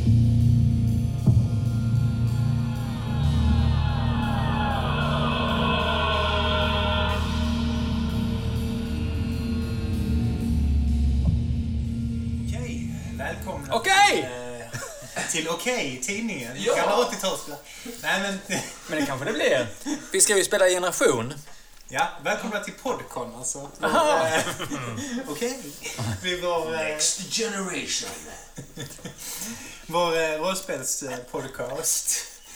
Välkomna till tidningen. Ja. Gamla 80-talsspel. Nej Men det kanske det blir. Vi ska ju spela Generation. Ja, välkomna till Podcon alltså. Okej. Vi var Next Generation. Vår rollspelspodcast.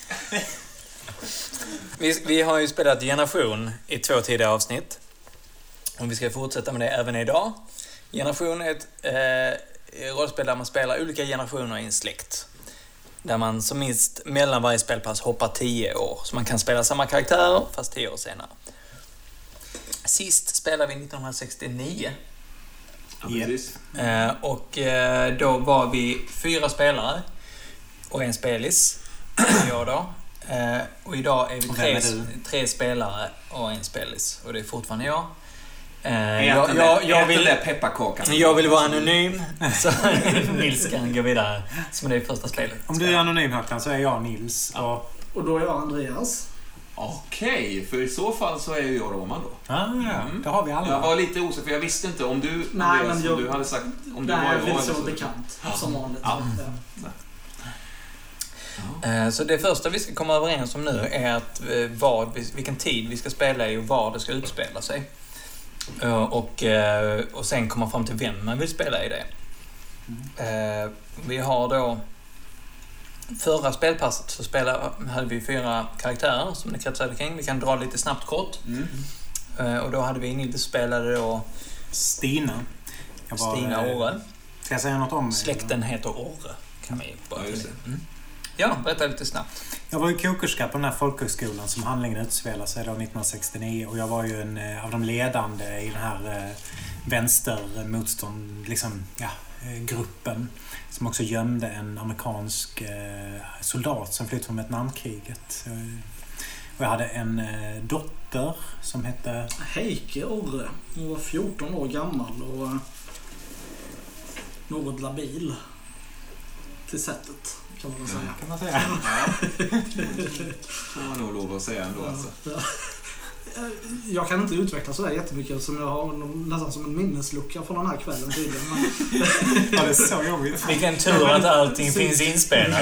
Vi har ju spelat Generation i 2 tidigare avsnitt. Och vi ska fortsätta med det även idag. Generation är ett rollspel där man spelar olika generationer i en släkt. Där man som minst mellan varje spelpass hoppar 10 år. Så man kan spela samma karaktärer fast 10 år senare. Sist spelade vi 1969. Ja, precis. Och då var vi 4 spelare och en spelis. Jag då. Och idag är vi 3 spelare och en spelis. Och det är fortfarande jag. Jag vill vara anonym. Så Nils kan gå vidare. Som det är första spelet. Om du är anonym, Håkan, så är jag Nils. Och då är jag Andreas. Okej, för i så fall så är ju jag Roman då. Då har vi alla. Jag var lite osäker, för jag visste inte om du, Nej, Andreas, men om du hade sagt om du Nej, var jag jag vill eller så bekant som vanligt. Så det första vi ska komma överens om nu är att vilken tid vi ska spela i och var det ska utspela sig. Och sen komma fram till vem man vill spela i det. Vi har då förra spelpasset så hade vi 4 karaktärer som det kretsade kring. Vi kan dra lite snabbt kort. Och då hade vi Nils spelade då Stina Åre. Ska jag säga något om? Släkten heter Åre. Kan vi bara Ja, berätta lite snabbt. Jag var ju kokerska på den här folkhögskolan som handlingen utspelar sig då 1969. Och jag var ju en av de ledande i den här vänstermotstånd, gruppen. Som också gömde en amerikansk soldat som flytt från Vietnamkriget. Och jag hade en dotter som hette Heike Orre. Hon var 14 år gammal och något labil till sättet. Kan man säga. får man nog lov att säga ändå alltså. Jag kan inte utveckla sådär jättemycket som jag har nästan som en minneslucka från den här kvällen tydligen. Ja, det är så jobbigt. Vilken tur att allting finns inspelat.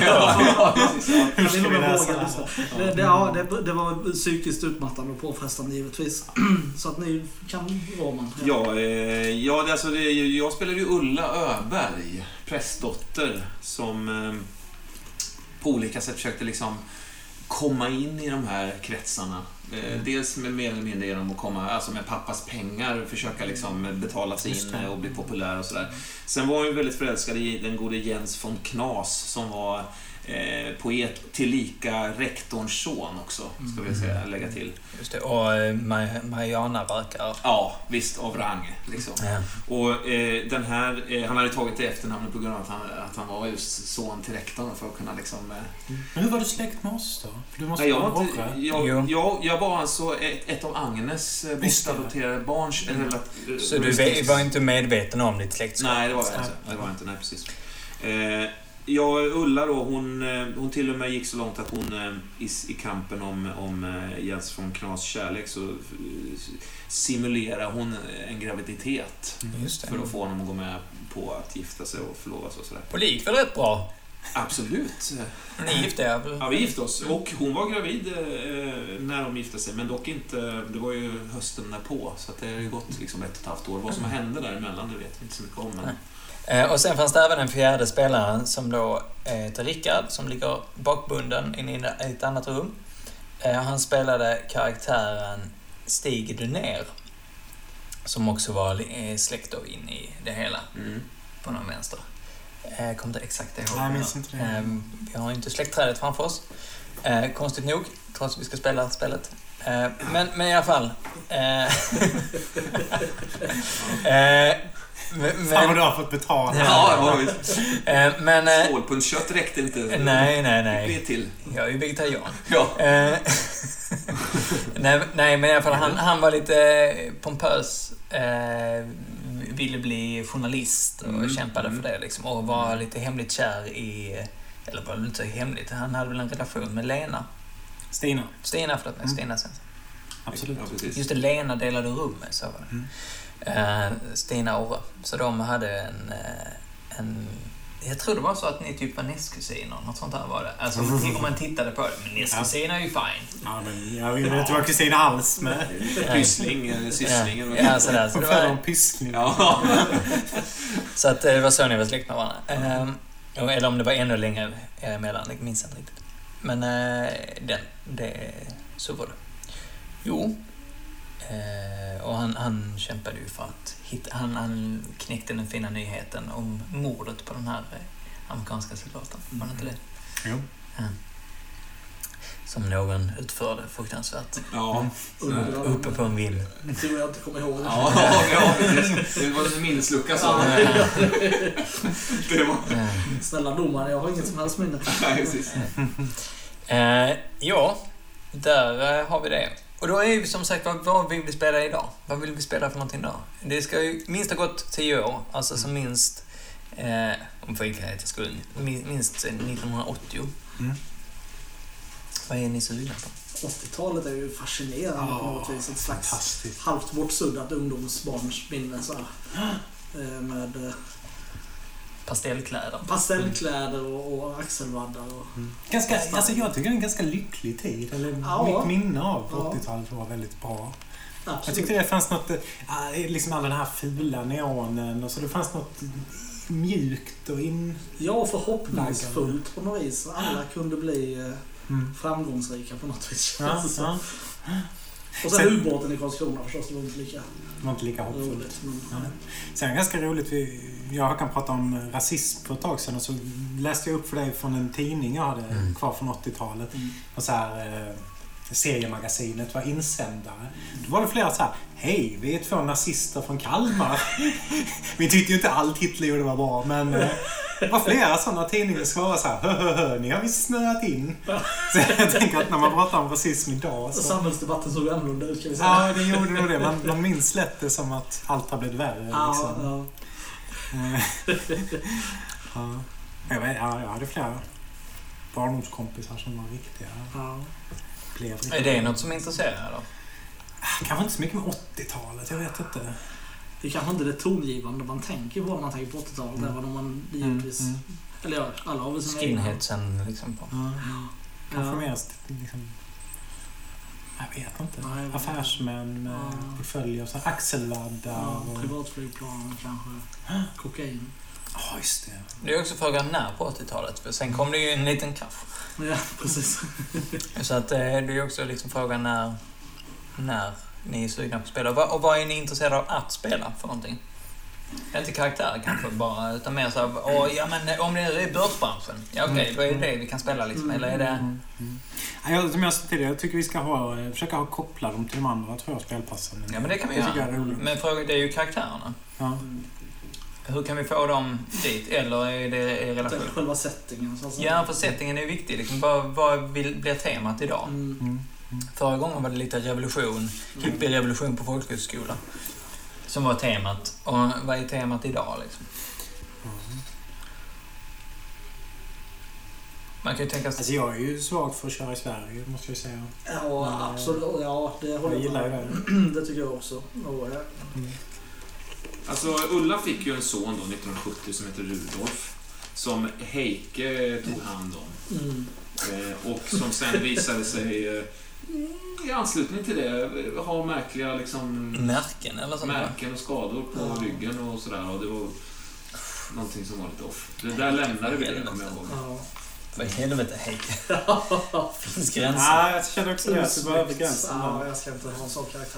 Det var psykiskt utmattande och påfrestande givetvis. Så att ni kan Roman. Jag spelade ju Ulla Öberg, prästdotter, som på olika sätt försökte liksom komma in i de här kretsarna. Dels med mer eller mindre genom att komma, alltså med pappas pengar, försöka liksom betala sig in och bli populär och sådär. Sen var hon ju väldigt förälskad i den gode Jens von Knas som var poet tillika rektorns son också, ska vi säga, lägga till. Just det, och Mariana verkar. Ja, visst, av rang liksom. Ja. Och den här, han hade tagit det efternamnet på grund av att han var just son till rektorn för att kunna liksom... Men hur var du släkt med oss då? Du måste jag var alltså ett av Agnes bortadopterade barns... Så du var inte medveten om ditt släktskap? Nej, det var jag inte. Det var inte, nej precis. Ulla då, hon till och med gick så långt att hon i kampen om Jens von Knas kärlek så simulerar hon en graviditet för att få honom att gå med på att gifta sig och förlovas och sådär. Och det gick väl rätt bra? Absolut. Ni gifte er? Ja, vi gifte oss. Och hon var gravid när de gifte sig, men dock inte, det var ju hösten därpå, så att det har ju gått liksom 1,5 år. Vad som hände däremellan, det vet vi inte så mycket om. Men... Och sen fanns det även en 4:e spelare som då heter Rickard, som ligger bakbunden in i ett annat rum. Han spelade karaktären Stig Dunér, som också var släkt då in i det hela på någon vänster. Kommer inte exakt ihåg. Nej, jag minns inte det. Vi har inte släktträdet framför oss. Konstigt nog, trots att vi ska spela spelet. Men i alla fall. Fan vad du har fått betala. Ja, men stålpunschkött räckte inte. Nej. Det till. Jag är ju vegetarian. Ja. nej, men i alla fall han var lite pompös. Ville bli journalist och kämpade för det liksom, och var lite hemligt kär i Eller var det inte så hemligt? Han hade väl en relation med Lena? Stina, Stina sen. absolut. Ja, precis. Just det, Lena delade rum med, så var det. Stina och Orre. Så de hade en... Jag tror det var så att ni typ var nästkusiner. Något sånt här var det. Alltså om man tittade på det. Men nästkusiner är ju fine. Ja, men jag vill inte vara kusin alls med. Pyssling eller syssling. Ja, sådär. Så De det föder var... en pyssling. Ja. Så att det var så ni var släkt med varandra. Eller om det var ännu längre emellan, det minns jag inte riktigt. Men så var det. Jo. Och han kämpade ju för att han knäckte den fina nyheten om mordet på den här amerikanska soldaten. Var det inte det? Jo. Ja. Som någon utförde fruktansvärt. Ja. Uppe på en vind. Jag tror jag inte kommer ihåg det. Ja, precis. Det var en minneslucka så. Det var... Snälla domare, jag har inget som helst minne. Nej, precis. Ja, där har vi det. Och då är ju som sagt, vad vill vi spela idag? Vad vill vi spela för någonting då? Det ska ju minst ha gått 10 år. Alltså som minst, om för enkelhetens skull, minst 1980. Vad är ni sugna på? 80-talet är ju fascinerande på något vis. Ett slags halvt bortsuddat ungdomsbarnsminne så här. Med pastellkläder och axelvaddar. Ganska, alltså jag tycker det är en ganska lycklig tid. Eller mitt minne av 80-talet var väldigt bra. Absolut. Jag tyckte det fanns något, liksom all den här fula neonen och så det fanns något mjukt och Ja, förhoppningsfullt på något vis. Alla kunde bli framgångsrika på något vis. Ja. Och sen ubåten i Karlskrona förstås, det var inte lika hoppfullt. Sen ganska roligt, jag kan prata om rasism på ett tag sedan och så läste jag upp för dig från en tidning jag hade kvar från 80-talet. Och så här, seriemagasinet var insändare. Då var det flera så här: hej, vi är 2 nazister från Kalmar. Vi tyckte ju inte allt Hitler gjorde var bra, men det var flera sådana tidningar som var så här: ni har visst snöat in. Så jag tänker att när man pratar om rasism idag så... Samhällsdebatten såg annorlunda ut, kan vi säga. Ja, det gjorde nog det. Man minns lätt det som att allt har blivit värre. Liksom. Jag hade flera barndomskompisar som var viktiga. Är det något som intresserar då? Kanske inte så mycket med 80-talet, jag vet inte. Det är kanske inte det tongivande man tänker på när man tänker på 80-talet, även om man givetvis... Eller ja, alla har väl sina skinheadsen liksom på. Kanske mest liksom... Jag vet inte. Affärsmän med portföljer, så axelvaddar och... privatflygplan kanske. Kokain. Ja, just det. Det är också frågan när på 80-talet, för sen kom det ju en liten krasch. Ja, precis. Så att det är ju också liksom frågan när ni är sugna på att spela. Och vad är ni intresserade av att spela för någonting? Inte karaktär kanske bara, utan mer så här, om det är börsbranschen, ja okej, då är det vi kan spela liksom, eller är det... Som jag sa tidigare, jag tycker vi ska försöka koppla dem till de andra 2 spelpassen. Ja, men det kan vi göra. Men frågan det är ju karaktärerna. Ja. Hur kan vi få dem dit? Eller är det i relation? Själva settingen. Så ja, för settingen är viktig. Liksom, vad blir temat idag? Förra gången var det lite revolution, hippie-revolution på folkhögskola. Som var temat. Och vad är temat idag liksom? Man kan ju tänka sig... Alltså jag är ju svag för att köra i Sverige, måste jag säga. Ja, absolut. Ja, det håller jag gillar det. Det tycker jag också. Alltså Ulla fick ju en son då 1970 som heter Rudolf, som Heike tog hand om. Och som sen visade sig i anslutning till det ha märkliga liksom märken eller sånt. Märken och skador på ryggen och sådär, och det var någonting som var lite off. Det där lämnade vi, det kommer jag ihåg. Ja. För helvete, Heike. Finns gränser. Ja, jag känner också det, att det var över gränsen. Ja, jag ska inte ha en sån karaktär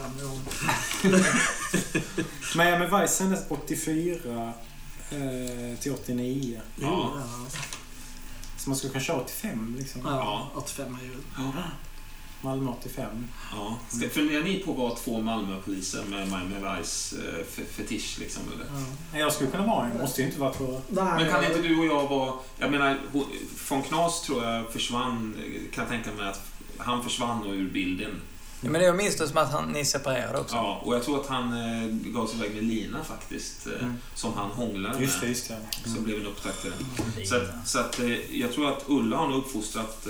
med Men Vice sändes 84 till 89. Ja. Så man skulle kunna köra 85 liksom. Ja, 85 är ju... Malmö 85. Ja. Funderar ni på att vara 2 Malmöpoliser med Vice fetisch liksom, eller? Ja. Jag skulle kunna vara en, måste ju inte vara 2. Men kan inte du och jag vara... Jag menar, von Knas tror jag försvann, kan tänka mig att han försvann ur bilden Ja, men jag minns det som att ni separerade också. Ja, och jag tror att han gav sig iväg med Lina faktiskt. Som han hånglade med. Just det. Så blev en upptakt till det. Så att jag tror att Ulla har nog uppfostrat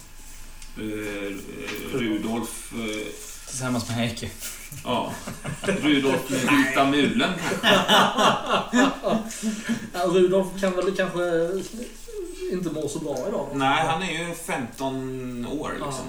Rudolf... Tillsammans med Heike. Ja, Rudolf med vita mulen. Rudolf kan väl kanske inte må så bra idag. Nej, han är ju 15 år liksom.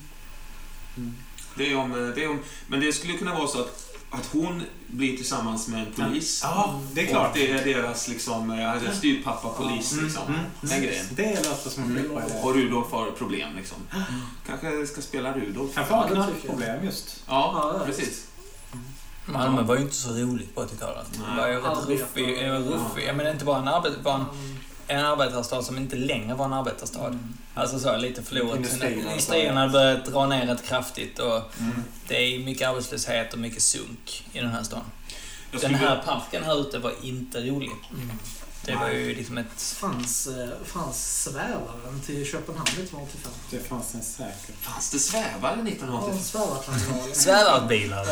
Det är om, men det skulle kunna vara så att hon blir tillsammans med en polis. Ja, det är klart. Och det är deras liksom, styrpappa-polis liksom. Den grejen. Det låter som en bra idé. Och Rudolf har problem liksom. Kanske ska spela Rudolf. Han får knarkproblem just. Ja, precis. Malmö var ju inte så roligt på 80-talet. Det var ju rätt ruffig. Jag menar inte bara en arbetarstad som inte längre var en arbetarstad. Alltså så lite förlorat. Industrierna hade börjat dra ner rätt kraftigt och det är mycket arbetslöshet och mycket sunk i den här stan. Den här parken här ute var inte rolig. Det var ju liksom ett... Fanns svävaren till Köpenhamn 1985? Det fanns en säkert. Fanns det svävare 1985? Ja, svävarterminalen. Svävarbilar.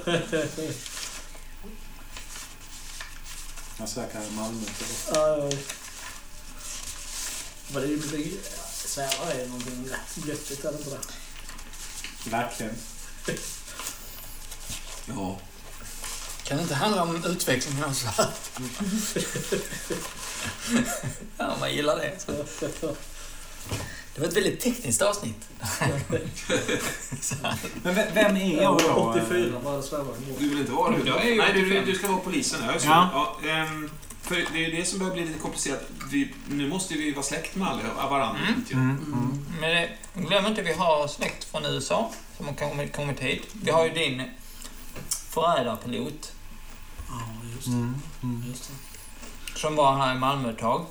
Jag söker i Malmö. Men det är ju svävare är någonting rätt göttigt, eller inte det? Verkligen. Ja. Kan det inte handla om utvecklingen av Sverige? Ja, man gillar det. Så. Det var ett väldigt tekniskt avsnitt. Men vem är jag då? 84 var det svävare. Du vill inte vara det? Nej, du ska vara polisen. För det är ju det som börjar bli lite komplicerat. Nu måste vi vara släkt med alla varandra. Men glöm inte, vi har släkt från USA som har kommit hit. Vi har ju din förrädarpilot. Ja, just det. Som var här i Malmö ett tag.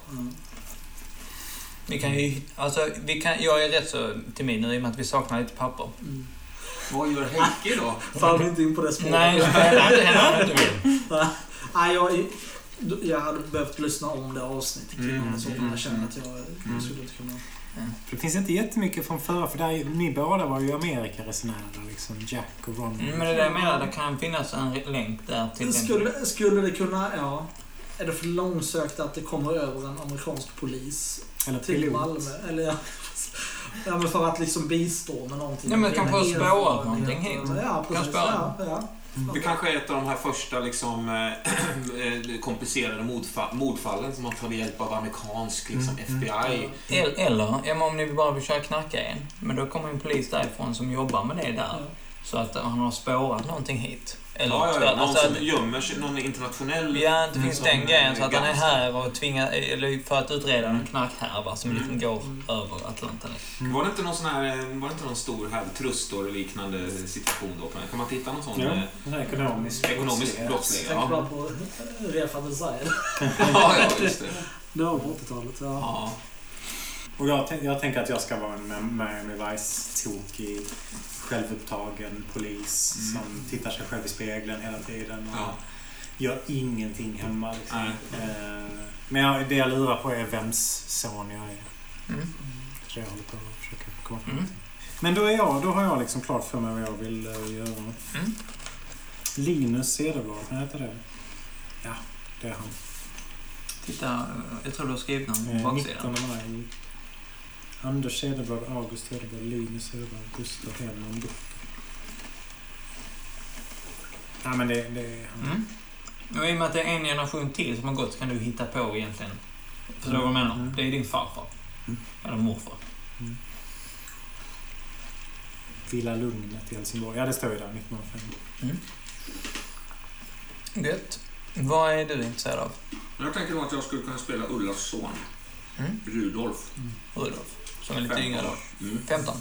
Vi kan ju, jag är rätt så timid nu i och med att vi saknar lite papper. Vad gör Heike då? Fall inte in på det spåret. Nej, det händer inte vill. Nej, jag hade behövt lyssna om det avsnittet så jag känner att jag skulle inte kunna... Det finns inte jättemycket från förra, för där, ni båda var ju Amerikaresenärer, liksom Jack och Ron. Men det där menar, det kan finnas en länk där till Skulle det kunna, är det för långsökt att det kommer över en amerikansk polis eller till pilot. Malmö? Eller men för att liksom bistå med någonting. Ja, men kan få spåra någonting hit. Ja, precis. Det kanske är ett av de här första liksom, komplicerade mordfallen som man tar hjälp av amerikansk liksom, FBI. Eller om ni bara vill köra knacka igen. Men då kommer en polis därifrån som jobbar med det där. Så att han har spårat någonting hit. Eller, någon som gömmer sig, någon internationell... Ja, det finns den grejen så att han är här och tvingar, eller för att utreda en knarkhärva som liksom går över Atlanten. Var det inte någon sån här, var det inte någon stor här trustor-liknande situation då? Kan man titta någon sån? Ekonomisk brottslighet. Tänk bara på Refa Design. Ja, just det. Det var på 80-talet, ja. Och jag tänker att jag ska vara en Miami Vice-tokig, självupptagen polis som tittar sig själv i spegeln hela tiden och gör ingenting hemma. Liksom. Men det jag lurar på är vems son jag är. Så jag håller på att försöka komma fram till. Men då har jag liksom klart för mig vad jag vill göra. Linus Cederblad, vad heter det? Ja, det är han. Titta, jag tror du har skrivit någon baksida. 19 maj. Anders Cederblad, August Cederblad, Linus Cederblad, Gustav Hedman, Butter. Ja, men det är han. Och i och med att det är en generation till som har gått så kan du hitta på egentligen. Förstår du vad jag menar? Det är din farfar. Eller morfar. Villa Lugnet i Helsingborg. Ja, det står ju där, 1905. Gött. Vad är du intresserad av? Jag tänker nog att jag skulle kunna spela Ullas son. Rudolf. Rudolf. Som är lite yngre då. 15.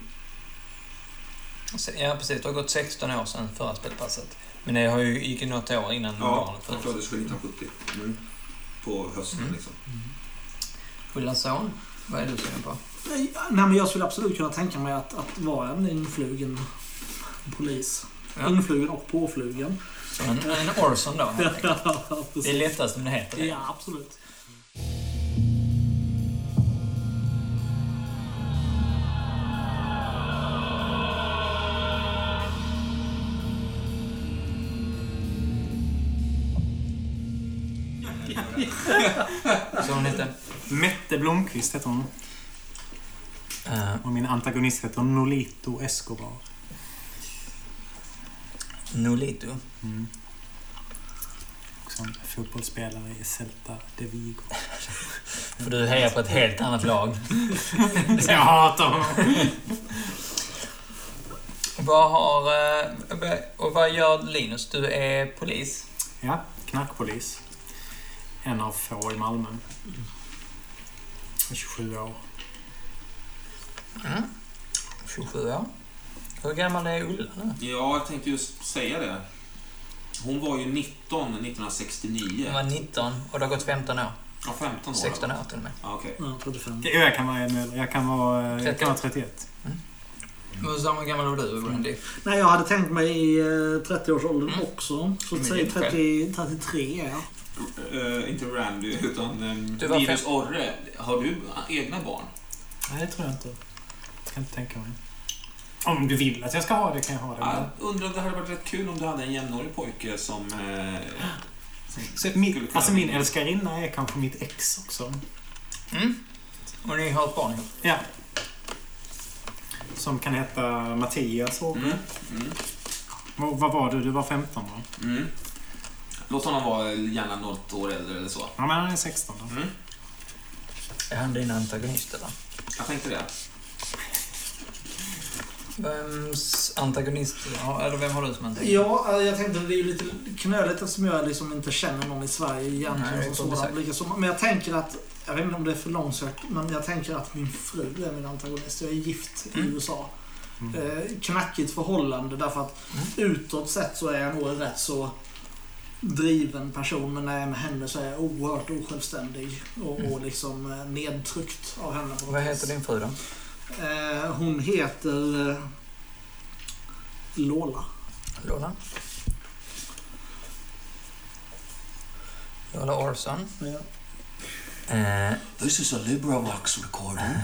Ja, precis. Det har gått 16 år sedan förra spelpasset. Men det gick ju något år innan barnet föddes. Ja, det skulle 1970. På hösten liksom. Ullas son, vad är du sugen på? Nej, men jag skulle absolut kunna tänka mig att vara en influgen polis. Ja. Influgen och påflugen. Så en Orson då, helt enkelt. Det är lättast om det heter det. Ja, absolut. Så hon heter... Mette Blomqvist heter hon. Och min antagonist heter Nolito Escobar. Nolito? Mm. Också en fotbollsspelare i Celta de Vigo. För du hejar på ett helt annat lag. Jag hatar honom. Vad gör Linus? Du är polis. Ja, knarkpolis. En av få i Malmö. 27 år. 27 år. Hur gammal är Ulla nu? Ja, jag tänkte just säga det. Hon var ju 19 1969. Hon var 19 och det har gått 15 år. Ja, 15 år. 16 år till och med. Ja, okej. Ja, 35. Jag kan vara äldre. Jag kan vara 31. Hur gammal var du, Randy? Nej, jag hade tänkt mig i 30-årsåldern också. Så att säga 33 är jag. Inte Randy, utan Du var Linus Orre. Har du egna barn? Nej, det tror jag inte. Jag kan inte tänka mig. Om du vill att jag ska ha det kan jag ha det. Ja, undrar om det hade varit rätt kul om du hade en jämnårig pojke som min älskarinna är kanske mitt ex också. Och ni har ett barn ihop? Ja. Som kan heta Mattias. Vad var du? Du var 15 va? Låt honom vara gärna något år äldre eller så. Ja, men han är 16 då. Är han din antagonist eller? Jag tänkte det. Vems antagonist? Eller vem har du som antagonist? Ja, jag tänkte att det är lite knöligt eftersom jag liksom inte känner någon i Sverige egentligen. Men jag tänker att, jag vet inte om det är för långsökt, men jag tänker att min fru är min antagonist. Jag är gift i USA. Knackigt förhållande därför att utåt sett så är jag nog rätt så driven person, men när jag är med henne så är jag oerhört osjälvständig och liksom nedtryckt av henne. Vad heter din fru då? Hon heter Lola. Lola Orson. Ja. This is a LibriVox recorder.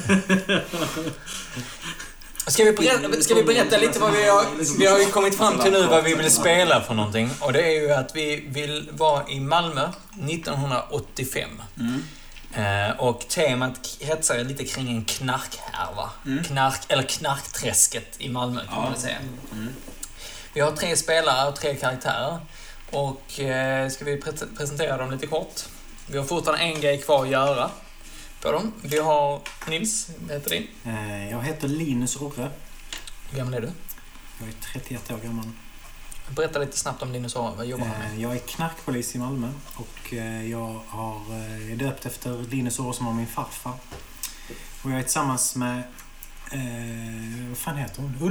Ska vi berätta lite vad vi har ju kommit fram till nu vad vi vill spela för någonting. Och det är ju att vi vill vara i Malmö 1985. Och temat kretsar lite kring en knarkhärva. Knarkträsket i Malmö kan man säga. Vi har 3 spelare och 3 karaktärer. Och ska vi presentera dem lite kort. Vi har fortfarande en grej kvar att göra på dem. Vi har Nils, vad heter din? Jag heter Linus Orre. Hur gammal är du? Jag är 31 år gammal. Berätta lite snabbt om Linus Orre. Vad jobbar han med? Jag är knarkpolis i Malmö och jag är döpt efter Linus Orre som var min farfar. Och jag är tillsammans med vad fan heter hon?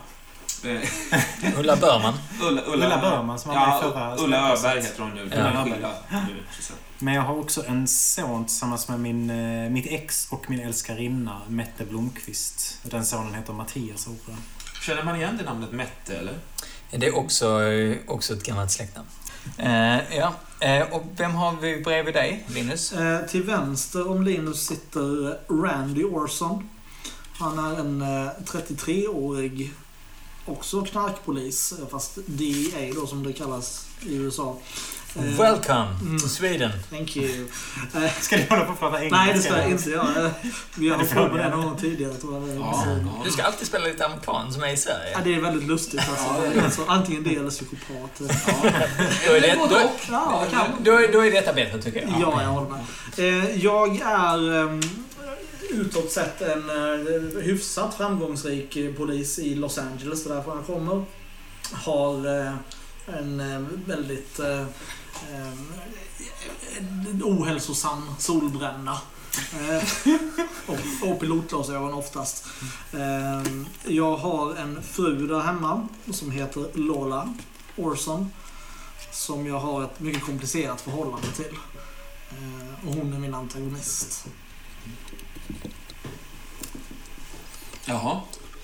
Ulla Börman. Ulla Börman som var med förra. Ulla Öberg heter hon nu. Men jag har också en son tillsammans med mitt ex och min älskarinna Mette Blomqvist. Den sonen heter Mattias Orre. Känner man igen det namnet Mette eller? Det är också ett gammalt släktnamn. Och vem har vi bredvid dig, Linus? Till vänster om Linus sitter Randy Orson. Han är en 33-årig också knarkpolis, fast DEA då som det kallas i USA. Welcome to Sweden. Thank you. Ska du hålla på att prata engelska? Nej, det ska jag inte göra. Vi har fått med det någon gång tidigare, tror jag. Du ska alltid spela lite amerikan som är i Sverige. Ja, det är väldigt lustigt. Alltså, antingen det eller psykopat. Då är detta bättre, tycker jag. Ja, jag håller med. Jag är utåt sett en hyfsat framgångsrik polis i Los Angeles, därför jag kommer. Har en väldigt ohälsosam solbränna och pilotglasögon oftast. Jag har en fru där hemma som heter Lola Orson som jag har ett mycket komplicerat förhållande till. Och hon är min antagonist. Jaha.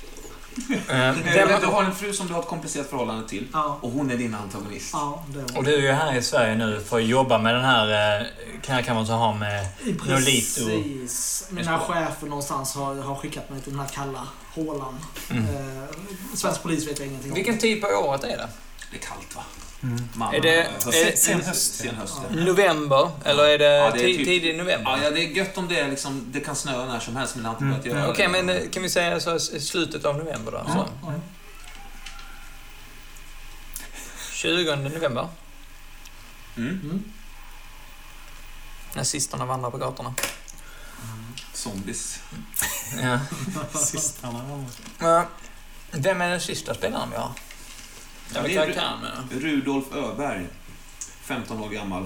Du har en fru som du har ett komplicerat förhållande till. Ja. Och hon är din antagonist. Ja, det och du är ju här i Sverige nu för att jobba med den här kan man så ha med Nolito. Precis. Mina chefer någonstans har skickat mig till den här kalla hålan. Svensk polis vet jag ingenting om. Vilken typ av året är det? Det är kallt, va? Är det sen höst. November? Eller är det, typ, tidig november? Ja, det är gött om det är liksom, det kan snöa när som helst, men det har inte börjat göra. Okej, men kan vi säga så slutet av november då? Så. 20 november. Nazisterna vandrar på gatorna. Zombies. Ja. Systrarna. Vem är den sista spelaren vi har? Det är Rudolf Öberg, 15 år gammal.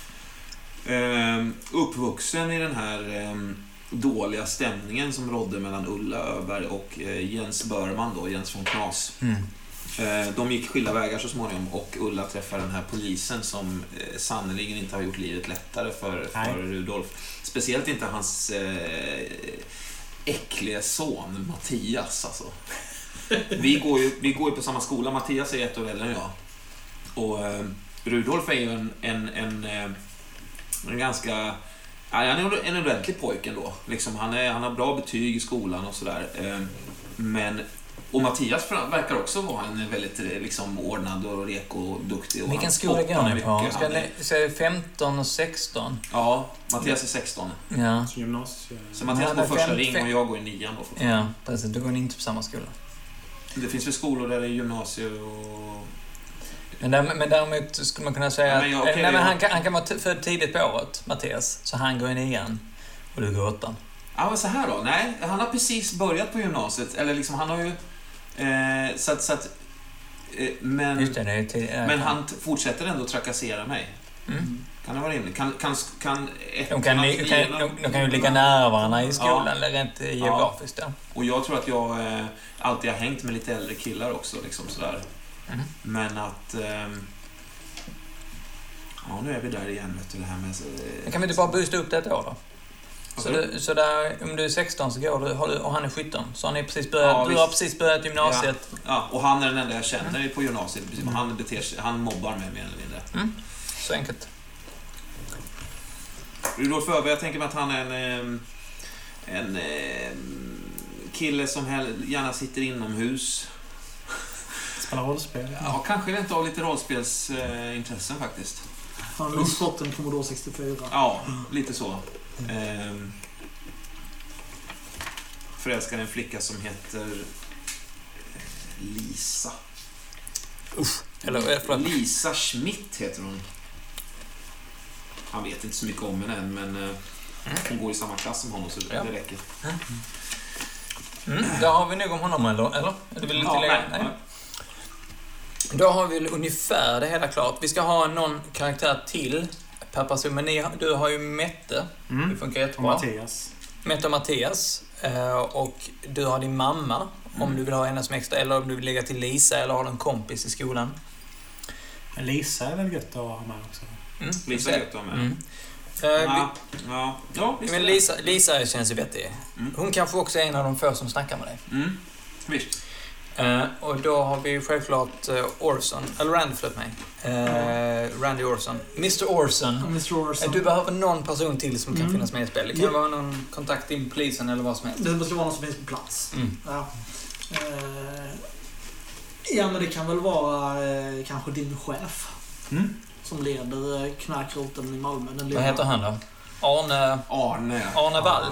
Uppvuxen i den här dåliga stämningen som rådde mellan Ulla Öberg och Jens Börman då, Jens von Knas. De gick skilda vägar så småningom och Ulla träffar den här polisen som sannoliken inte har gjort livet lättare för Rudolf. Speciellt inte hans äckliga son Mattias alltså. Vi går ju på samma skola. Mattias är 1 år äldre än jag. Och Rudolf är ju en ganska... Han är en ordentlig pojke ändå. Liksom, han har bra betyg i skolan och sådär. Och Mattias verkar också vara en väldigt liksom, ordnad och reko och duktig. Och vilken skola går ni på? Ska ni säga 15 och 16? Ja, Mattias är 16. Ja. Så Mattias går första ring och jag går i 9 då. Ja, precis. Då går ni inte på samma skola. Det finns väl skolor där det är gymnasium och... Men däremot skulle man kunna säga att han kan vara född tidigt på året, Mattias. Så han går i 9 och du går 8. Ja, men så här då. Nej, han har precis börjat på gymnasiet. Eller liksom, han har ju... men just det, men han fortsätter ändå trakassera mig. Kan det vara rimligt? De kan ju ligga nära varandra i skolan, eller rent geografiskt. Ja. Och jag tror att jag alltid har hängt med lite äldre killar också. Liksom sådär. Men att... nu är vi där igen. Vet du, det här med, kan vi inte bara boosta upp det ett år då? Så där, om du är 16 så går du, och han är 17. Så han är precis börjat, du har precis börjat gymnasiet. Ja, och han är den enda jag känner på gymnasiet. Han mobbar mig mer eller mindre. Så enkelt. Rudolf Öberg, jag tänker mig att han är en kille som gärna sitter inomhus. Spelar rollspel. Ja, kanske inte av lite rollspelsintressen faktiskt. Han har fått en Commodore 64. Ja, lite så. Förälskar en flicka som heter Lisa. Lisa Schmidt heter hon. Han vet inte så mycket om henne än, men hon går i samma klass som honom, så det räcker. Då har vi nog om honom, eller? Är det väl lite längre? Nej. Då har vi ungefär det hela klart. Vi ska ha någon karaktär till per person, men du har ju Mette. Det funkar jättebra. Och Mattias. Mette och Mattias. Och du har din mamma, om du vill ha henne som extra, eller om du vill lägga till Lisa, eller har du en kompis i skolan. Lisa är väl gött att ha med också. Lisa är gött att ha med. Men Lisa känns ju vettig. Hon kanske också är en av de få som snackar med dig. Visst. Och då har vi självklart Orson, eller Randy, förlåt mig. Randy Orson. Mr. Orson. Du behöver någon person till som kan finnas med i spel. Det kan vara någon kontakt in polisen eller vad som helst. Det måste vara någon som finns på plats. Ja, men det kan väl vara kanske din chef. Som leder knarkroten i Malmö. Vad heter han då? Arne Wall.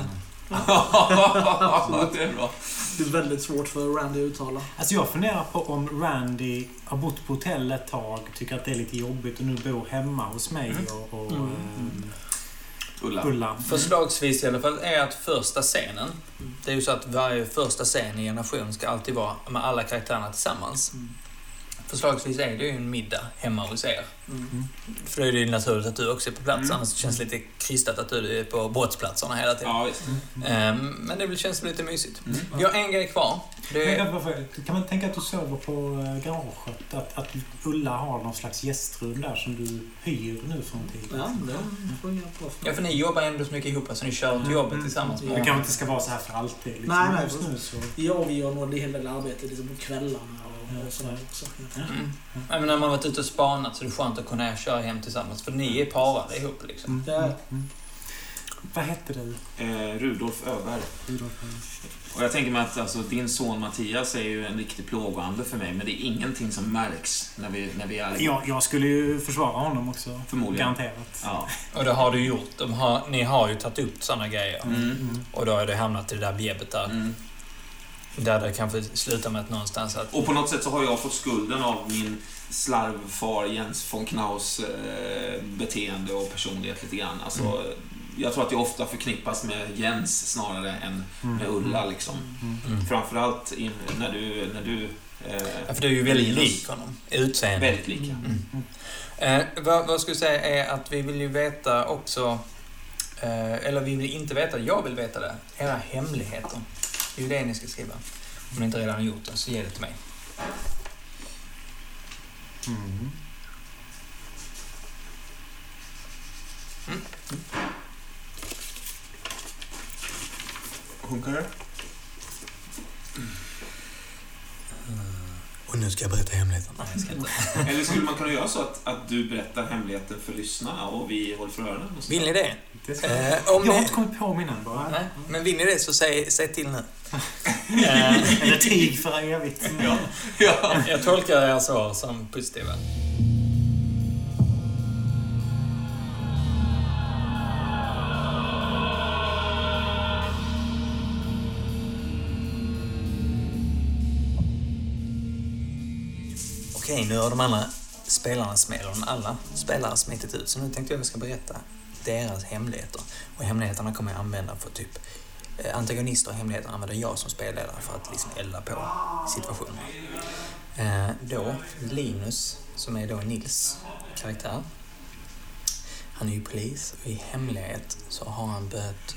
Det är bra. Det är väldigt svårt för Randy att uttala. Alltså jag funderar på om Randy har bott på hotell ett tag, tycker att det är lite jobbigt och nu bor hemma hos mig och Ulla. Förslagsvis i alla fall är att första scenen, det är ju så att varje första scen i Generation ska alltid vara med alla karaktärerna tillsammans. Förslagsvis är det ju en middag hemma hos er. För då är det ju naturligt att du också är på plats. Annars känns det lite kristat att du är på brottsplatserna hela tiden. Ja, visst. Men det känns lite mysigt. Vi har en grej kvar. Kan man tänka att du sover på garaget? Att Ulla har någon slags gästrum där som du hyr nu från tid? Ja, det fungerar bra. Ja, för ni jobbar ändå så mycket ihop så ni kör till jobbet tillsammans. Det kanske inte ska vara så här för alltid. Liksom. Nej. Just nu så... Ja, vi gör nog det hela arbetet liksom på kvällarna. Och sådär också. Men när man har varit ute och spanat så är det skönt att kunna köra hem tillsammans. För ni är parade ihop liksom. Vad hette du? Rudolf Öberg. Och jag tänker mig att alltså, din son Mattias är ju en riktig plågoande för mig, men det är ingenting som märks när vi är... Jag skulle ju försvara honom också. Förmodligen. Garanterat. Ja. Och det har du gjort. Ni har ju tagit upp såna grejer. Och då har det hamnat i det där bjäbbet där. Där det kanske slutar med att någonstans att... Och på något sätt så har jag fått skulden av min slarvfar Jens von Knaus beteende och personlighet lite grann. Alltså, jag tror att jag ofta förknippas med Jens snarare än med Ulla liksom. Framförallt när du ja, för du är ju väldigt lik honom. Utseende. Väldigt lika. Vad skulle jag säga är att vi vill ju veta också, eller vi vill inte veta, jag vill veta det, era hemligheter. Det är ju det ni ska skriva. Om ni inte redan har gjort det, så ge det till mig. Funkar det? Och nu ska jag berätta hemligheten. Nej, jag ska inte. Eller skulle man kunna göra så att du berättar hemligheten för lyssnarna och vi håller för öronen? Vill ni det? Jag har inte kommit på min än bara. Nej, men vill ni det så säg till nu. Eller tig för evigt. Ja. Jag tolkar era svar som positiva. Okej, nu har de alla spelarna smäller. Alla spelare smittit ut. Så nu tänkte jag att vi ska berätta deras hemligheter. Och hemligheterna kommer jag använda för typ antagonister och hemligheter använder jag som spelledare för att liksom elda på situationen. Då Linus, som är då Nils karaktär. Han är ju polis och i hemlighet så har han börjat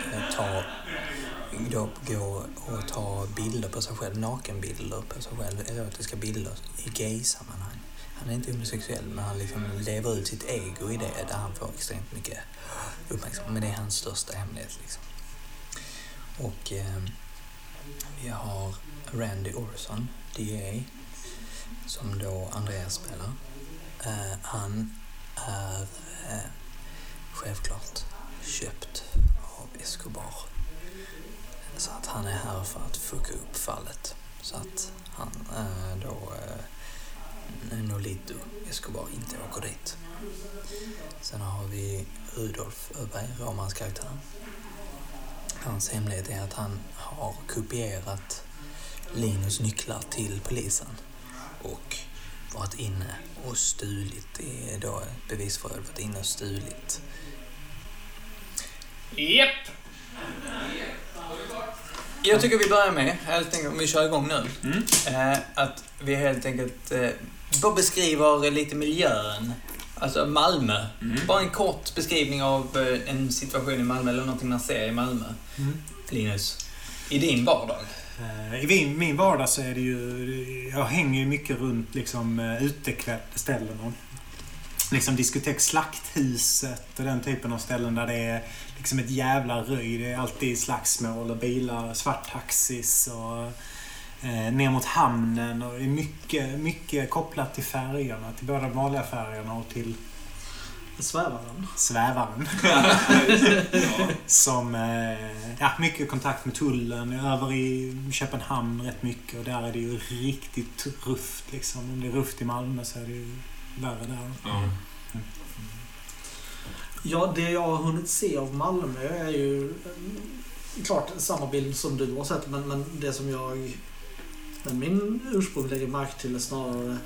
gå och ta bilder på sig själv, nakenbilder på sig själv, erotiska bilder i gay-sammanhang. Han är inte homosexuell, men han liksom lever ut sitt ego i det där han får extremt mycket uppmärksamhet. Men det är hans största hemlighet liksom. Och vi har Randy Orson, DA, som då Andreas spelar. Han är självklart köpt av Escobar. Så att han är här för att fucka upp fallet. Så att han då Nolito Escobar inte åker dit. Sen har vi Rudolf Öberg, Romans karaktär. Hans hemlighet är att han har kopierat Linus nycklar till polisen och varit inne och stulit. Det är då bevis för att varit inne och stulit. Japp! Jag tycker vi börjar med, helt enkelt, om vi kör igång nu, att vi helt enkelt bara beskriver lite miljön, alltså Malmö. Bara en kort beskrivning av en situation i Malmö eller någonting man ser i Malmö. Linus, i din vardag? I min vardag så är det ju, jag hänger ju mycket runt liksom utekvällställen och liksom diskotek Slakthuset och den typen av ställen där det är liksom ett jävla röj. Det är alltid slagsmål och bilar, svarttaxis och ner mot hamnen, och det är mycket kopplat till färgerna, till båda de vanliga färgerna och till Svävaren. Som mycket kontakt med tullen. Över i Köpenhamn rätt mycket, och där är det ju riktigt rufft liksom. Om det är rufft i Malmö så är det ju värre där. Ja, det jag har hunnit se av Malmö är ju klart samma bild som du har sett, men det som jag med min ursprung lägger märke till är snarare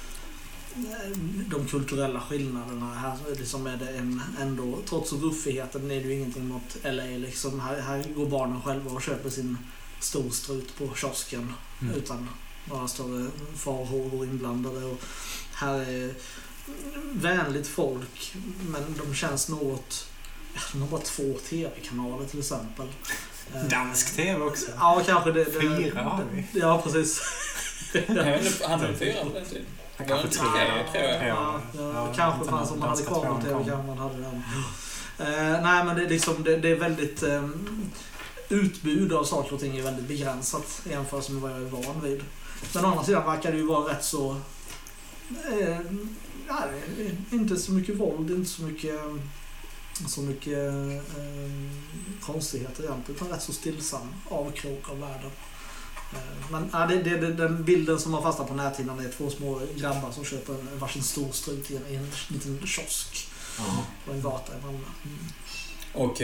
de kulturella skillnaderna. Här liksom är det ändå, trots ruffigheten är det ju ingenting mot LA liksom. Här går barnen själva och köper sin storstrut på kiosken utan några större farhågor inblandade, och här är vänligt folk, men de känns något. De har bara 2 tv-kanaler till exempel. Dansk tv också. Ja, kanske det 4 har vi. Ja, precis. Han hade 4 på den tiden. Kanske 3. Ja, kanske fanns om man hade kvar någon tv kanske man hade den. Nej, men det är liksom det är väldigt utbud av saker och ting är väldigt begränsat i jämförelse med vad jag är van vid. Men å andra sidan verkar det ju vara rätt så inte så mycket våld, inte så mycket så mycket konstigheter egentligen. Utan rätt så stillsam avkrok av världen. Men den bilden som har fastnat på näthinnan är 2 små grabbar som köper varsin stor strut i en liten kiosk på en gata i Malmö. Och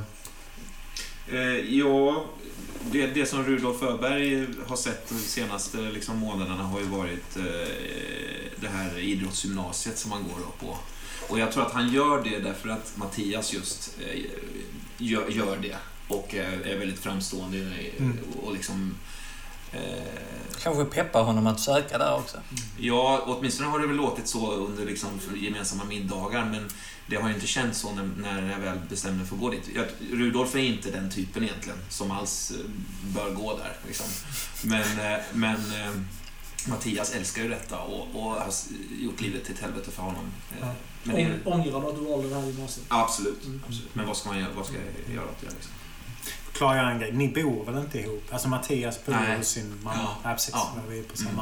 ja, det som Rudolf Öberg har sett de senaste liksom, månaderna har ju varit det här idrottsgymnasiet som man går på. Och jag tror att han gör det därför att Mattias just gör det och är väldigt framstående och liksom kanske peppar honom att söka där också. Ja, åtminstone har det väl låtit så under liksom gemensamma middagar, men det har ju inte känts så när jag väl bestämde för att gå dit. Rudolf är inte den typen egentligen som alls bör gå där liksom. Men Mattias älskar ju detta och har gjort livet till ett helvete för honom. Ångrar du att du valde det här gymnasiet? Absolut. Men vad ska jag göra åt det liksom? Klar jag en grej. Ni bor väl inte ihop? Alltså Mattias bor hos sin mamma. Ja. Precis. Vi är på samma.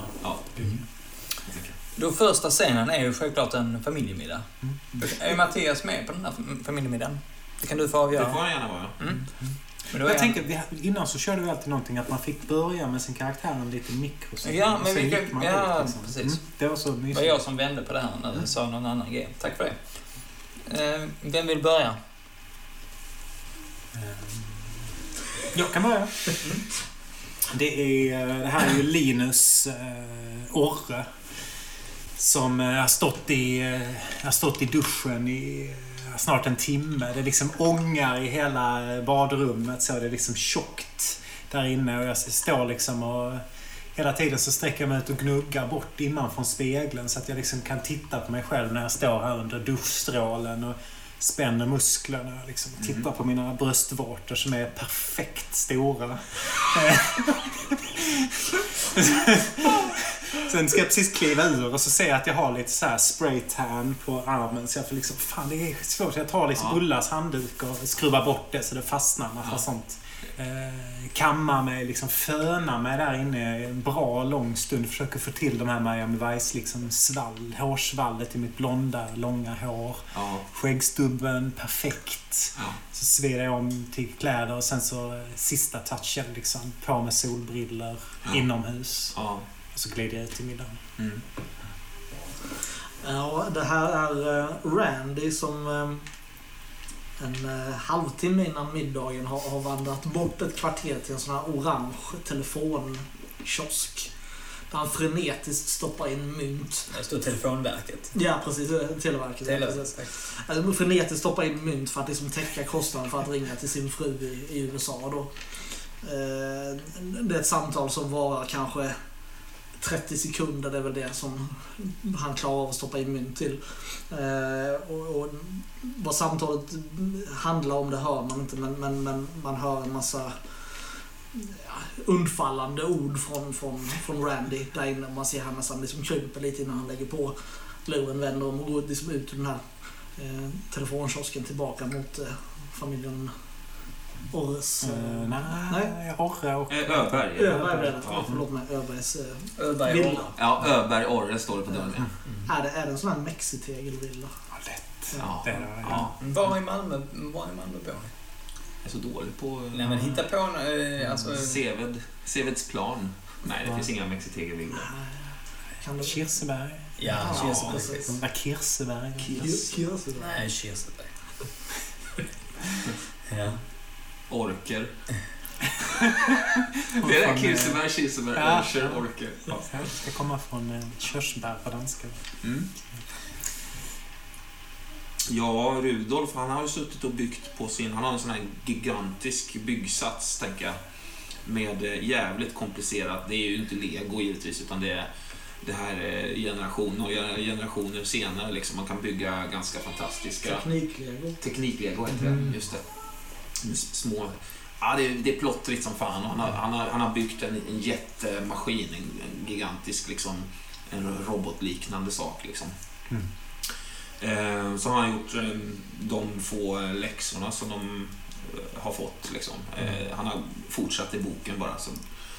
Då första scenen är ju självklart en familjemiddag. Är Mattias med på den här familjemiddagen? Det kan du få avgöra. Det får han gärna vara. Men då jag tänker, innan så körde vi alltid någonting att man fick börja med sin karaktär en liten mikro. Ja, men vi kan... Ja, liksom. precis. Det var så mysigt. Det var jag som vände på det här när du sa någon annan grej. Tack för det. Vem vill börja? Jag kan börja. Det här är ju Linus Orre som har stått i duschen i snart en timme. Det liksom ångar i hela badrummet så det är liksom tjockt där inne och jag står liksom och hela tiden så sträcker jag mig ut och gnuggar bort dimman från spegeln så att jag liksom kan titta på mig själv när jag står här under duschstrålen och spänner musklerna liksom, och tittar på mina bröstvårtor som är perfekt stora. Sen ska jag precis kliva ur och så ser jag att jag har lite så här spraytan på armen så jag får liksom, fan det är svårt. Jag tar liksom Ullas handduk och skruvar bort det så det fastnar massa sånt. Kammar mig, liksom fönar mig där inne en bra lång stund. Försöker få till de här Miami Vice liksom hårsvallet i mitt blonda, långa hår. Skäggstubben, perfekt. Så sveder jag om till kläder och sen så sista touchen liksom, på med solbriller inomhus. Och så glider jag ut till middagen. Ja, det här är Randy som en halvtimme innan middagen har vandrat bort ett kvarter till en sån här orange telefonkiosk. Där han frenetiskt stoppar in mynt. Det står Telefonverket. Ja, precis. Televerket. Alltså, frenetiskt stoppar in mynt för att liksom täcka kostnaden för att ringa till sin fru i USA. Då. Det är ett samtal som varar kanske 30 sekunder, det är väl det som han klarar av att stoppa in mynt till. Och vad samtalet handlar om det hör man inte, men man hör en massa undfallande ord från Randy där inne. Man ser han nästan liksom kryper lite innan han lägger på luren, vänder om och går liksom ut ur den här telefonkiosken tillbaka mot familjen Orres... Nej, Orre och... Öberg. Förlåt mig, Öbergs villa. Ja, Öberg Orre står det på dörren. Är det en sån här mexitegelvilla? Ja, lätt. Ja. Det är det. Var i Malmö bor ni? Jag är så dålig på... Nej, men hitta på... alltså... Seveds plan. Nej, det finns inga mexitegelvillor. Kirseberg. Ja, Kirseberg. Kirseberg. Nej, Kirseberg. Ja. Orker. Det är Kirseberg, orker. Ja. Det ska komma från körsbär på danska. Ja, Rudolf, han har ju suttit och byggt på han har en sån här gigantisk byggsats, tänker jag. Med jävligt komplicerat, det är ju inte Lego givetvis, utan det här är generationer senare liksom. Man kan bygga ganska fantastiska... Tekniklego heter det, just det. Små... Ja, det är plottrigt som fan. Han har byggt en jättemaskin, en gigantisk liksom, en robotliknande sak liksom. Så har han gjort de få läxorna som de har fått liksom. Han har fortsatt i boken bara så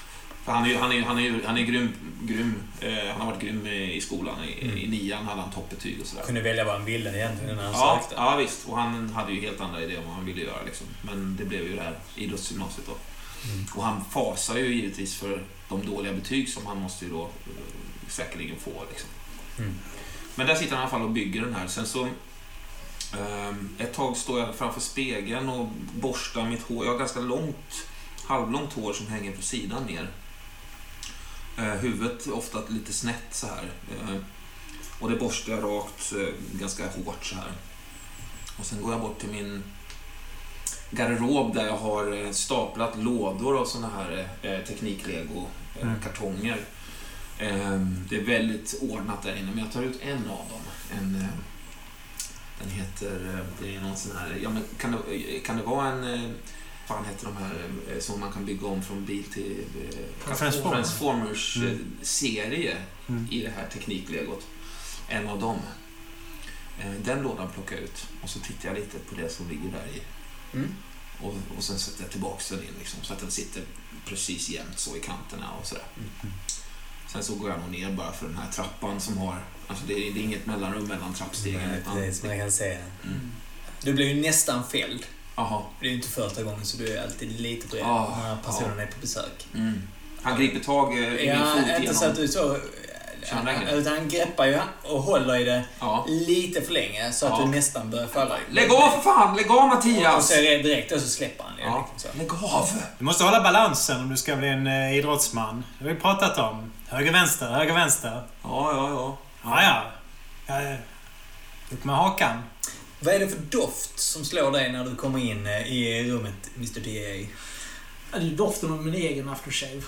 Han är grym. Han har varit grym i skolan. I 9:an hade han toppbetyg och sådär. Kunde välja vad han ville egentligen när han sökte. Ja, visst. Och han hade ju helt andra idéer om vad han ville göra. Liksom. Men det blev ju det här idrottsgymnasiet då. Och han fasar ju givetvis för de dåliga betyg som han måste ju då säkerligen få. Liksom. Men där sitter han i alla fall och bygger den här. Sen så ett tag står jag framför spegeln och borstar mitt hår. Jag har ganska halvlångt hår som hänger på sidan ner. Huvudet är ofta lite snett så här. Och det borstar jag rakt ganska hårt så här. Och sen går jag bort till min garderob där jag har staplat lådor av såna här tekniklego-kartonger. Det är väldigt ordnat där inne, men jag tar ut en av dem. Den heter, det är någon sån här, ja men kan det vara en, vad heter de här som man kan bygga om från bil till Transformers serie i det här tekniklegot. En av dem. Den lådan plockar jag ut och så tittar jag lite på det som ligger där i. Och sen sätter jag tillbaka den in liksom, så att den sitter precis jämnt så i kanterna och sådär. Sen så går jag nog ner bara för den här trappan som har, alltså det är inget mellanrum mellan trappstegen. Det är som jag kan säga. Du blir ju nästan fälld. Aha. Det är ju inte första gången, så du är alltid lite bred när personen är på besök. Han griper tag i min fot inte så att du så... Utan han greppar ju och håller i det lite för länge så att du nästan börjar falla. Lägg av för fan! Lägg av Mattias! Och så är det direkt och så släpper han det. Liksom lägg av! Du måste hålla balansen om du ska bli en idrottsman. Det har vi pratat om. Höger, vänster. Ja. Upp med hakan. Vad är det för doft som slår dig när du kommer in i rummet, Mr. D.A.? Det är doften av min egen aftershave.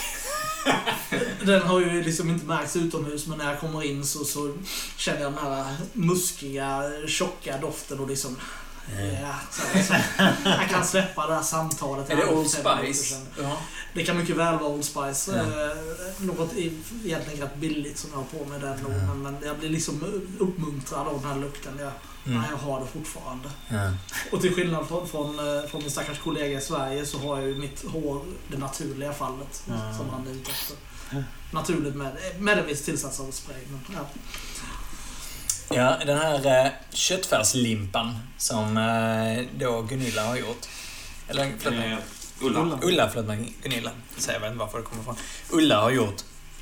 Den har ju liksom inte märkts utomhus, men när jag kommer in så känner jag den här muskiga, tjocka doften och liksom... så jag kan släppa det här samtalet. Är det Old Spice? Det kan mycket väl vara Old Spice. Något egentligen rätt billigt som jag har på mig den lånen, men jag blir liksom uppmuntrad av den här lukten. Jag har det fortfarande. Och till skillnad från min stackars kollega i Sverige så har jag ju mitt hår det naturliga fallet som han är ute efter. Naturligt med en viss tillsats av spray. Men, Ja, den här köttfärslimpan som då Gunilla har gjort. Eller Ulla, förlåt mig, Gunilla. Jag vet inte varför det kommer ifrån. Ulla har gjort.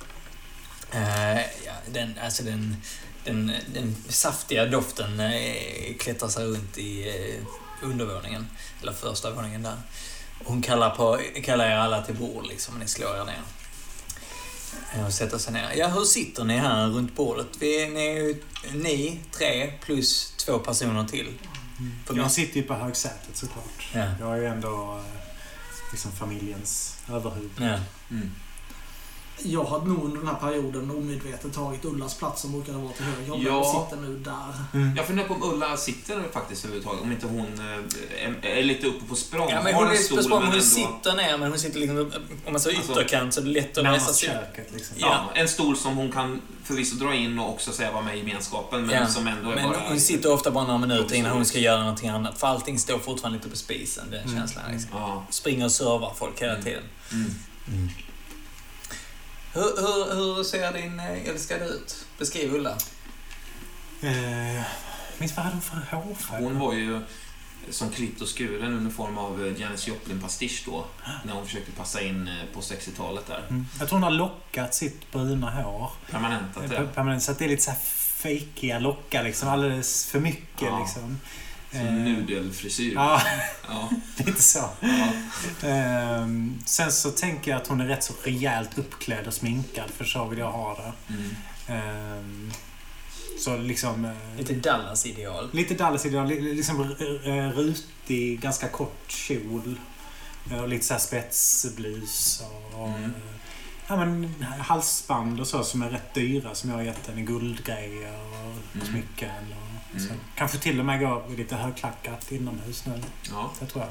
Den saftiga doften klättrar sig runt i undervåningen. Eller första våningen där. Hon kallar er alla till bord liksom, ni slår er ner. Och sätter sig ner. Ja, hur sitter ni här runt bordet? Ni 3 plus 2 personer till. Jag sitter ju på högsätet såklart. Ja. Jag är ju ändå liksom familjens överhuvud. Ja. Jag har nog under den här perioden omedvetet tagit Ullas plats som brukar vara till höger. Jag sitter nu där. Jag funderar på om Ulla sitter faktiskt överhuvudtaget. Om inte hon är lite uppe på språng. Ja, men hon är på språng. Hon sitter ner, men hon sitter liksom, om man säger ytterkant så är det lätt att resa sig. Liksom. Ja, en stol som hon kan förvisso dra in och också säga vara med i gemenskapen. Men som ändå är bara... hon sitter ofta bara några minuter innan hon ska göra någonting annat. För allting står fortfarande lite på spisen, den känslan. Liksom. Springer och servar folk hela tiden. Hur ser din älskade ut? Beskriv Ulla. Minns vad hade hon för hårfärg? Hon var ju som klippt och skuren under form av Janis Joplin-pastisch då. När hon försökte passa in på 60-talet där. Jag tror hon har lockat sitt bruna hår. Permanentat det. Permanent, så att det är lite så här fejkiga lockar liksom. Alldeles för mycket liksom. Som nudelfrisyr. Ja, lite så. Sen så tänker jag att hon är rätt så rejält uppklädd och sminkad, för så vill jag ha det. Så liksom... Lite Dallas-ideal. Liksom rutig, ganska kort kjol. Och lite så här spetsblus och halsband och så som är rätt dyra, som jag har gett henne, guldgrejer och smycken och så. Kanske till och med gå lite högklackat inomhus nu. Ja. Det tror jag.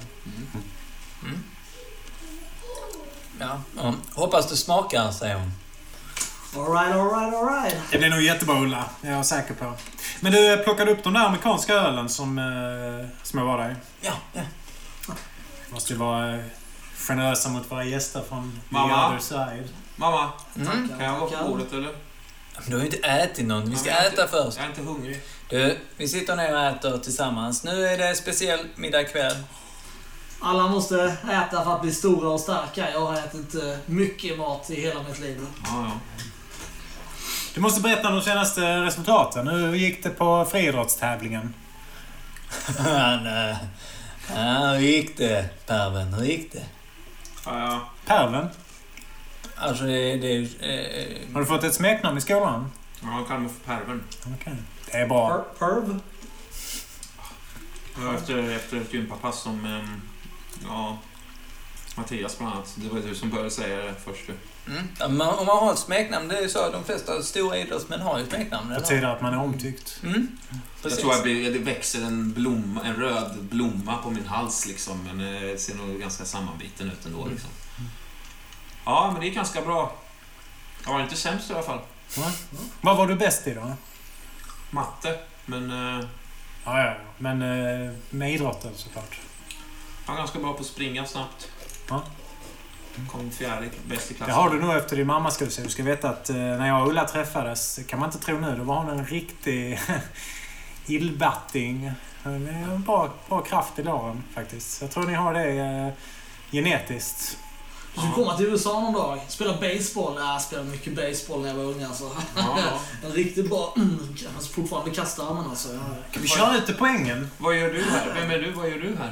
Ja. Hoppas du smakar, säger hon. All right. Det blir nog jättebra, Ulla. Jag är säker på. Men du plockade upp de där amerikanska ölen som jag var där i. Ja. Det måste ju vara generösa mot våra gäster från Mamma. the other side. Mamma, Mm. kan jag gå på bordet eller? Men du har ju inte ätit någon. Vi ska Jag är äta inte- först. Jag är inte hungrig. Du, vi sitter ner och äter tillsammans. Nu är det speciell middag kväll. Alla måste äta för att bli stora och starka. Jag har ätit mycket mat i hela mitt liv. Ja. Du måste berätta de senaste resultaten. Hur gick det på friidrottstävlingen? Hur gick det, Perven? Hur gick det? Ja. Perven? Alltså, Har du fått ett smeknamn i skolan? Ja, jag kallar mig för Perven. Okej. Det är bra. Perv? Ja, efter ett gympapass som Mattias bland annat. Det var du som började säga det först. Ja, om man har ett smeknamn, det är ju så att de flesta stora idrottsmän har ju smeknamn. Det betyder att man är omtyckt. Jag tror det växer en röd blomma på min hals liksom. Men det ser nog ganska sammanbiten ut ändå liksom. Ja, men det är ganska bra. Jag var inte sämst i alla fall. Ja. Vad var du bäst i då? Matte, men Ja. Men med idrotten såklart. jag var ganska bra på att springa snabbt. Ja. Kom fjärde bäst i Det klassen. har du nog efter din mamma skulle säga. Du ska veta att när jag och Ulla träffades, kan man inte tro nu, då var hon en riktig illbatting. Bra kraft i låren faktiskt. Jag tror ni har det genetiskt. Du ska komma till USA någon dag. Spela baseball. Jag spelade mycket baseball när jag var ung alltså. Ja. En riktigt bra... fortfarande kastarmen alltså. Kan vi köra ut på ängen? Vad gör du här? Vem är du? Vad gör du här?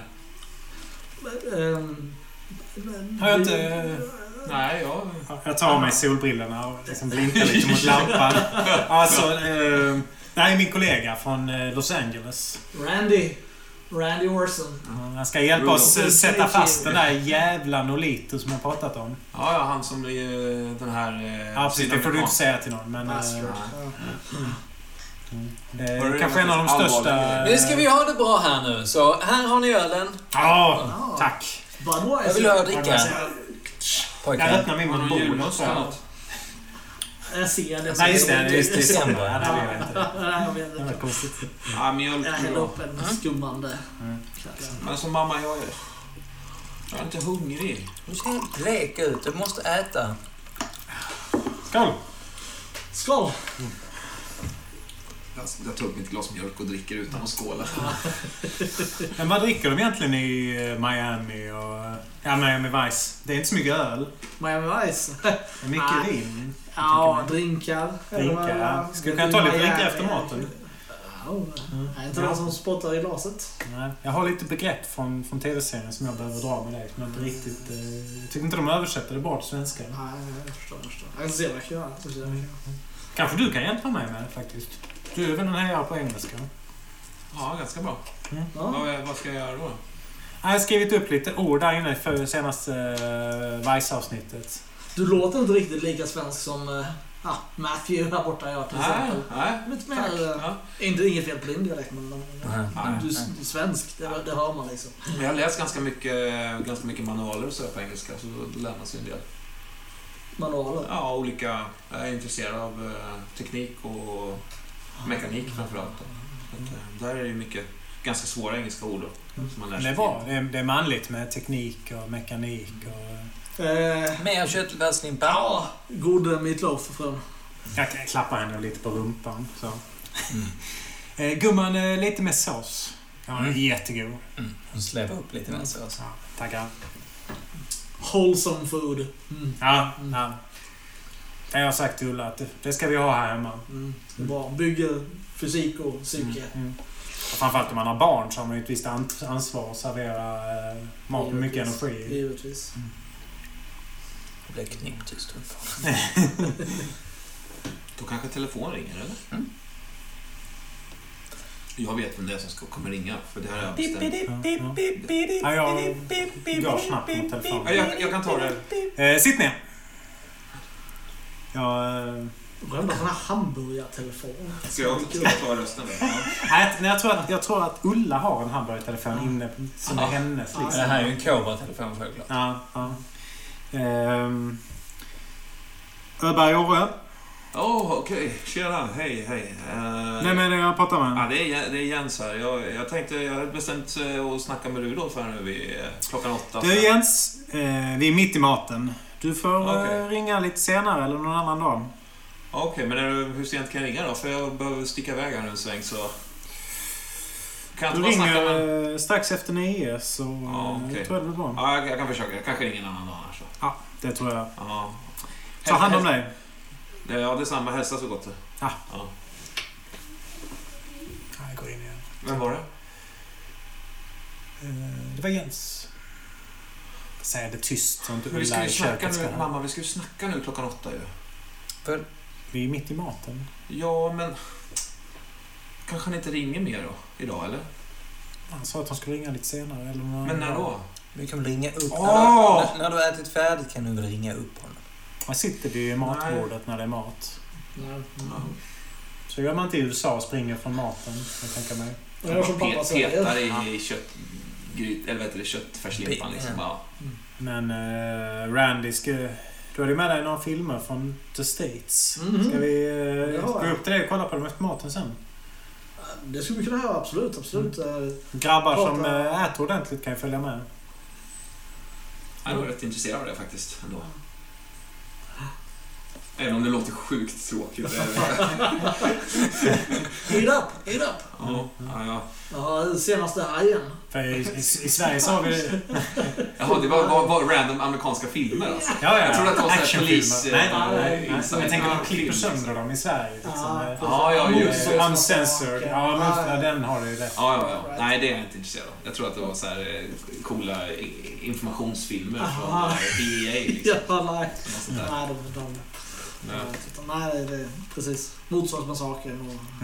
Har jag inte... Nej, Jag tar av mig solbrillorna och liksom blinkar lite mot lampan. Alltså, nej, min kollega från Los Angeles. Randy Orson. Han ska hjälpa oss sätta fast den där jävla Nolito som jag pratat om. Ja, han som blir den här... Ja, precis. Det får du inte säga till någon. Men, det Var är det kanske en av de allvarliga största... grejer? Nu ska vi ha det bra här nu. Så här har ni ölen. Ja, tack. Jag vill ha att dricka. Jag Pojkar. öppnar min Har någon bord. julmust eller något? Jag ser det. Nej, just det. Det är December. Ja, det vet jag inte. Nej, jag vet Det var inte. konstigt. Ja, mjölk. Jag häller upp en skummande. Men som mamma, jag är inte hungrig. Du ser helt blek ut. Du måste äta. Skål! Skål! Jag tog ett glas mjölk och dricker utan att skåla. Men vad dricker de egentligen i Miami och... Ja, Miami Vice. Det är inte så mycket öl. Miami Vice. Det är mycket vin. Ja, drinkar. Drinkar, ja. Ska vi kunna ta lite drinkar efter maten? Ja, är inte någon som spottar i glaset? Nej. Jag har lite begrepp från tv-serien som jag behöver dra med dig. Men inte riktigt... Jag tycker inte de översätter det bra till svenska. Nej, jag förstår. Jag kan se vad jag kan göra. Kanske du kan hjälpa mig med det faktiskt. Du är väl den här på engelska? Ja, ganska bra. Ja. Vad ska jag göra då? Jag har skrivit upp lite ord där inne för senaste Vice-avsnittet. Du låter inte riktigt lika svensk som Matthew här borta gör till exempel. Nej. Lite mer... Ja. Inget fel på din dialekt, men Nej. du är svensk. Det hör man liksom. Jag har läst ganska mycket manualer och så på engelska, så då lär man sig en del. Manualer. Ja, olika... Jag är intresserad av teknik och mekanik framförallt. Där är det ju mycket ganska svåra engelska ord då, som man lär sig. Det är bra. Det är manligt med teknik och mekanik och... Mer köttfärslimpa. Ja, god meatloaf från. Jag klappar henne lite på rumpan. Så. Gumman, lite med sås. Ja, jättegod. Hon släpper upp lite med sås. Ja, tackar. Wholesome food. Ja. Jag har sagt till Ulla att det ska vi ha här hemma. Det är bra. Bygger fysik och psyke. Och framförallt om man har barn så har man ju ett visst ansvar att servera mat med mycket energi. Givetvis. Det blir kniptyst. Då kanske telefon ringer, eller? Jag vet vem det är som kommer ringa, för det här har jag bestämt. Ja, jag går snabbt mot telefonen. Ja, jag kan ta det. Sitt ner. Varenda sån här hamburgartelefon. Ska jag ta rösten där? Nej, jag tror att Ulla har en hamburgertelefon inne som är hennes. Liksom. Det här är ju en Cobra-telefon självklart. Ja. Öberg Åre. Okej. Tjena, hej. Nej, men jag pratar med. Ja, det är Jens här. Jag tänkte, jag hade bestämt att snacka med Rudolf här nu vid klockan 8. Du Jens, vi är mitt i maten. Du får ringa lite senare eller någon annan dag. Okej, men hur sent kan jag ringa då? För jag behöver sticka iväg här nu en sväng, så... Kan jag Du inte bara snacka ringer med... strax efter 9, så jag tror det blir bra. Ja, jag kan försöka. Jag kanske ringer en annan dag här, så. Ja, det tror jag. Ja. Ta hand om dig. Ja, det är samma. Hälsa så gott. Ja. Ja. Jag går in igen. Vem var det? Det var Jens. Säg det tyst så inte Men vi ska Ulla ju i snacka köket ska nu, höra. mamma. Vi ska ju snacka nu klockan 8 ju. För Vi är mitt i maten. Ja, men... Kanske han inte ringer mer då, idag, eller? Han sa att han skulle ringa lite senare. Eller någon Men när då? vi kan väl ringa upp... När du har ätit färdigt kan du väl ringa upp honom. Man sitter vid matbordet när det är mat. Nej. Så gör man inte i USA och springer från maten, jag tänker mig. Jag har som pappa säger. Petar i köttgryt, eller vad heter det, köttfärslimpan liksom. Ja. Men Randy, du hade med dig några filmer från The States. Ska vi gå upp till dig och kolla på dem efter maten sen? Det skulle vi kunna göra, absolut. Grabbar som äter ordentligt kan ju följa med. Jag är nog rätt intresserad av det faktiskt ändå. Även om det låter sjukt tråkigt. Eat up! Ja. Ja, senaste Hajen. För i Sverige så har vi... Jaha, det var random amerikanska filmer alltså. Ja. Jag tror att det var såhär polis... Nej. Jag tänker att de klipper sönder dem i Sverige. Liksom. Ja, just det. Uncensored. Ja, den har du ju rätt. Ja. Nej, det är jag inte intresserad av. Jag tror att det var så här coola informationsfilmer från DEA liksom. Ja, nej. Nej. Nej, det är precis motsats med saker.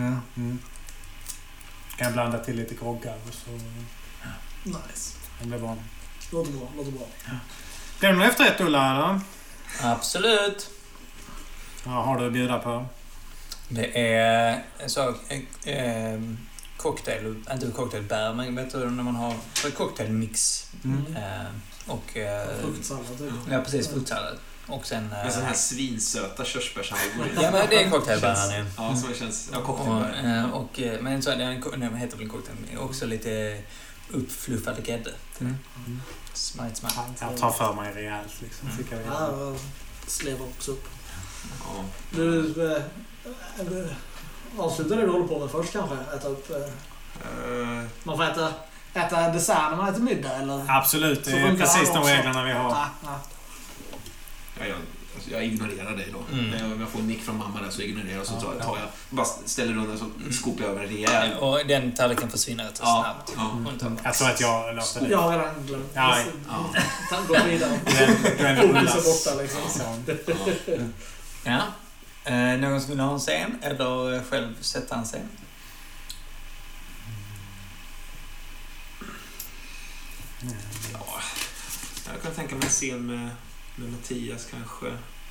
Kan jag blanda till lite groggar och så... Nice. Det blir bra. Låter bra. Blir det någon efterrätt, Ulla, eller? Absolut. Ja, har du att bjuda på? Det är så cocktail, inte cocktailbär, men vet du när man har cocktailmix och fruktsallad typ. ja, precis, fruktsallad. Och sen med sån här svinsöta körsbärshalvor. Ja, men det är cocktailbären ju. Ja, som det känns. Ja, cocktailbär. Och men så den heter väl cocktail, också lite uppfluffad grädde. Smart. Jag tar för mig rejält liksom. Ja, slevar också upp. Ja. Du avslutar det du håller på med först kanske? Äta upp... Man får äta dessert när man äter middag, eller? Absolut, det är precis de reglerna vi har. Jag ignorerar dig då. Om jag får en nick från mamma där så ignorerar jag, så tar jag bara ställer undan så skopar jag över det rejält. Och den tallriken försvinner rätt snabbt. Jag tror att jag löser det. Jag har redan glömt. Gå vidare. Fokus är borta liksom. Ja. Någon skulle ha en scen eller själv sätta en scen? Jag kan tänka mig en scen med Mattias kanske.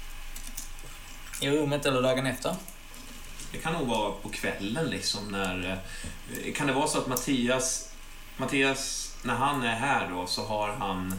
I rummet eller dagen efter? Det kan nog vara på kvällen liksom när... Kan det vara så att Mattias när han är här då så har han...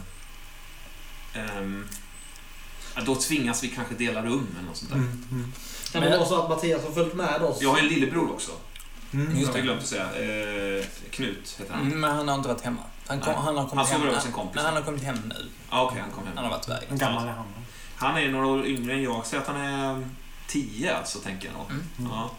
då tvingas vi kanske dela rum eller något sånt där. Kan det vara så att Mattias har följt med oss? Jag har en lillebror också. Just det. Jag glömde att säga. Knut heter han. Men han har inte varit hemma. Han sover hos en kompis. Men han har kommit hem nu. Okej, han kom hem. Han har varit iväg. Hur gammal är han? Han är några år yngre än jag. Så att han är 10 alltså, tänker jag nog. Ja.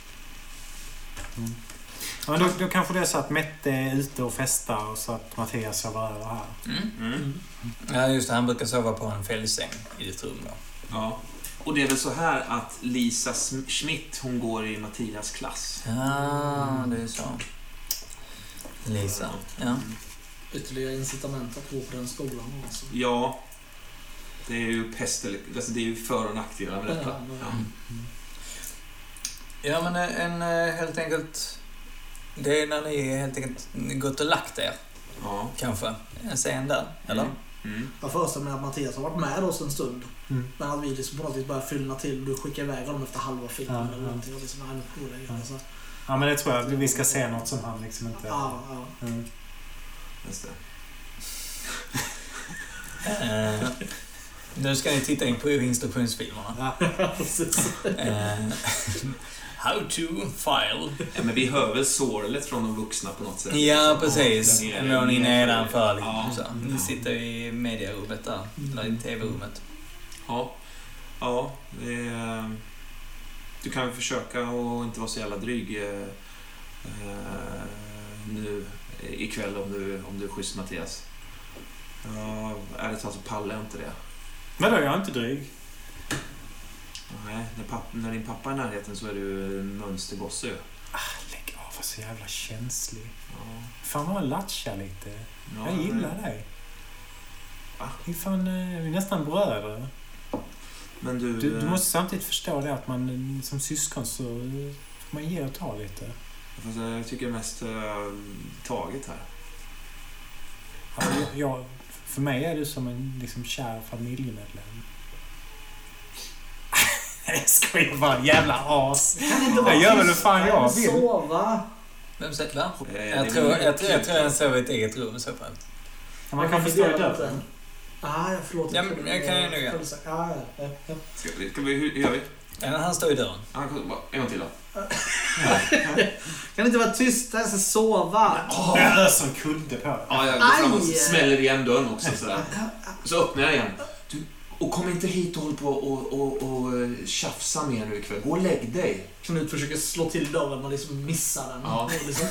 Ja, då kanske det är så att Mette är ute och festar och så att Mattias sover över här. Ja, just det. Han brukar sova på en fällsäng i ett rum då. Ja. Och det är väl så här att Lisa Schmidt, hon går i Mattias klass. Ja, det är så. Lisa. Ja. Ytterligare incitament att gå på den skolan alltså. Ja. Det är ju alltså det är ju för- och nackdelar med detta. Ja, men helt enkelt... Det är när ni helt enkelt gått och lagt er. Ja. Kanske. En scen där, eller? Jag föreställer mig att Mattias har varit med oss en stund. Men att vi liksom på något vis börjar fyllna till. Du skickar iväg honom efter halva filmen eller någonting. Och liksom, Ja, men det tror jag. Vi ska se något som han liksom inte... Just det. Nu ska ni titta in på instruktionsfilmerna. How to file. Ja, men vi hör väl sorlet från de vuxna på något sätt. Ja, precis. En våning nedanför. Ja. Ni sitter i medierummet där. Eller i tv-rummet. Ja, du kan väl försöka och inte vara så jävla dryg nu ikväll om du är schysst, Mattias. Ärligt talat så pallar jag inte det. Men då är jag inte dryg. Nej, när din pappa är i närheten så är du en mönstergosse. Lägg av, vad så jävla känslig. Ja. Fan vad latcha lite. Ja, Jag gillar dig. Va? Vi är nästan bröder. Men Du måste samtidigt förstå det att man som syskon så får man ge och ta lite. Jag tycker mest taget här. Ja, för mig är du som en liksom kär familjemedlem. Jag skojar bara, jävla as. Jag gör väl fan jag vill. Sova. Vem sätter där? Jag tror jag sover i ett eget rum i så fall. Man kan förstå det. Förlåt. Ja, men jag kan ju nu göra. Hur gör vi? Ja, han står i dörren. En gång till då. Kan inte vara tysta, jag ska sova. Jag är som kunde på det. Ja, jag går fram och smäller igen dörren också sådär. Så öppnar jag igen. Och kom inte hit och håll på och tjafsa mer nu ikväll. Gå och lägg dig. Knut försöker slå till dörren och liksom missar den. Ja. Liksom.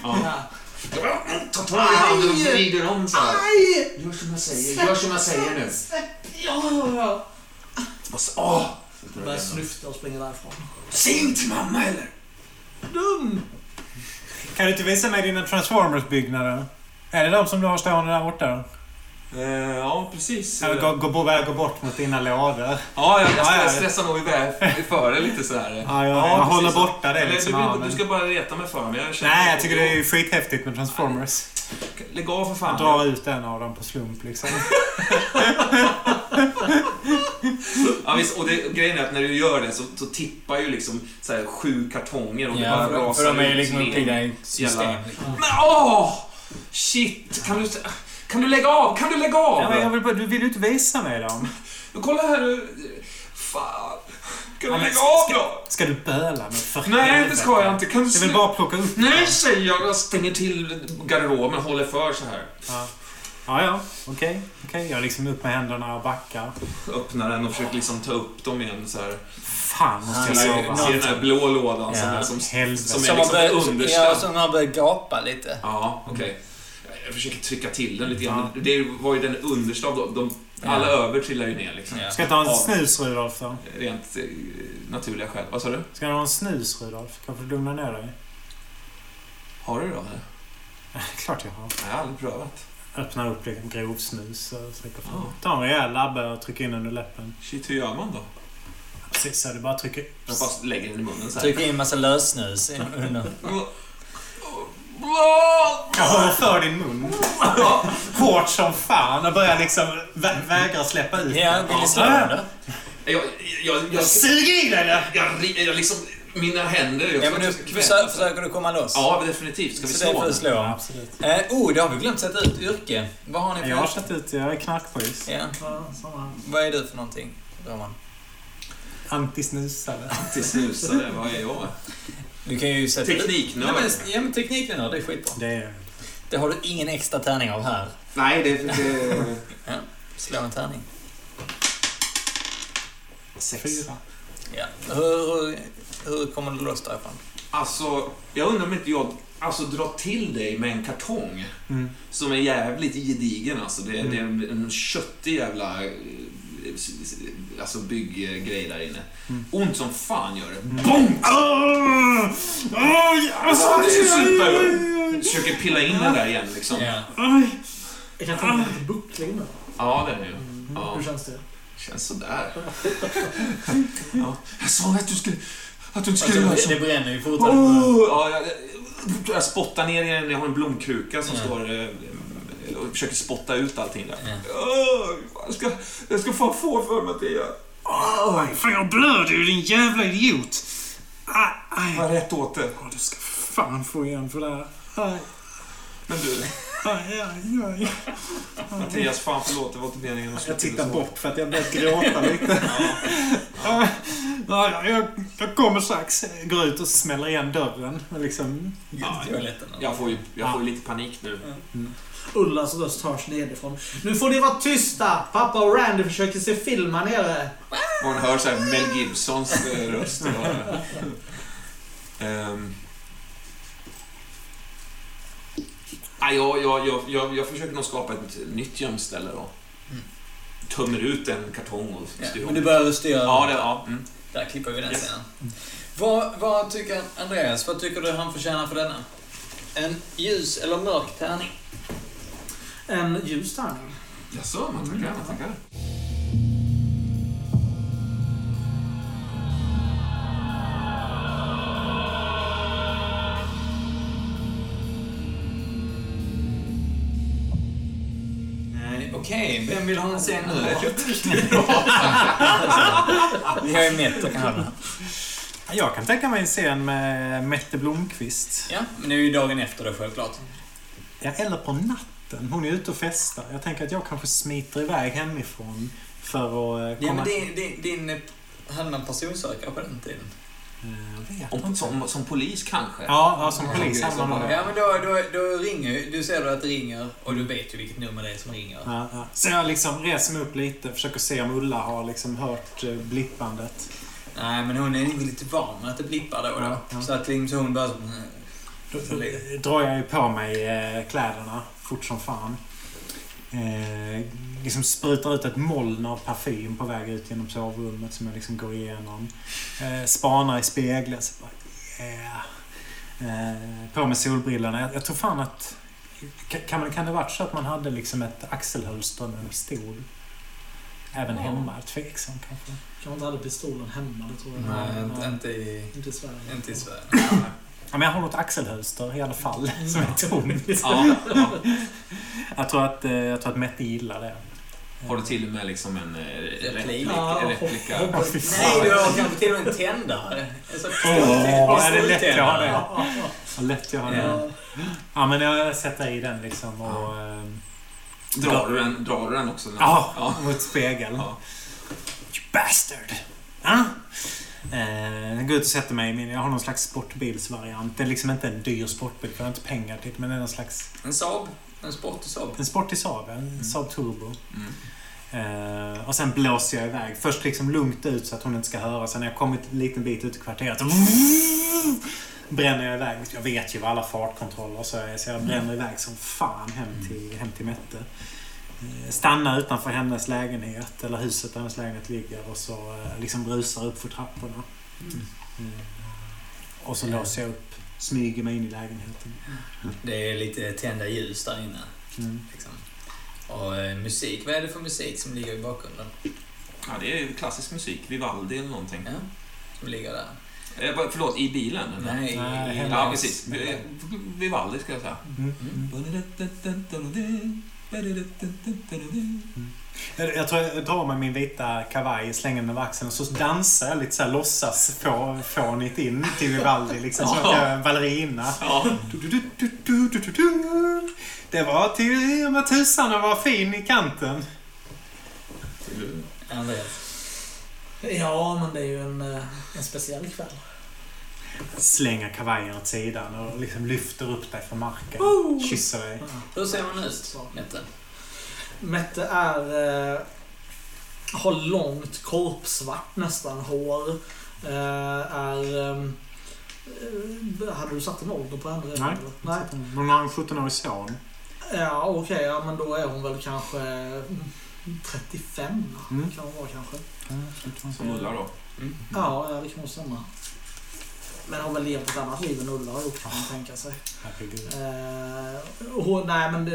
Ta tag i handen och vrider om så här. Aj! Gör som jag säger nu. Ja. Börjar snyfta och springa därifrån. Säg inte mamma eller? Dum! Kan du inte visa mig dina Transformers-byggnader? Är det de som du har stående där borta? Ja, precis. Gå bort mot dina lådor. Ja, jag stressar nog iväg före lite så här. Jag håller borta det liksom. Du ska bara reta mig för mig. Jag tycker det är skithäftigt med Transformers. Lägg av för fan. Dra ut en av dem på slump liksom. Ja, visst, och grejen är att när du gör det så tippar ju liksom så här 7 kartonger och det bara rasar. För de är ju liksom uppbyggda i system. Men shit, kan du lägga av? Kan du lägga av? Ja, men du vill ju inte visa mig dem. Kolla här nu. Fan. Kan du lägga av då? Ska du böla med för Nej, det ska jag inte. Kan du jag vill bara plocka upp. Nej, säger jag. Jag stänger till garderoben och håller för så här. Ja. Okej. Jag liksom upp med händerna och backar. Öppnar den och försöker liksom ta upp dem igen så här. Fan, måste jag sova. Se den här blå lådan som är liksom underställ. Ja, som har börjat gapa lite. Ja, okej. Jag försöker trycka till den lite grann. Det var ju den understa av alla över trillar ju ner liksom. Ska jag ta en snus, Rudolf då? Rent naturliga skäl. Vad sa du? Ska jag ha en snus, Rudolf? Kan du lugna ner dig? Har du då? Klart jag har. Jag har aldrig prövat. Öppna upp en grov snus och släppa fram. Ta en rejäl labbe och trycka in under läppen. Shit, hur gör man då? Precis så, du bara trycker... Jag bara lägger den i munnen så här. Trycker in en massa lössnus under. Jag håller för din mun. Hårt som fan och börjar liksom vägra släppa ut. Ja, vill du slå det? Jag suger i dig. Jag liksom... Mina händer... Ja, men nu försöker du komma loss. Ja, definitivt. Ska vi slå? Det får du slå. Ja, absolut. Det har vi glömt sätta ut yrke. Vad har ni för? Jag har satt ut, jag är knarkpolis. Ja. Vad är du för någonting, Roman? Antisnusare. Antisnusare, vad är jag? Du kan ju sätta tekniknörd. Ja, men tekniknörd, det är skitbra. Det har du ingen extra tärning av här. Nej, det... Ja, slå en tärning. 6. Ja. Hur kommer du loss därifrån? Alltså, jag undrar om inte jag drar till dig med en kartong som är jävligt gedigen. Alltså, det är en köttig jävla bygggrej där inne. Ont som fan gör det. Bonk! Försöker pilla in den där igen liksom. Jag kan ta lite buckling nu. Ja, det är det ju. Hur känns det? Känns sådär. Jag sa att du inte skulle göra så. Det bränner ju fortfarande. Jag spottar ner igen. Jag har en blomkruka som står och försöker spotta ut allting där. Jag ska fan få för mig att det gör. Fan, jag blöder ju, din jävla idiot. Var rätt åt det. Du ska fan få igen för det här. Men du, Mattias, fan förlåt, det var inte meningen att jag tittar bort för att jag börjar gråta lite. Jag kommer strax. Går ut och smäller igen dörren. Liksom. Jag får ju lite panik nu. Ullas röst hörs nedifrån. Nu får ni vara tysta! Pappa och Randy försöker se film här nere. Man hör så här Mel Gibsons röst. Jag försöker nog skapa ett nytt gömställe då. Tömmer ut en kartong och styr. Men du börjar styra. Ja. Där klipper vi den scenen. Vad tycker Andreas? Vad tycker du han förtjänar för denna? En ljus eller mörk tärning? En ljus tärning. Jaså, man tackar. Okej, vem vill ha en scen nu? Vi har ju Mette kan ha. Jag kan tänka mig en scen med Mette Blomqvist. Ja, men det är ju dagen efter det självklart. Ja, eller på natten. Hon är ute och festar. Jag tänker att jag kanske smiter iväg hemifrån för att komma... Ja, men din hade man personsökare på den tiden? Som polis kanske? Ja, som polis hade man. Ja, men då ringer du ser att det ringer och du vet ju vilket nummer det är som ringer. Ja. Så jag liksom reser mig upp lite, försöker se om Ulla har liksom hört blippandet. Nej, men hon är lite van med att det blippar då. Ja. Så att liksom hon bara... Då drar jag ju på mig kläderna fort som fan. Liksom sprutar ut ett moln av parfym på väg ut genom sovrummet som jag liksom går igenom. Spanar i spegeln. Så bara, på med solbrillorna. Jag tror fan att... Kan det varit så att man hade liksom ett axelhölster med en pistol? Även hemma, tveksam kanske. Jag inte hade pistolen hemma, det tror jag. Nej, inte i Sverige. Inte i Sverige. Ja, men jag har något axelhölster i alla fall som är tomt. Ja. Jag tror att Mette gillar det. Har du till och med liksom en replika? Nej, du har kanske till och med en tändare. Är det lätt jag har det? Lätt jag har det. Ja, men jag sätter i den liksom och... Drar du den också? Ja, mot spegeln. Ja. You bastard! Ja. Jag går ut och sätter mig i min... Jag har någon slags sportbilsvariant. Det är liksom inte en dyr sportbil, för jag har inte pengar till, men det är någon slags... En Saab? En sportig Saab? En sportig Saab, en Saab Turbo. Och sen blåser jag iväg. Först liksom lugnt ut så att hon inte ska höra. Sen när jag kommit en liten bit ut i kvarteret så bränner jag iväg. Jag vet ju vad alla fartkontroller så jag bränner iväg som fan hem till Mette. Stannar utanför hennes lägenhet eller huset där hennes lägenhet ligger och så liksom brusar upp för trapporna. Och så låser jag upp, smyger mig in i lägenheten. Det är lite tända ljus där inne. Liksom. Och musik, vad är det för musik som ligger i bakgrunden? Ja, det är klassisk musik, Vivaldi eller någonting. Ja, som ligger där. Förlåt, i bilen? Eller? Nej, ja, precis. Vivaldi ska jag säga. Jag tror jag drar med min vita kavaj, slänger den över axeln och så dansar jag lite så här, låtsas fånigt in till Vivaldi liksom som att jag är en ballerina. Ja. Det var till med tusarna var fin i kanten. Ja, men det är ju en speciell kväll. Slänger kavajen åt sidan och liksom lyfter upp dig från marken. Kysser dig. Hur ser man ut, Mette? Mette har långt korpsvart nästan hår. Hade du satt en ålder på henne redan? Nej. Hon har en 17-årig son. Ja, okej. Ja, men då är hon väl kanske 35. Kan hon vara kanske. Som Ulla då? Ja, det kan nog stämma. Men hon har väl levt ett annat liv än Ulla har gjort, kan man tänka sig. Nej, men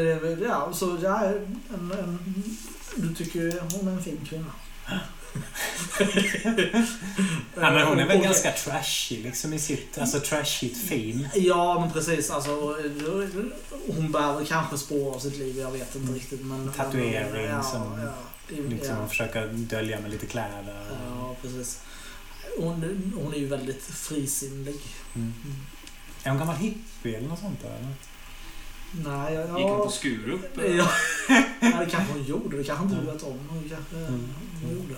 du tycker hon är en fin kvinna. Ja, men hon är väl ganska trashy liksom i sitt, alltså trashigt fin. Ja, men precis, alltså hon behöver kanske spår av sitt liv, jag vet inte riktigt, men tatuering som hon försöker dölja med lite kläder. Ja, precis. Hon är ju väldigt frisinnig. Är hon gammal hippie eller något sånt där, eller? Nej, Gick hon på Skurup? Ja, det kanske hon gjorde. Det kanske inte du vet om. Hon kanske hon gjorde.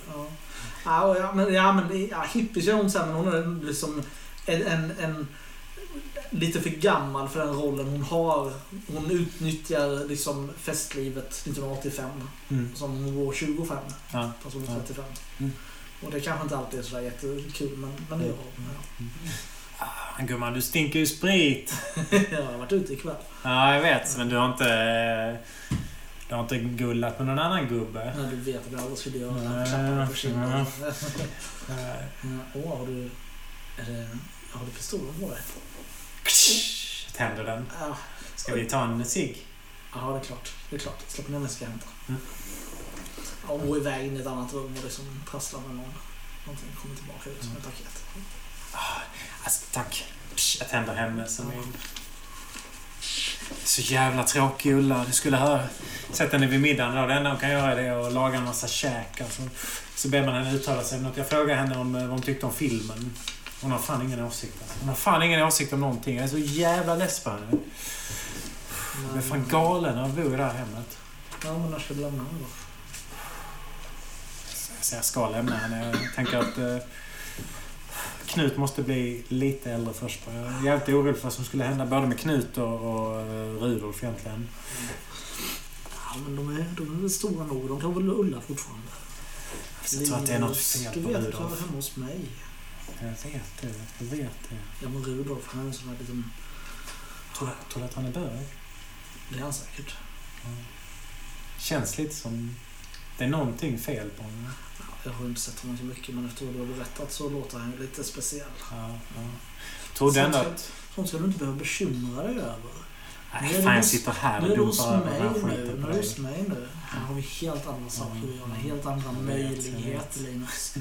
Ja, hippies gör hon sen, men hon är liksom en lite för gammal för den rollen hon har. Hon utnyttjar liksom festlivet 1985 som hon var 25, fast hon är 35. Och det kanske inte alltid är så jättekul, men det gör hon. Gumman, du stinker ju sprit. Jag har varit ute ikväll. Ja, jag vet, men du har inte gullat med någon annan gubbe. Nej, du vet att jag aldrig skulle göra. Klappar på kinden. Har du pistolen på dig? Tänder den. Ja. Ska vi ta en cigg? Ja, det är klart. Släpp ner mig, ska jag hämta. Och gå iväg in i ett annat rum och liksom prassla med någonting. Kommer tillbaka ut som ett paket. Alltså, tack. Jag tänder henne som är så jävla tråkig, Ulla. Du skulle ha sett henne vid middagen då. Det enda hon kan göra är att laga en massa käk. Alltså. Så ber man henne uttala sig om något. Jag frågar henne om vad hon tyckte om filmen. Hon har fan ingen åsikt. Alltså. Hon har fan ingen åsikt om någonting. Jag är så jävla less på henne. Jag är fan galen av att bo i det här hemmet. Ja, men när ska du lämna henne då? Jag ska lämna henne. Jag tänker att Knut måste bli lite äldre först. Jag är jävligt orolig för vad som skulle hända både med Knut och Rudolf egentligen. Ja, men de är stora nog. De kan väl Ulla fortfarande. Jag tror att det är något fel på Rudolf. Du vet att jag var hemma hos mig. Jag vet det. Ja, men Rudolf, han är en sån här liten... Tror du att han är bög? Det är han säkert. Känns lite som... Det är någonting fel på honom. Jag har inte sett honom så mycket, men efter vad du har berättat så låter han lite speciell. Tror den att... Sånt ska du inte behöva bekymra dig över. Nej, fan, jag sitter här och dumpar Nu är det hos mig nu. Här har vi helt andra saker att göra. Helt andra möjligheter, Linus.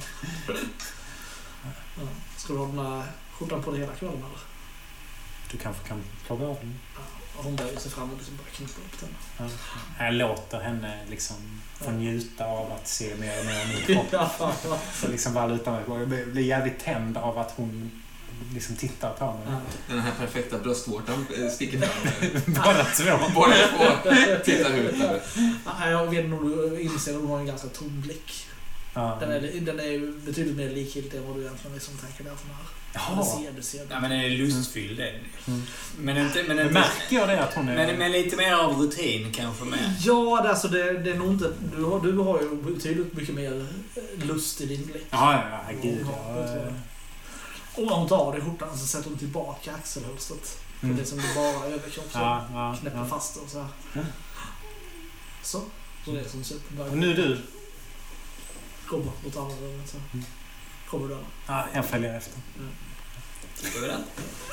Ska du ha den här skjortan på det hela kvällen, eller? Du kanske kan plocka av den. Och hon böjer sig fram och liksom börjar knippa upp den. Jag låter henne liksom få njuta av att se mer och mer min kropp. Så liksom bara luta mig. Jag blir jävligt tänd av att hon liksom tittar på mig. Den här perfekta bröstvårtan sticker fram. Båda två. Båda två tittar ut där. Jag vet nog du inser att hon har en ganska tom blick. Den är ju betydligt mer likgiltig än vad du egentligen liksom tänker där från här. Du ser det. Ja, men den är lustfylld. Men märker jag det att hon är... Men lite mer av rutin kanske med. Ja, alltså det är nog inte... Du har ju betydligt mycket mer lust i din blick. Ja, gud. Och hon tar det i skjortan så sätter hon tillbaka axelhölstret. För det som är bara överkropp så knäpper fast och så här. Så det är som super. Och nu du. Kommer mot andra rummet så. Kommer du där? Ja, jag följer efter. Tycker vi den?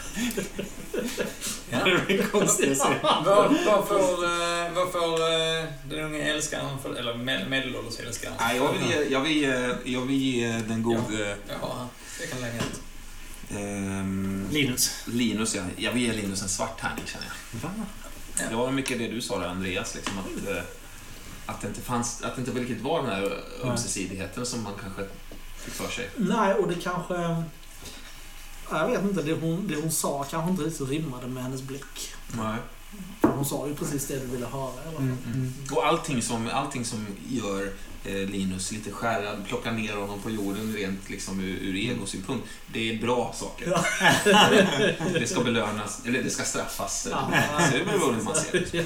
Ja. Det är konstigt att se. Vad får den unga älskaren, eller medelålders älskaren? Jag vill ge den gode... Ja, det kan lägga ut. Linus, ja. Jag vill ge Linus en svart tärning, känner jag. Va? Ja. Det var mycket det du sa där, Andreas, liksom att det inte riktigt var den här ömsesidigheten som man kanske fick för sig. Nej, och det kanske... Jag vet inte, det hon sa kanske inte riktigt rimmade med hennes blick. Nej. Hon sa ju precis det du ville höra. Eller? Och allting som gör Linus lite skärrad, plocka ner honom på jorden rent liksom ur egosynpunkt, det är bra saker. Ja. Det ska belönas, eller det ska straffas. Så det beror hur man ser det.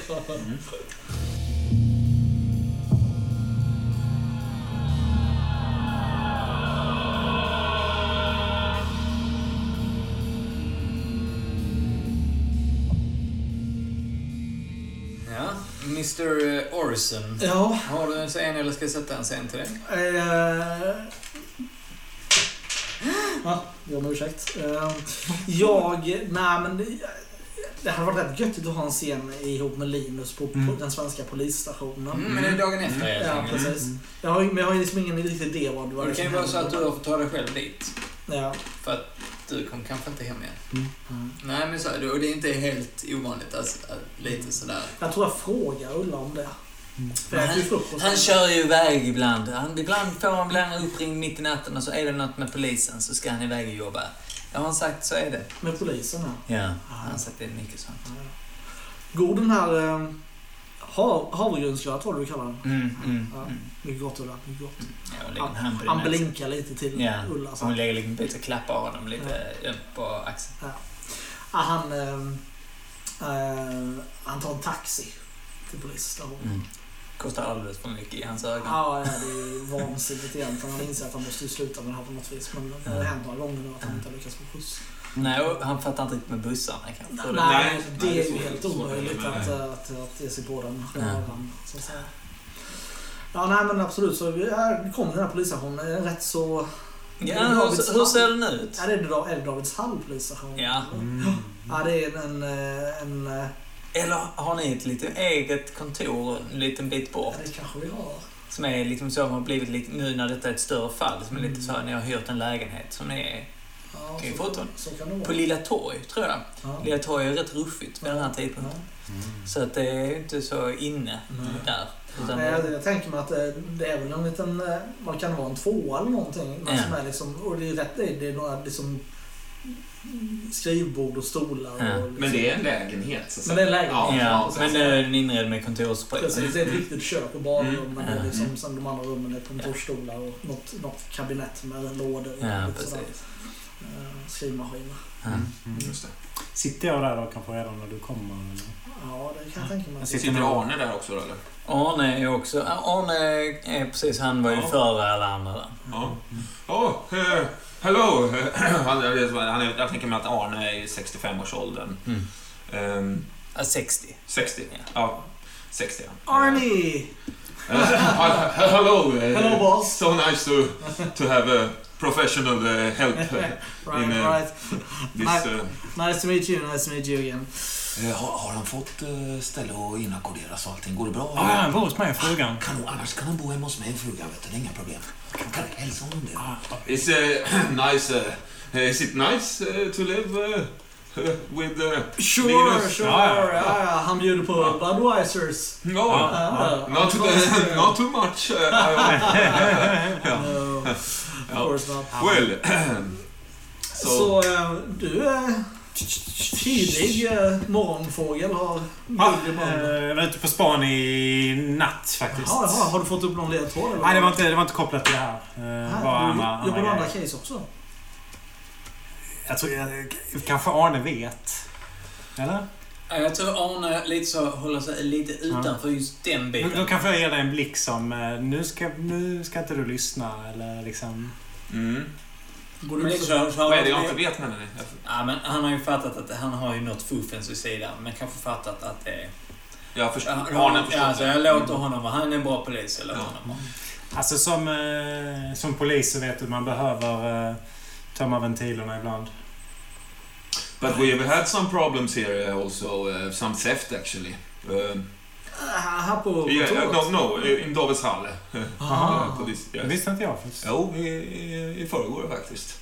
Mr. Orson. Ja. Har du en scen eller ska jag sätta en scen till dig? Jag om ursäkt. Det hade varit rätt göttigt att ha en scen ihop med Linus på den svenska polisstationen. Men det är dagen efter. Ja, precis. Jag har liksom ingen riktig idé vad det var. Det kan ju vara så att du har fått ta dig själv dit. Ja. För att du kom kanske inte hem igen. Nej, men så är det. Och det är inte helt ovanligt. Alltså, lite sådär. Jag tror jag frågar Ulla om det. Han kör ju iväg ibland. Ibland får han bli uppringd mitt i natten och så är det något med polisen så ska han iväg och jobba. Ja, han sagt så är det. Med polisen, ja. Han har sagt det mycket så. God den här havregrynsgröt, vad du kallar den. Mycket gott, Ulla. Mycket gott. Han blinkar lite till Ulla. Hon lägger lite klappar av honom lite på axeln. Han tar en taxi till polisstationen. Kostar alldeles för mycket i hans ögon. Ja, det är vansinnigt egentligen. Han inser att han måste sluta med det här på något vis. Men det har hänt några gånger nu att han inte lyckas få skjuts. Nej, han fattar inte riktigt med bussarna kanske. Nej, det är ju helt omöjligt att ge sig på den. Så att säga. Ja, nej men absolut. Så här kommer den här polisstationen. Rätt så... Ja, hur ser den ut? Är det Davids Hall polisstation? Ja. Ja, det är en... Eller har ni ett lite eget kontor en liten bit bort? Ja, det kanske vi har. Som är liksom så, har blivit lite, nu när detta är ett större fall, som är lite så här, ni har hyrt en lägenhet som ni är... Så kan det vara. På Lilla Torg, tror jag. Lilla Torg är rätt ruffigt med den här tidpunkten. Så att det är inte så inne där. Utan jag tänker mig att det är väl en liten... Vad kan det vara? En 2 eller någonting? Som är liksom, och det är rätt, det är några liksom... skrivbord och stolar. Och liksom. Men det är en lägenhet. Så men det är en lägenhet. Ja, men den är inredd med kontorsprit. Precis, det är ett riktigt kök och badrum. Men det är liksom, sen de andra rummen är kontorsstolar och något kabinett med lådor. Ja, precis. Skrivmaskiner. Just det. Sitter jag där och kan få reda när du kommer? Eller? Ja, det kan jag tänka mig. Sitter Arne där också eller? Arne är också... Arne är precis, han var ju före alla andra där. Hello! Jag tänker mig att Arne är i 65-årsåldern. 60. 60? Ja, 60. Arnie! Hello! Hello, boss! So nice to have a professional help right. this... Nice to meet you again. Har han fått ställe och inackorderas och allting? Går det bra? Ja, han bor hos mig och frugan. Annars kan han bo hemma hos mig och frugan, vet du. Det är inga problem. Kan jag hälsa honom det? Is it nice to live with Sure. Ja, han bjuder på Budweisers. Not too much. Of course not. Well, så du är tidig morgonfågel har jag var ute på span i natt faktiskt. Har du fått upp någon ledtråd? Nej, det var inte kopplat till det här. Jobbar du andra case också? Jag tror kanske Arne vet. Eller? Jag tror Arne lite så håller sig lite utanför just den biten. Då kanske jag ger dig en blick som nu ska inte du lyssna eller liksom. Vad är det jag inte vet med det? Ja, men han har ju fattat att han har ju något fuffens i sidan, men kanske fattat att det är... Jag förstår. Alltså jag låter honom, han är en bra polis, jag låter honom. Alltså som polis så vet du att man behöver tömma ventilerna ibland. But we have had some problems here also, some theft actually. Här på in Davids Hall. Det visste inte jag faktiskt. Jo, i förrgår faktiskt.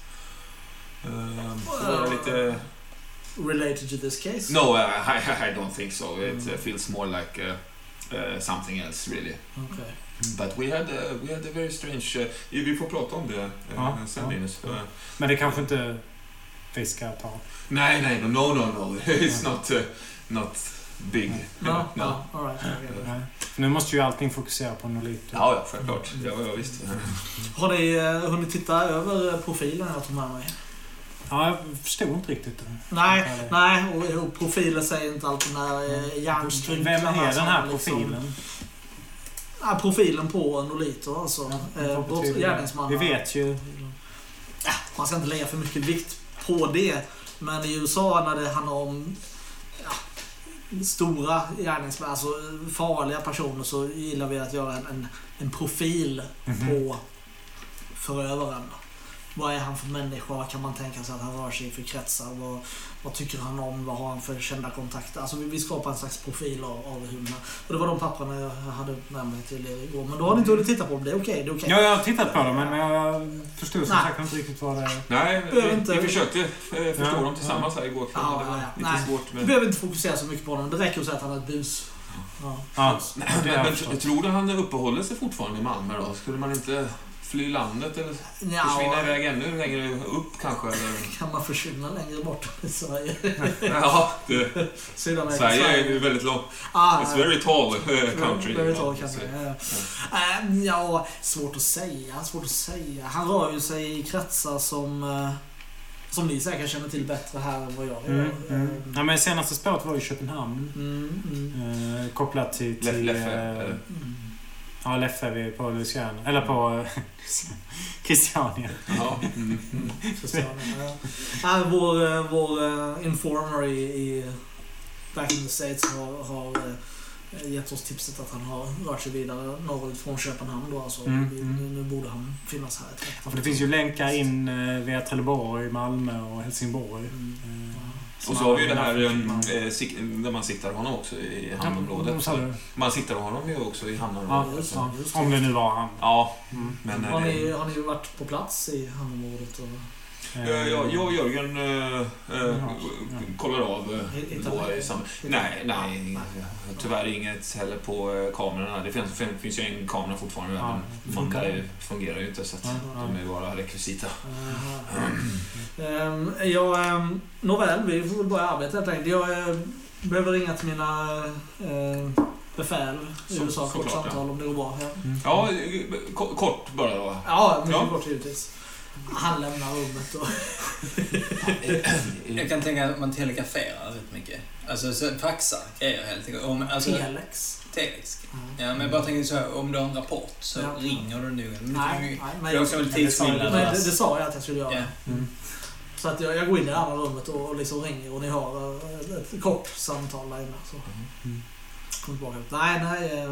Lite... Related to this case? No, I don't think so. It feels more like something else really. Okay. But we had a very strange... vi får prata om det sen, Linus. Men det kanske inte vi ska ta. Nej, no. It's not big. No. All right. Nu måste ju allting fokusera på Nolito. Ja, självklart. Ja, visst. Har ni hunnit titta över profilen jag tog med mig? Ja, jag förstod inte riktigt det. Nej, och profilen säger inte alltid när hjärnstrykk. Vem är den här profilen? Ja, profilen på Nolito alltså. Gärningsmannen. Vi vet ju. Ja, man ska inte lägga för mycket vikt på det. Men i USA när det handlar om stora gärningsmän, alltså farliga personer, så gillar vi att göra en profil på förövaren. Vad är han för människa? Vad kan man tänka sig att han rör sig i för kretsar? Vad tycker han om? Vad har han för kända kontakter? Alltså vi skapar en slags profil av hunden. Och det var de papperna jag hade med mig till igår. Men då har ni inte hunnit titta på dem. Det är okej. Ja, jag har tittat på dem, men jag förstod som sagt inte riktigt vad det är. Nej, vi försökte förstå dem tillsammans här igår. Ja, det var lite svårt. Vi behöver inte fokusera så mycket på dem. Det räcker att säga att han är ett bus. Men tror du han uppehåller sig fortfarande i Malmö då? Skulle man inte fly landet eller försvinna iväg ännu längre upp kanske? Eller? Kan man försvinna längre bort i Sverige? Ja, Sverige är ju väldigt långt. It's very tall country. Very tall country, ja. Svårt att säga. Han rör ju sig i kretsar som ni säkert känner till bättre här än vad jag gör. Ja, men senaste spåret var i Köpenhamn. Kopplat till Leffe. Ja, Leffe är vi på Luciana. Eller på Christiania. Ja. Vår informer i back in the States har gett oss tipset att han har rört sig vidare norrut från Köpenhamn då, alltså. Nu borde han finnas här. Ja, för det finns ju länkar in via Trelleborg, Malmö och Helsingborg. Och så har vi ju det här där man siktar honom också i hamnområdet. Man siktar honom ju också i hamnområdet. Ja, om det nu var han. Ja. Men har ni ju varit på plats i hamnområdet? Jag och Jörgen kollar av då i samma... Nej. Tyvärr inget heller på kamerorna. Det finns ju en kamera fortfarande. Men det fungerar ju inte så att de är bara rekvisita. Nåväl, vi får börja arbeta helt enkelt. Jag behöver ringa till mina befäl i USA. Kort samtal om det går bra. Ja, kort bara då. Ja, mycket kort givetvis. Han lämnar rummet och... Jag kan tänka att man telegraferar rätt mycket. Alltså så faxar grejer helt enkelt. Alltså, Telex. Ja, men jag bara tänker så här, om du har en rapport så ringer du nu. Nej, det är också väl tidsskillnad. Det sa jag att jag skulle göra. Yeah. Så att jag går in i det andra rummet och liksom ringer och ni har ett kort samtal där inne. Så. Kom tillbaka. Nej.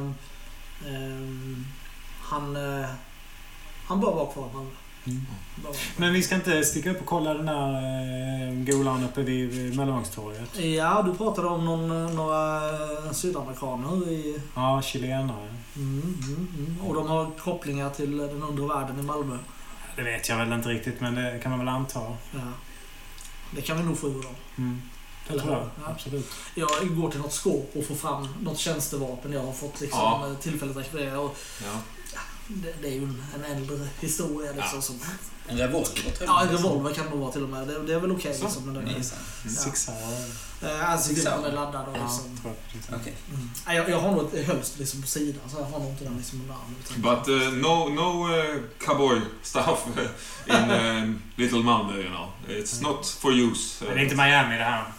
Han bör vara kvar. Men vi ska inte sticka upp och kolla den där golan uppe vid Möllevångstorget. Ja, du pratade om några sydamerikaner i... Ja, chilenare. Och de har kopplingar till den undre världen i Malmö. Det vet jag väl inte riktigt, men det kan man väl anta. Ja. Det kan vi nog få ur dem. Det tror jag, absolut. Jag går till något skåp och får fram något tjänstevapen jag har fått liksom, tillfället att rekvirera. Det är ju en äldre historia liksom, som... En revolver? Ja, en revolver kan det nog vara till och med. Det är väl okej liksom. Sixar. Den är laddad och liksom. Okay. Jag har nog ett hölst liksom på sidan, så jag har nog inte den liksom under armen. But no cowboy stuff in Little Malmö, you know. It's not for use. Det är inte Miami det här.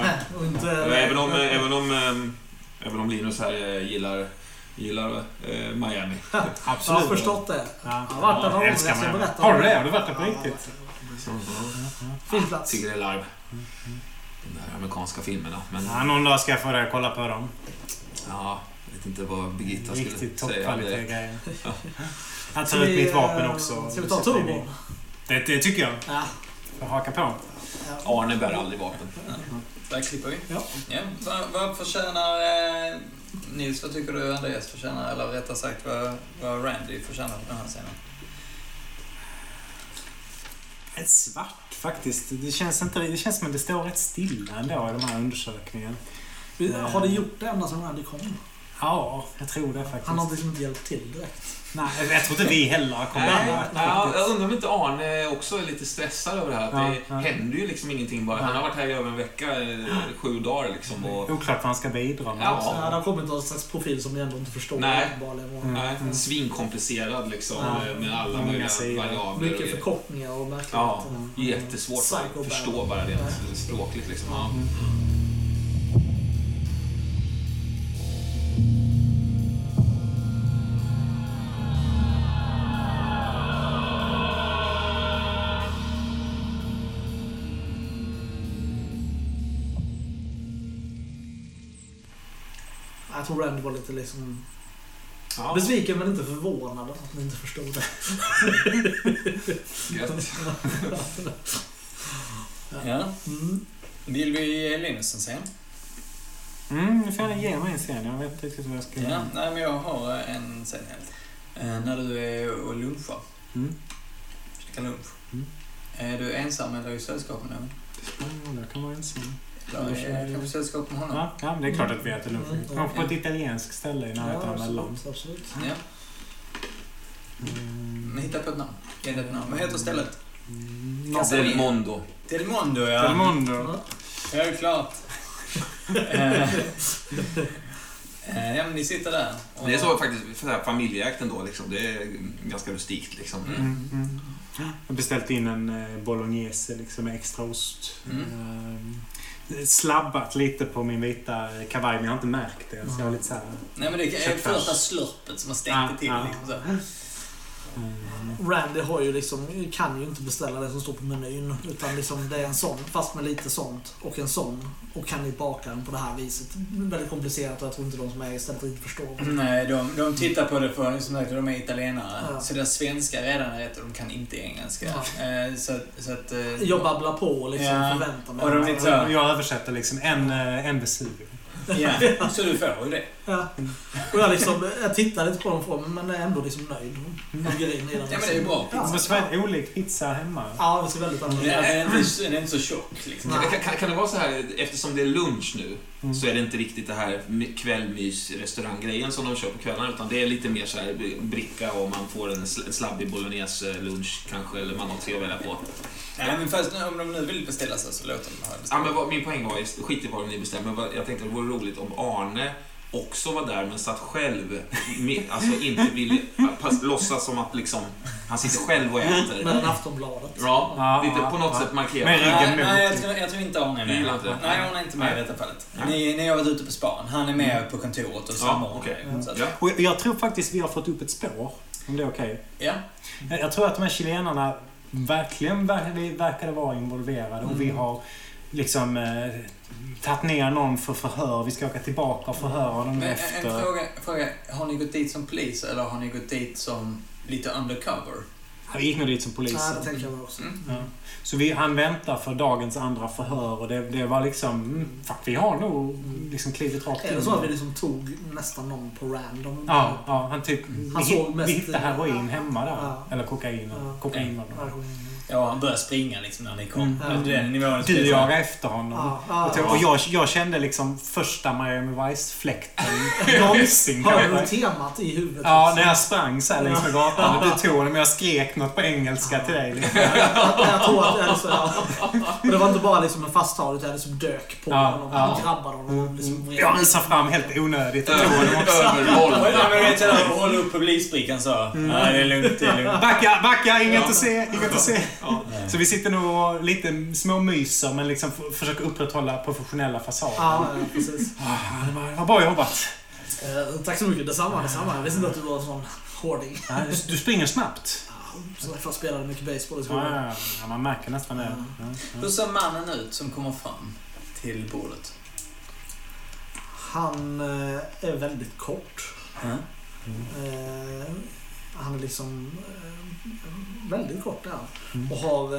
Även om Linus här gillar Miami. Absolut. Jag har förstått det. Jag har varit där någon gång. Har du det? Har du varit där på riktigt? Fin plats. Tycker det är live. De där amerikanska filmerna. Men... någon dag ska jag få det och kolla på dem. Ja, jag vet inte vad Birgitta skulle säga. Riktigt toppkvalitet grejer. Jag tar ut mitt vapen också. Ska vi ta turbo? Det tycker jag. Ja. Får haka på. Arne bär aldrig vapen. Där klipper vi. Ja. Vad förtjänar... Nils, vad tycker du Andreas förtjänar? Eller rättare sagt, vad Randy förtjänar på den här scenen? Ett svart faktiskt. Det känns som att det står rätt stilla ändå i de här undersökningen. Har det gjort det ända som Randy kom? Ja, jag tror det faktiskt. Han har liksom inte hjälpt till direkt. Nej, jag tror inte vi heller har kommit jag undrar om inte Arne också är lite stressad över det här. Det händer ju liksom ingenting bara. Han har varit här i över en vecka, 7 dagar liksom. Och... Oklart vad han ska bidra med. Ja, det har kommit någon slags profil som vi ändå inte förstår. Nej, svinkomplicerad liksom. Med alla möjliga variabler. Mycket förkortningar och märkligheter. Ja, jättesvårt att förstå bara det språkligt liksom. Ja. Jag tror Randy var lite liksom besviken men inte förvånad att ni inte förstod det. Gött. Vill vi ge Linus en scen? Du får gärna ge mig en scen. Jag vet inte riktigt vad jag ska göra. Nej, men jag har en scen helt. När du är och lunchar. Käka lunch. Är du ensam eller i sällskap med någon? Ja, det kan vara ensam. Kanske sällskap med honom? Ja, det är klart att vi äter lunch. Man får på ett italienskt ställe i närheten av Mellan. Absolut. Ja. Men hitta på ett namn. Ge det ett namn. Vad heter stället? Del Mondo. Del Mondo, ja. Del Mondo. Helt klart. Ja, men ni sitter där. Det är så faktiskt för familjeägt ändå liksom. Det är ganska rustikt liksom. Jag har beställt in en bolognese liksom, med extra ost. Slabbat lite på min vita kavaj, men jag har inte märkt det. Så jag har lite så här... Nej, men det är första slurpet som har stängt det till. Liksom, så. Randy har ju liksom, kan ju inte beställa det som står på menyn, utan liksom det är en sån, fast med lite sånt och en sån, och kan ni baka den på det här viset. Väldigt komplicerat, och jag tror inte de som är istället riktigt förstår. Nej, de tittar på det för som sagt, de är italienare. Ja. Så deras svenska redan är rätt och de kan inte engelska. Ja. Så att jag babblar på och liksom förväntar mig. Och de lite så... Jag översätter liksom en Vesuvio. Ja, så du får ju det. Ja. Och jag tittar lite på dem från, men är ändå liksom nöjd. Ja, men det är ju bra pizza. Det måste vara en olik pizza hemma. Ja, det ser väldigt annorlunda. Den är inte så tjock liksom. Kan det vara så här, eftersom det är lunch nu, så är det inte riktigt det här kvällmys-restauranggrejen som de kör på kvällarna, utan det är lite mer så här bricka och man får en slabbig bolognese-lunch kanske, eller man har 3 att välja på. Ja, men fast om de nu vill beställa så låter de ha det. Ja, men min poäng var, skit i vad ni bestämmer, men jag tänkte att det vore roligt om Arne också var där, men satt själv alltså inte vill låtsas som att liksom han sitter själv och äter. Med en Aftonbladet. Ja, lite på något sätt markera. Nej, jag tror inte Arne är med. Nej, Arne är inte med i detta fallet. Ni har varit ute på span. Han är med på kontoret och samordnar. Och jag tror faktiskt vi har fått upp ett spår, om det är okej. Ja. Jag tror att de här chilenarna verkligen verkade vara involverade, och vi har liksom tagit ner någon för förhör. Vi ska åka tillbaka och förhöra dem efter. En fråga. Har ni gått dit som polis eller har ni gått dit som lite undercover? Vi gick nog dit som polis. Ja, det tänker jag också. Ja. Så han väntar för dagens andra förhör, och det var liksom vi har nog liksom klivit rakt in. Är det så att vi liksom tog nästan någon på random? Ja, han såg vi hittade heroin hemma där. Ja. Eller kokain. Kokain. Ja, han började springa liksom när ni kom. Du jagade efter honom. Och jag kände liksom första Miami Vice-fläkten någonsin. Har du temat i huvudet? Ja, när jag sprang så här längs med gatan och du tog det, men jag skrek något på engelska till dig. Liksom. Jag tror att det är så. Och det var inte bara liksom en fasthåll, utan det som dök på honom och grabbade honom. Liksom, jag visade fram helt onödigt. Jag håller upp publiksprickan så. Nej, det är lugnt. Backa, inget att se. Ja. Så vi sitter nog och lite små myser, men liksom försöker upprätthålla professionella fasader. Ja, precis. Det var bra jobbat. Tack så mycket. Detsamma. Jag visste inte att du var en sån hårding. Ja, du springer snabbt. Så jag spelade mycket baseball i skolan. Ja, man märker nästan det. Hur ser mannen ut som kommer fram till bordet? Han är väldigt kort. Han är liksom väldigt kort där. Och har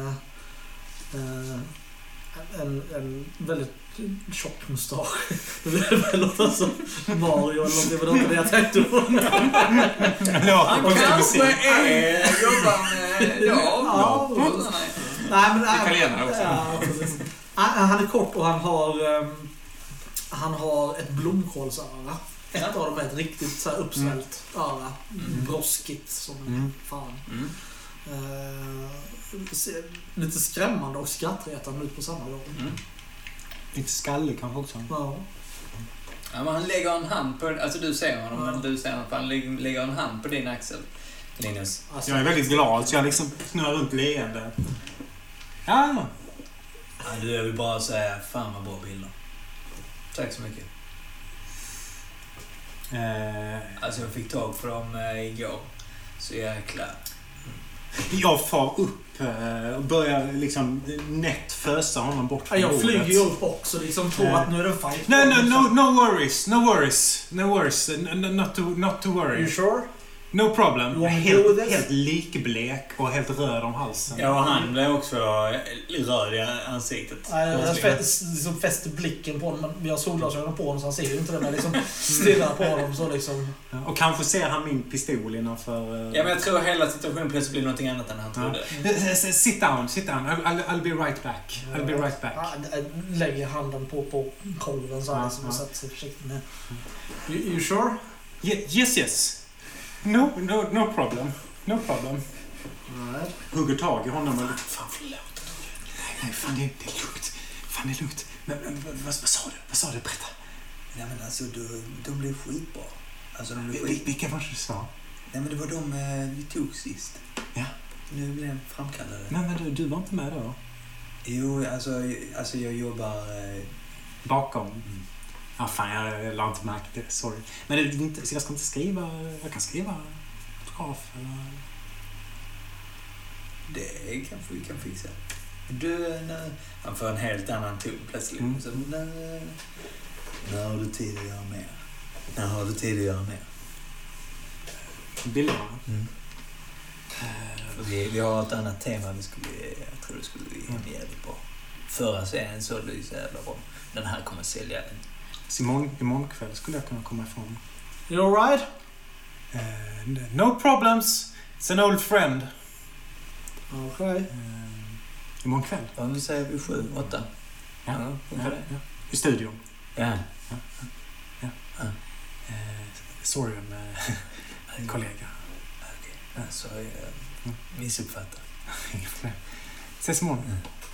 en väldigt tjock mustasch. Det låter som Mario eller någonting, men det var inte det jag tänkte på. Han kanske jobbar med italienare också. Han är kort och han har ett blomkålsöra. Ett av dem är ett riktigt så här uppsvällt öra. Broskigt som fan. Lite skrämmande och skrattretande ut på samma gång. Lite skallig kanske också. Ja. Ja, men han lägger en hand på, alltså du ser honom, men du ser att han lägger en hand på din axel, Linus. Alltså, jag är väldigt glad, så jag liksom snurrar runt leende. Ja, du vill bara säga, fan vad bra bilder. Tack så mycket. Alltså jag fick tag på dem igår. Så jäkla... Jag far upp och börjar liksom nätt fösa honom bort från jag flyger ju upp också liksom på att nu är det fight. No worries. Not to worry. You sure? No problem. Helt likblek och helt röd om halsen. Ja, och han blev också röd i ansiktet. Jag liksom fäster blicken på honom. Vi har solglasögon på honom så han ser ju inte det. Men liksom stirrar på honom så liksom. Och kanske ser han min pistol innanför... Ja, men jag tror hela situationen plötsligt blir någonting annat än han trodde. Sit down. I'll be right back. Lägger handen på kolven så här liksom och sätter sig försiktigt med. You sure? Yes. No problem. No problem. Nej. Hugger tag i honom och... Fan, förlåt. Nej, fan det är lugnt. Fan det är lugnt. Men vad sa du? Vad sa du? Berätta. Nej men alltså, de blev skitbra. Alltså de blev Vilka var det du sa? Nej men det var de vi tog sist. Ja. Nu blir de framkallade. Men du var inte med då? Jo, alltså jag jobbar... Bakom? Mm. Ja, fan, jag la inte märke till det. Sorry. Men det är inte, så jag ska inte skriva... Jag kan skriva autograf eller... Det kanske vi kan fixa. Han får en helt annan ton plötsligt. Så, när har du tid att göra mer? När har du tid att göra mer? Bilderna? Mm. Vi har ett annat tema jag tror det skulle bli jävligt bra. Förra serien så det så jävla bra. Den här kommer sälja den. Så imorgon kväll skulle jag kunna komma ifrån. You alright? No problems. It's an old friend. Okej. Imorgon kväll? Ja, nu säger vi 7, 8. Ja. Ja. I studion. Ja. Sorry med en kollega. Okej. Så jag missuppfattat. Ses imorgon.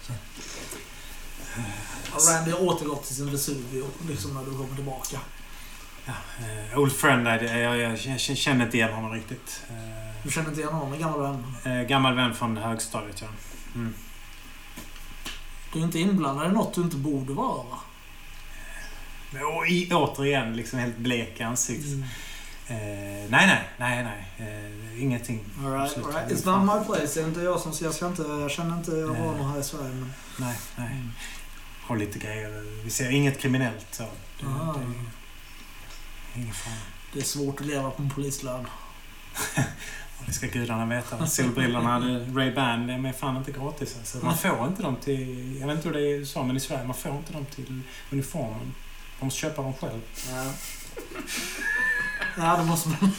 Randy har återgått till sin Vesuvio liksom när du kommer tillbaka. Ja, old friend, jag känner inte igen honom riktigt. Du känner inte igen honom, en gammal vän? Gammal vän från högstadiet, ja. Mm. Du är inte inblandad i något du inte borde vara, va? Och återigen, liksom helt blek i ansiktet. Nej. Ingenting. All right. It's not my place. Det är inte jag som... Jag känner inte jag var någon här i Sverige. Men... Nej. Har lite grejer. Vi ser inget kriminellt. Så. Det är ingen fara. Det är svårt att leva på en polislön. Det ska gudarna veta. Solbrillorna hade Ray-Ban. De är fan inte gratis. Alltså. Man får inte dem till... Jag vet inte hur det är så, men i Sverige. Man får inte dem till uniformen. Man måste köpa dem själv. Ja, det måste man.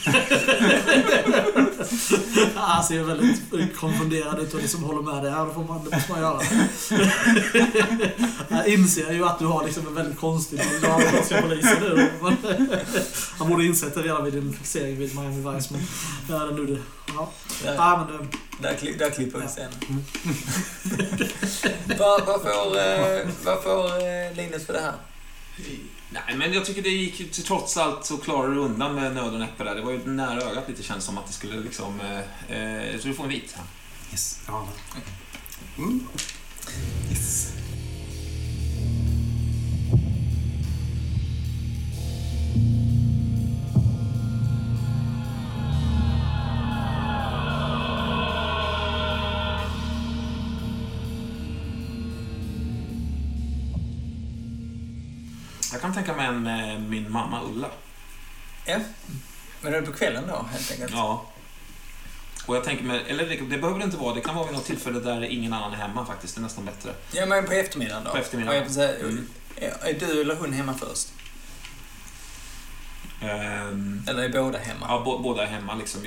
Alltså, jag är väldigt konfunderad ut och liksom håller med det här. Det måste man göra. Jag inser ju att du har liksom en väldigt konstig bild av amerikanska polisen nu. Han borde insett det redan vid din fixering vid Miami Vice. Men ja, det nu det. Ja. Där klipper vi sen. Vad får Linus för det här? Nej, men jag tycker det gick trots allt så klarade du undan med nöd och näppe där. Det var ju nära ögat lite, känns som att det skulle liksom... jag tror du får en vit. Yes. Ja. Yes. Jag kan tänka mig min mamma Ulla. Ja. Men det är på kvällen då, helt enkelt? Ja. Och jag tänker mig, eller det behöver det inte vara. Det kan vara vid något tillfälle där ingen annan är hemma faktiskt. Det är nästan bättre. Ja, men på eftermiddagen då? På eftermiddagen. Är du eller hon hemma först? Eller är båda hemma? Ja, båda är hemma liksom.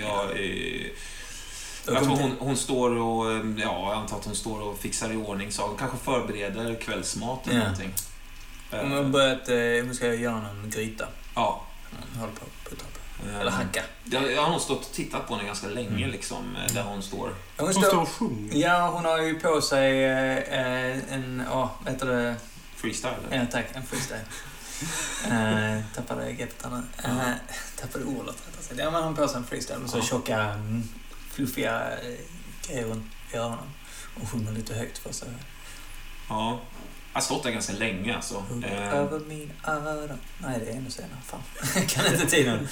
Jag tror hon står och... Ja, jag antar att hon står och fixar i ordning. Så hon kanske förbereder kvällsmat eller någonting. Hon ska göra någon gryta. Ja. Hon håller på att putta på. Eller hacka. Jag har nog stått och tittat på henne ganska länge där hon står. Hon står och sjunger. Ja, hon har ju på sig vad heter det? Freestyle? Ja, tack. En freestyle. Tappade greppet här nu. Tappade ordet. Ja, men hon på sig en freestyle med så tjocka, fluffiga grejer runt öronen. Och sjunger lite högt för sig. Ja. Jag har stått där ganska länge alltså. Över min öron. Nej, det är ännu senare. Fan. Kan inte tiden.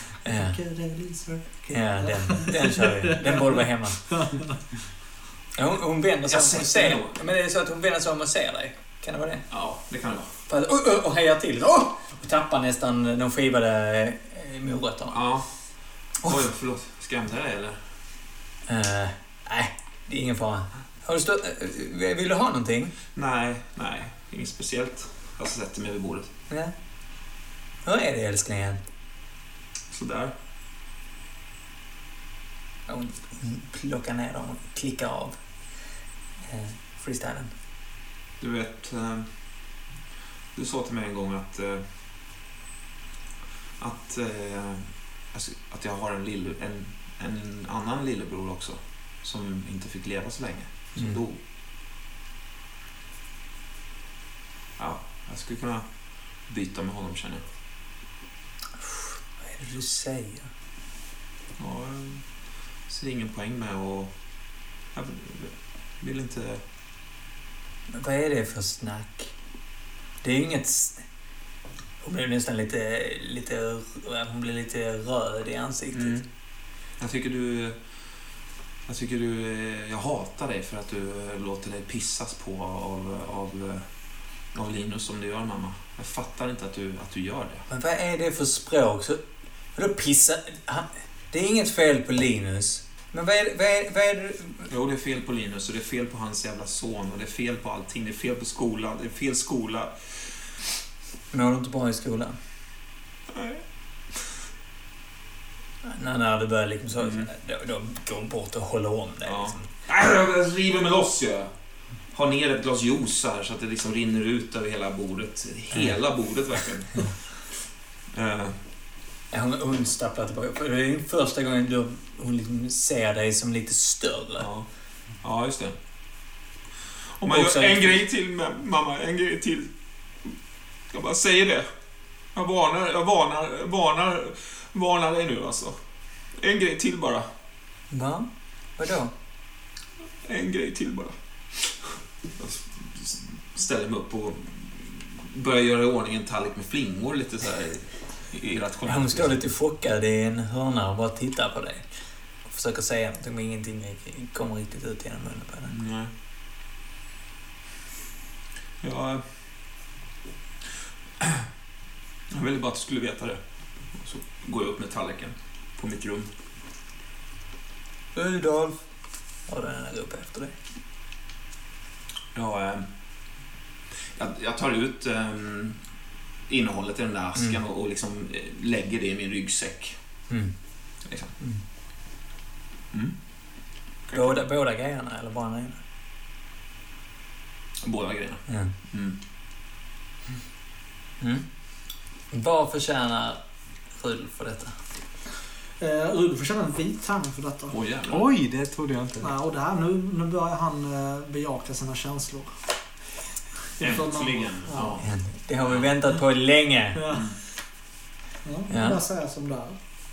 Ja, den kör vi. Den borde vara hemma. Hon vänder sig om och ser. Men det är så att hon vänder sig om och ser dig. Kan det vara det? Ja, det kan det vara. Och hejar till. Och tappar nästan de skivade morötterna. Ja. Oj, förlåt. Skrämde dig eller? Nej, det är ingen fara. Vill du ha någonting? Nej. Inget speciellt. Jag sätter mig vid bordet. Ja. Hur är det, älsklingen? Sådär. Hon plockar ner dem och klickar av freestylen. Du vet, du sa till mig en gång att jag har en en annan lillebror också som inte fick leva så länge, som dog. Ja, jag skulle kunna byta med honom, känner jag. Vad är det du säger? Ja, jag ser ingen poäng med och jag vill inte... Men vad är det för snack? Det är inget... Hon blir nästan lite hon blir lite röd i ansiktet. Jag hatar dig för att du låter dig pissas på av Linus som du gör, mamma. Jag fattar inte att du gör det. Men vad är det för språk? Vadå pissa? Det är inget fel på Linus. Men vad är det? Jo, det är fel på Linus och det är fel på hans jävla son och det är fel på allting. Det är fel på skolan. Det är fel skola. Mår du inte bra i skolan? Nej. När det börjar liksom så, då går hon bort och håller om det. Ja. Liksom. Jag river mig loss, jag. Har ner ett glas juice här så att det liksom rinner ut över hela bordet. Hela bordet, verkligen. Hon stapplar tillbaka. Det är första gången hon liksom ser dig som lite större. Ja, just det. Om man gör en grej till, mamma, en grej till. Jag bara säger det. Jag varnar dig nu, alltså. En grej till bara. Va? Vadå? En grej till bara. Jag ställer mig upp och börjar göra i ordning en tallrik med flingor lite så här irrationellt. Hon står lite chockad i en hörna och bara tittar på dig. Och försöker säga någonting men ingenting kommer riktigt ut genom munnen på den. Nej. Jag ville bara att du skulle veta det. Och så går jag upp med tallriken på mitt rum. Rudolf. Ja, den är uppe efter dig. Jag tar ut innehållet i den där asken och liksom lägger det i min ryggsäck. Liksom. Båda grejerna eller bara en ena? Båda grejerna. Vad förtjänar Rudolf för detta? Rudolf förtjänar en vit tärning för detta. Oj, det trodde jag inte. Nej, och det här, nu börjar han bejaka sina känslor. Äntligen. Ja. Det har vi väntat på länge. Ja. Jag säger som där.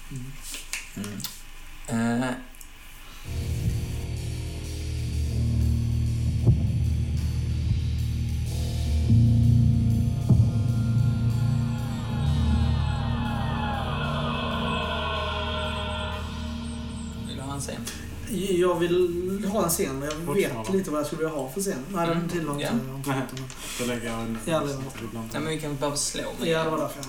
Vill du ha en scen? Jag vill ha en scen, men jag vet lite vad jag skulle vilja ha för scen. Nej, den tillhör inte. Då lägger jag en... Nej, men vi kan bara slå med. Ja, det var därför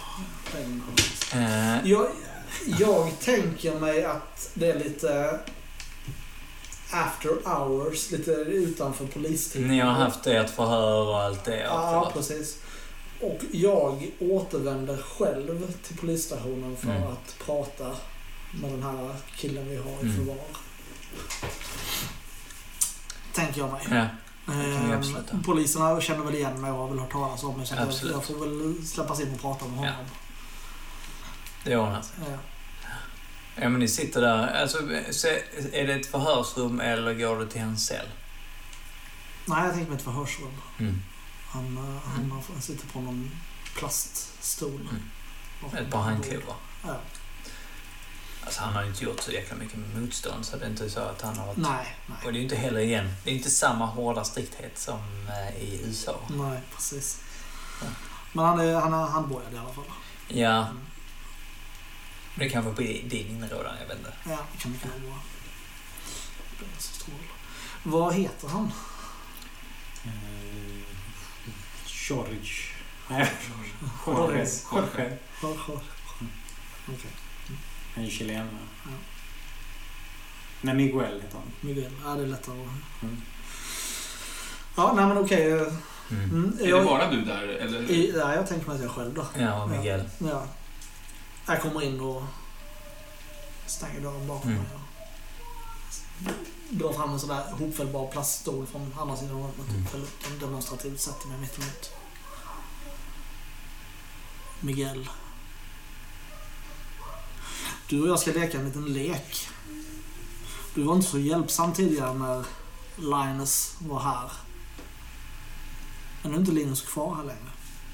jag tänker mig att det är lite after hours, lite utanför polistiden. Ni har haft det att förhör och allt det. Ja, precis. Och jag återvänder själv till polisstationen för att prata med den här killen vi har i förvar. Tänker jag mig. Ja. Poliserna känner väl igen mig och har väl hört talas om mig, så jag får väl släppas in och prata med honom. Ja. Det ordnar sig. Ja, men ni sitter där. Alltså, är det ett förhörsrum eller går det till hans cell? Nej, jag tänker mig ett förhörsrum. Han sitter på någon plaststol. Ett par handklovar. Ja. Alltså, han har inte gjort så jäkla mycket motstånd, så det är inte så att han har varit... Nej. Och det är ju inte heller igen. Det är inte samma hårda strikthet som i USA. Nej, precis. Ja. Men han är handbojad i alla fall. Ja. Det kanske blir din inrådan, jag vet inte. Ja, det kan mycket väl vara. Vad heter han? Jorge. Okej. Han är chilenare. Ja. Nej, Miguel heter han. Miguel, ja, det är lättare. Ja, nej men okej. Är det bara du där? Eller? Ja, jag tänker mig att jag själv då. Ja, Miguel. Ja. Jag kommer in och stänger dörren bakom mig. Drar fram en sån där hopfällbar plaststol från andra sidan rummet. En demonstrativt sätter mig mitt emot. Du och jag ska leka en liten lek. Du var inte så hjälpsam tidigare när Linus var här. Men nu är inte Linus kvar här längre.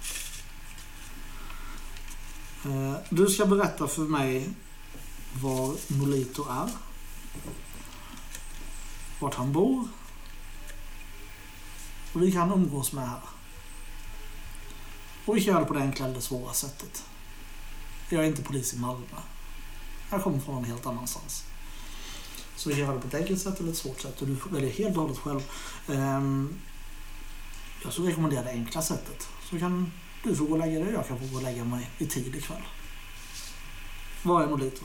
Du ska berätta för mig var Nolito är. Vart han bor. Och vi kan umgås med här. Och vi kan göra det på det enkla eller svåra sättet. Jag är inte polis i Malmö. Jag kommer från någon helt annanstans. Så vi kan göra det på ett enkelt sätt eller ett svårt sätt. Och du väljer helt och hållet själv. Jag skulle rekommendera det enkla sättet. Så kan du få gå och lägga dig och jag kan få gå och lägga mig i tid ikväll. Var är Nolito?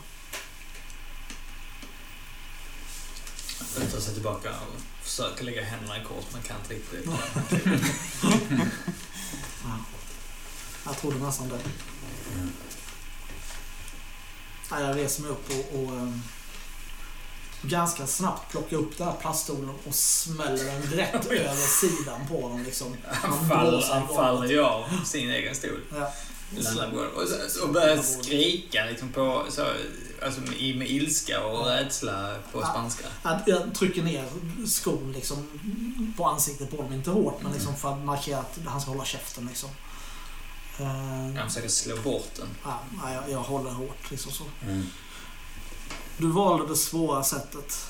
Jag tar sig tillbaka och försöker lägga händerna i kors men kan inte riktigt. Ja. Jag trodde nästan det. Ja, jag reser mig upp och ganska snabbt plockar upp den här plaststolen och smäller den rätt över sidan på honom. Liksom. Han faller ju av sin egen stol. Ja. Och börjar skrika liksom på, så, alltså med ilska och rädsla på spanska. Jag trycker ner skon liksom, på ansiktet på honom, inte hårt, men liksom för att markera att han ska hålla käften. Liksom. Han försöker slå bort den. Jag håller hårt. Liksom så. Du valde det svåra sättet.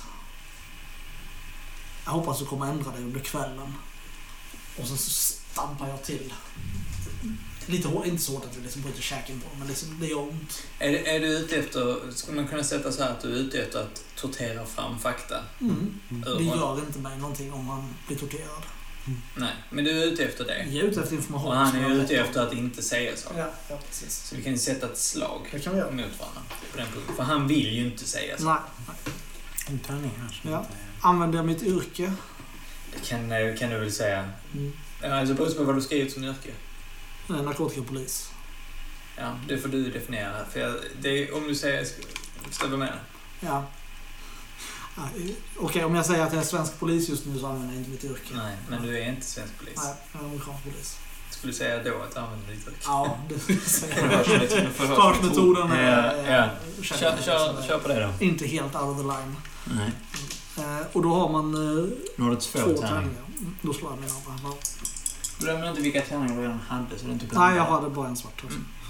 Jag hoppas du kommer ändra dig under kvällen. Och så stampar jag till. Lite hårt, inte så hårt att vi liksom bryter käken på, men liksom, det gör ont. Är du ute efter, skulle man kunna sätta så här att du är ute efter att tortera fram fakta? Det gör inte mig någonting om man blir torterad. Nej, men du är ute efter det. Jag är ute efter information. Och han är ute efter att inte säga så. Ja, precis. Så vi kan ju sätta ett slag det kan vi göra. mot varandra på den punkten. För han vill ju inte säga så. Nej. Inte han är här. Ja. Använder jag mitt yrke? Det kan du väl säga. Alltså på vad du skrivit som yrke. Narkotikapolis. Ja, det får du definiera. För om du säger, förstår du med det? Ja. Okej, om jag säger att jag är svensk polis just nu så använder jag inte mitt yrke. Nej, men du är inte svensk polis. Nej, jag är amerikansk polis. Skulle du säga då att du använder ditt yrke? Ja, det skulle jag säga. Förhörsmetoden är... Kör på det då. Inte helt out of the line. Nej. Och då har man nu har du två tärningar. Då slår jag mina andra. Glöm inte vilka tärningar du redan hade så du inte Nej, jag hade bara en svart.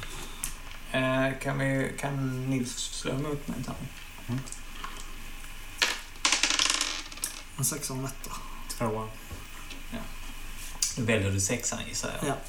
Kan Nils slå emot med en tärning? En 6 och en 8. 2. Ja. Då väljer du 6an gissar jag. Ja.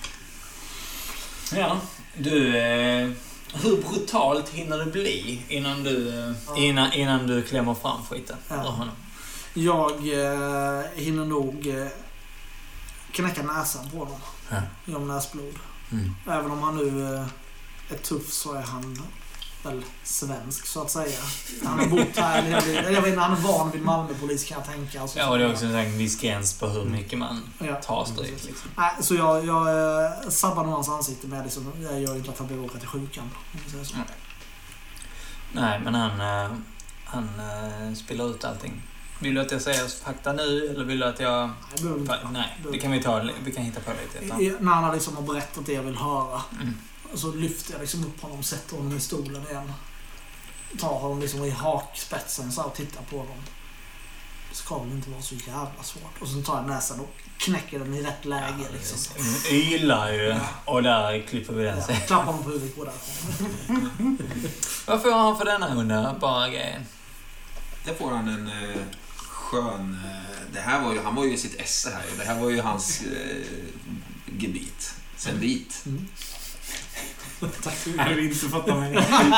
Ja, du... hur brutalt hinner det bli innan du klämmer fram skiten? Ja. Jag hinner nog knäcka näsan på honom. Ja. Genom näsblod. Även om han nu är tuff så är han väl svensk så att säga. Han har bott här. Jag vet inte, han är van vid Malmöpolis kan jag tänka. Ja, och det är också en viss gräns på hur mycket man tar stryk. Liksom. Nej, så jag sabbar nog hans ansikte med liksom, jag gör inte att han blir åka till sjukan. Så. Nej, men han spelar ut allting. Vill du att jag säger fakta nu eller vill du att jag... Nej, det kan vi kan hitta på lite. När han liksom har berättat det jag vill höra så lyfter jag liksom upp honom, sätter honom i stolen igen. Tar honom liksom i hakspetsen så och tittar på honom. Det ska väl inte vara så jävla svårt. Och så tar jag näsan och knäcker den i rätt läge. Liksom. Ylar ju. Och där klipper vi den. Ja, klappar honom på huvudet på där. Vad får han för denna underbara grejen? Det får han en skön... Det här var ju, han var ju i sitt esse här. Det här var ju hans gebit. Sen vit. Tack för Jag vill inte fatta mig.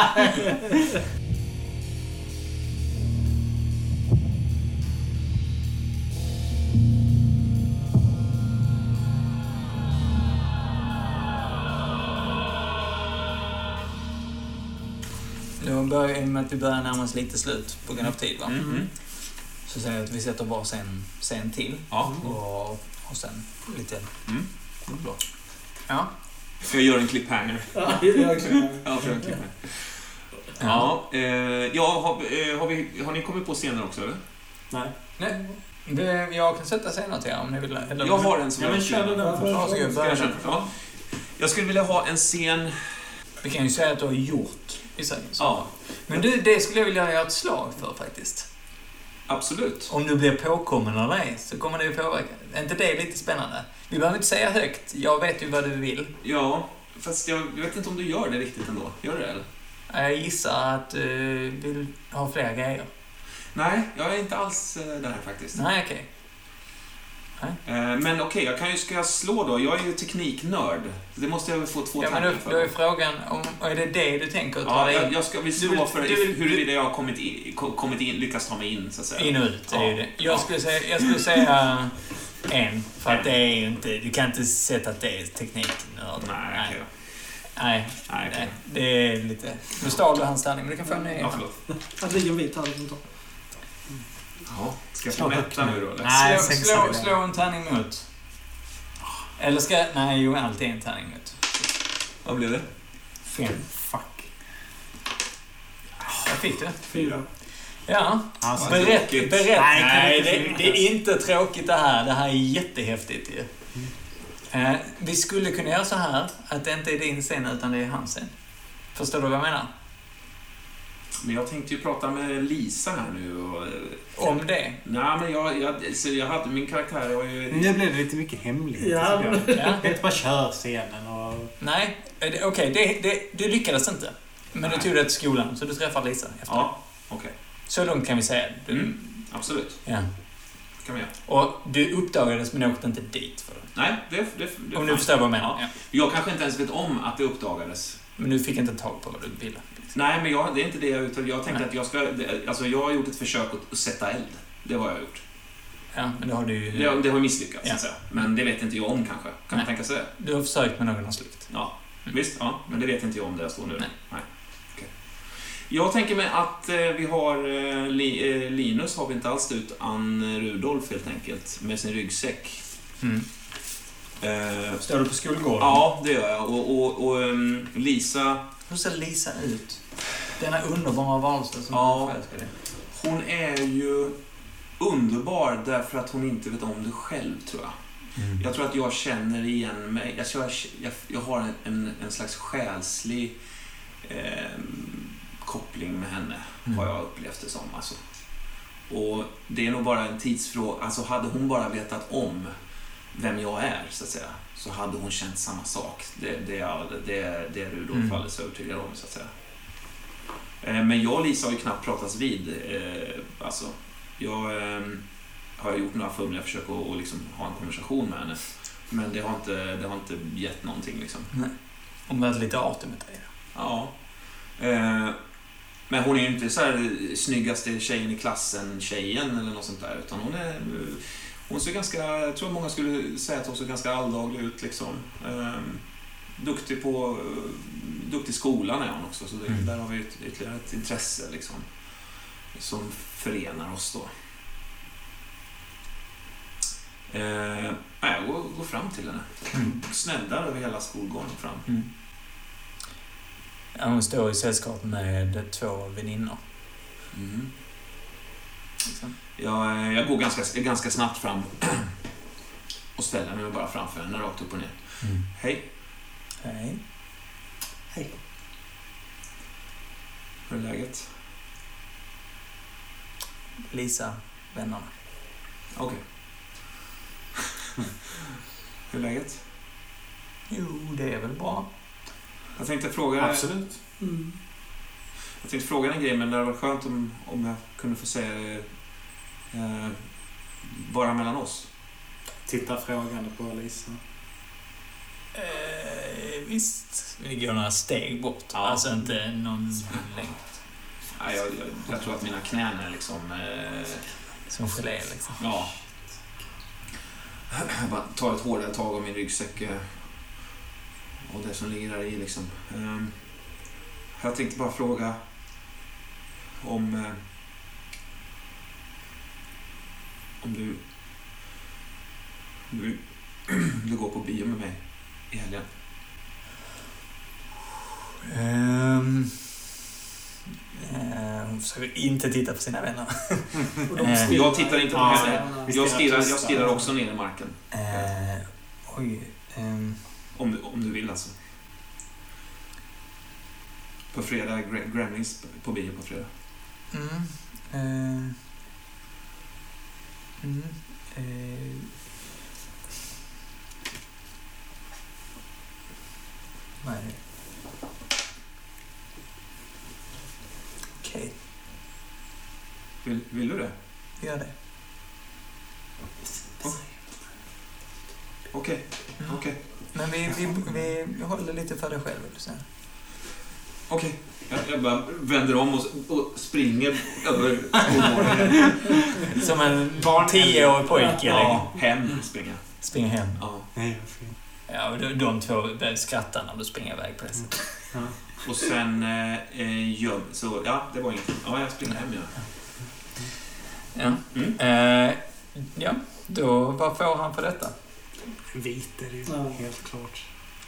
Då börjar vi med att vi börjar närma oss lite slut på grund av tid, va? Så säger jag att vi sätter bara sen till. Ja. Och sen lite... Bra. Ja. Ska jag göra en cliffhanger? Ja, jag gör cliffhanger. Har ni kommit på scener också, eller? Nej. Jag kan sätta senare till er om ni vill. Eller jag har en som jag jag skulle vilja ha en scen... Vi kan ju säga att du har gjort vissa. Ja. Men det skulle jag vilja göra ett slag för faktiskt. Absolut. Om du blir påkommen eller ej så kommer det ju påverka. Är inte det lite spännande? Vi behöver inte säga högt. Jag vet ju vad du vill. Ja, fast jag vet inte om du gör det riktigt ändå. Gör du det eller? Jag gissar att du vill ha fler grejer. Nej, jag är inte alls där faktiskt. Nej, okej. Men okej, ska jag slå då? Jag är ju tekniknörd. Det måste jag väl få 2 tärningar men för. då är frågan, är det du tänker? Ja, jag vill slå för huruvida jag har kommit in, lyckats ta mig in, så att säga. In och ut, är ju det. Jag skulle säga 1, för att det är ju inte, du kan inte sätta att det är tekniknörd. Nej, det är lite... Nu stal du hans tärning, men du kan få en ny. Ja, förlåt. Att ligga en vit hade inte. Ja, ska jag få mätta nu då? Eller? Nej, slå en tärning mot. Eller ska... Nej, alltid en tärning mot. Vad blev det? 5. Fuck. Jag fick det. 4. Ja. Alltså, Berätt. Nej, Det är inte tråkigt det här. Det här är jättehäftigt ju. Vi skulle kunna göra så här att det inte är din scen utan det är hans scen. Förstår du vad jag menar? Men jag tänkte ju prata med Lisa här nu och... Om det? Nej, men jag hade min karaktär... Nu blev det lite mycket hemligt. Ja. Det är inte bara kör scenen och... Nej, okej, du lyckades inte. Men du tog det till skolan, så du träffar Lisa efter. Ja, okej. Så långt kan vi säga. Absolut. Ja. Kan vi göra. Och du uppdagades men åkte inte dit för det. Nej, det om du förstår vad jag menar. Ja. Jag kanske inte ens vet om att det uppdagades. Men du fick inte tag på vad du ville. Nej, men det är inte det jag tänkte att jag ska... Alltså, jag har gjort ett försök att sätta eld. Det har jag gjort. Ja, men då har du ju... Det har misslyckats, så att säga. Men det vet inte jag om kanske. Kan man tänka sig det? Du har försökt med någon har slut. Ja, visst. Ja, men det vet inte jag om där jag står nu. Nej. Okay. Jag tänker mig att vi har... Linus har vi inte alls utan Rudolf helt enkelt. Med sin ryggsäck. Står du på skolgården? Ja, det gör jag. Och Lisa... Hur ser Lisa ut? Denna underbara varelse som ja, du älskar det. Hon är ju underbar därför att hon inte vet om det själv, tror jag. Jag tror att jag känner igen mig. Jag har en slags själslig koppling med henne, har jag upplevt det som. Alltså. Och det är nog bara en tidsfråga. Alltså, hade hon bara vetat om vem jag är, så att säga, så hade hon känt samma sak. Det är Rudolf alldeles övertygad om, så att säga. Men jag och Lisa har ju knappt pratats vid. Alltså, jag har gjort några fumliga försök att liksom ha en konversation med henne. Men det har inte gett någonting liksom. Nej. Hon var lite artig med dig. Ja. Men hon är ju inte så här snyggaste tjejen i klassen, tjejen eller något sånt där, utan hon ser ganska, jag tror många skulle säga att hon ser ganska alldaglig ut liksom. Duktig skolan är hon också, så där har vi ytterligare ett intresse liksom, som förenar oss då. Jag går fram till henne. Sneddar över hela skolgården fram. Ja, hon står i sällskap med 2 väninnor. Jag går ganska snabbt fram och ställer mig bara framför henne, rakt upp och ner. Hej. Hej. Hej. Hur är läget? Lisa, vännerna. Okej. Hur är läget? Jo, det är väl bra. Jag tänkte fråga... Absolut. Jag tänkte fråga en grej, men det var skönt om jag kunde få säga det bara mellan oss. Titta frågande på Lisa. Visst. Vi går några steg bort. Ja. Alltså inte någon längd. Ja, jag tror att mina knän är liksom... Som gelé liksom. Ja. Jag bara tar ett hårdare tag av min ryggsäck och det som ligger där i liksom. Jag tänkte bara fråga om du går på bio med mig i helgen. Hon försöker inte titta på sina vänner. Jag tittar inte på henne. Jag stirrar också ner i marken. Oj. Om du vill alltså. på fredag. Gremlins på bio på fredag. Nej. Okej. Vill du det? Gör det. Okej. Men vi håller lite för dig själv. Okej. Jag bara vänder om och springer över som en 10-årig pojke. Ja, hem springer hem. Ja. Ja, och de två börjar skratta när du springer iväg på det sättet. Och sen så ja, det var inget. Ja, jag springer hem Ja, då vad får han för detta? Vit är det ju helt klart.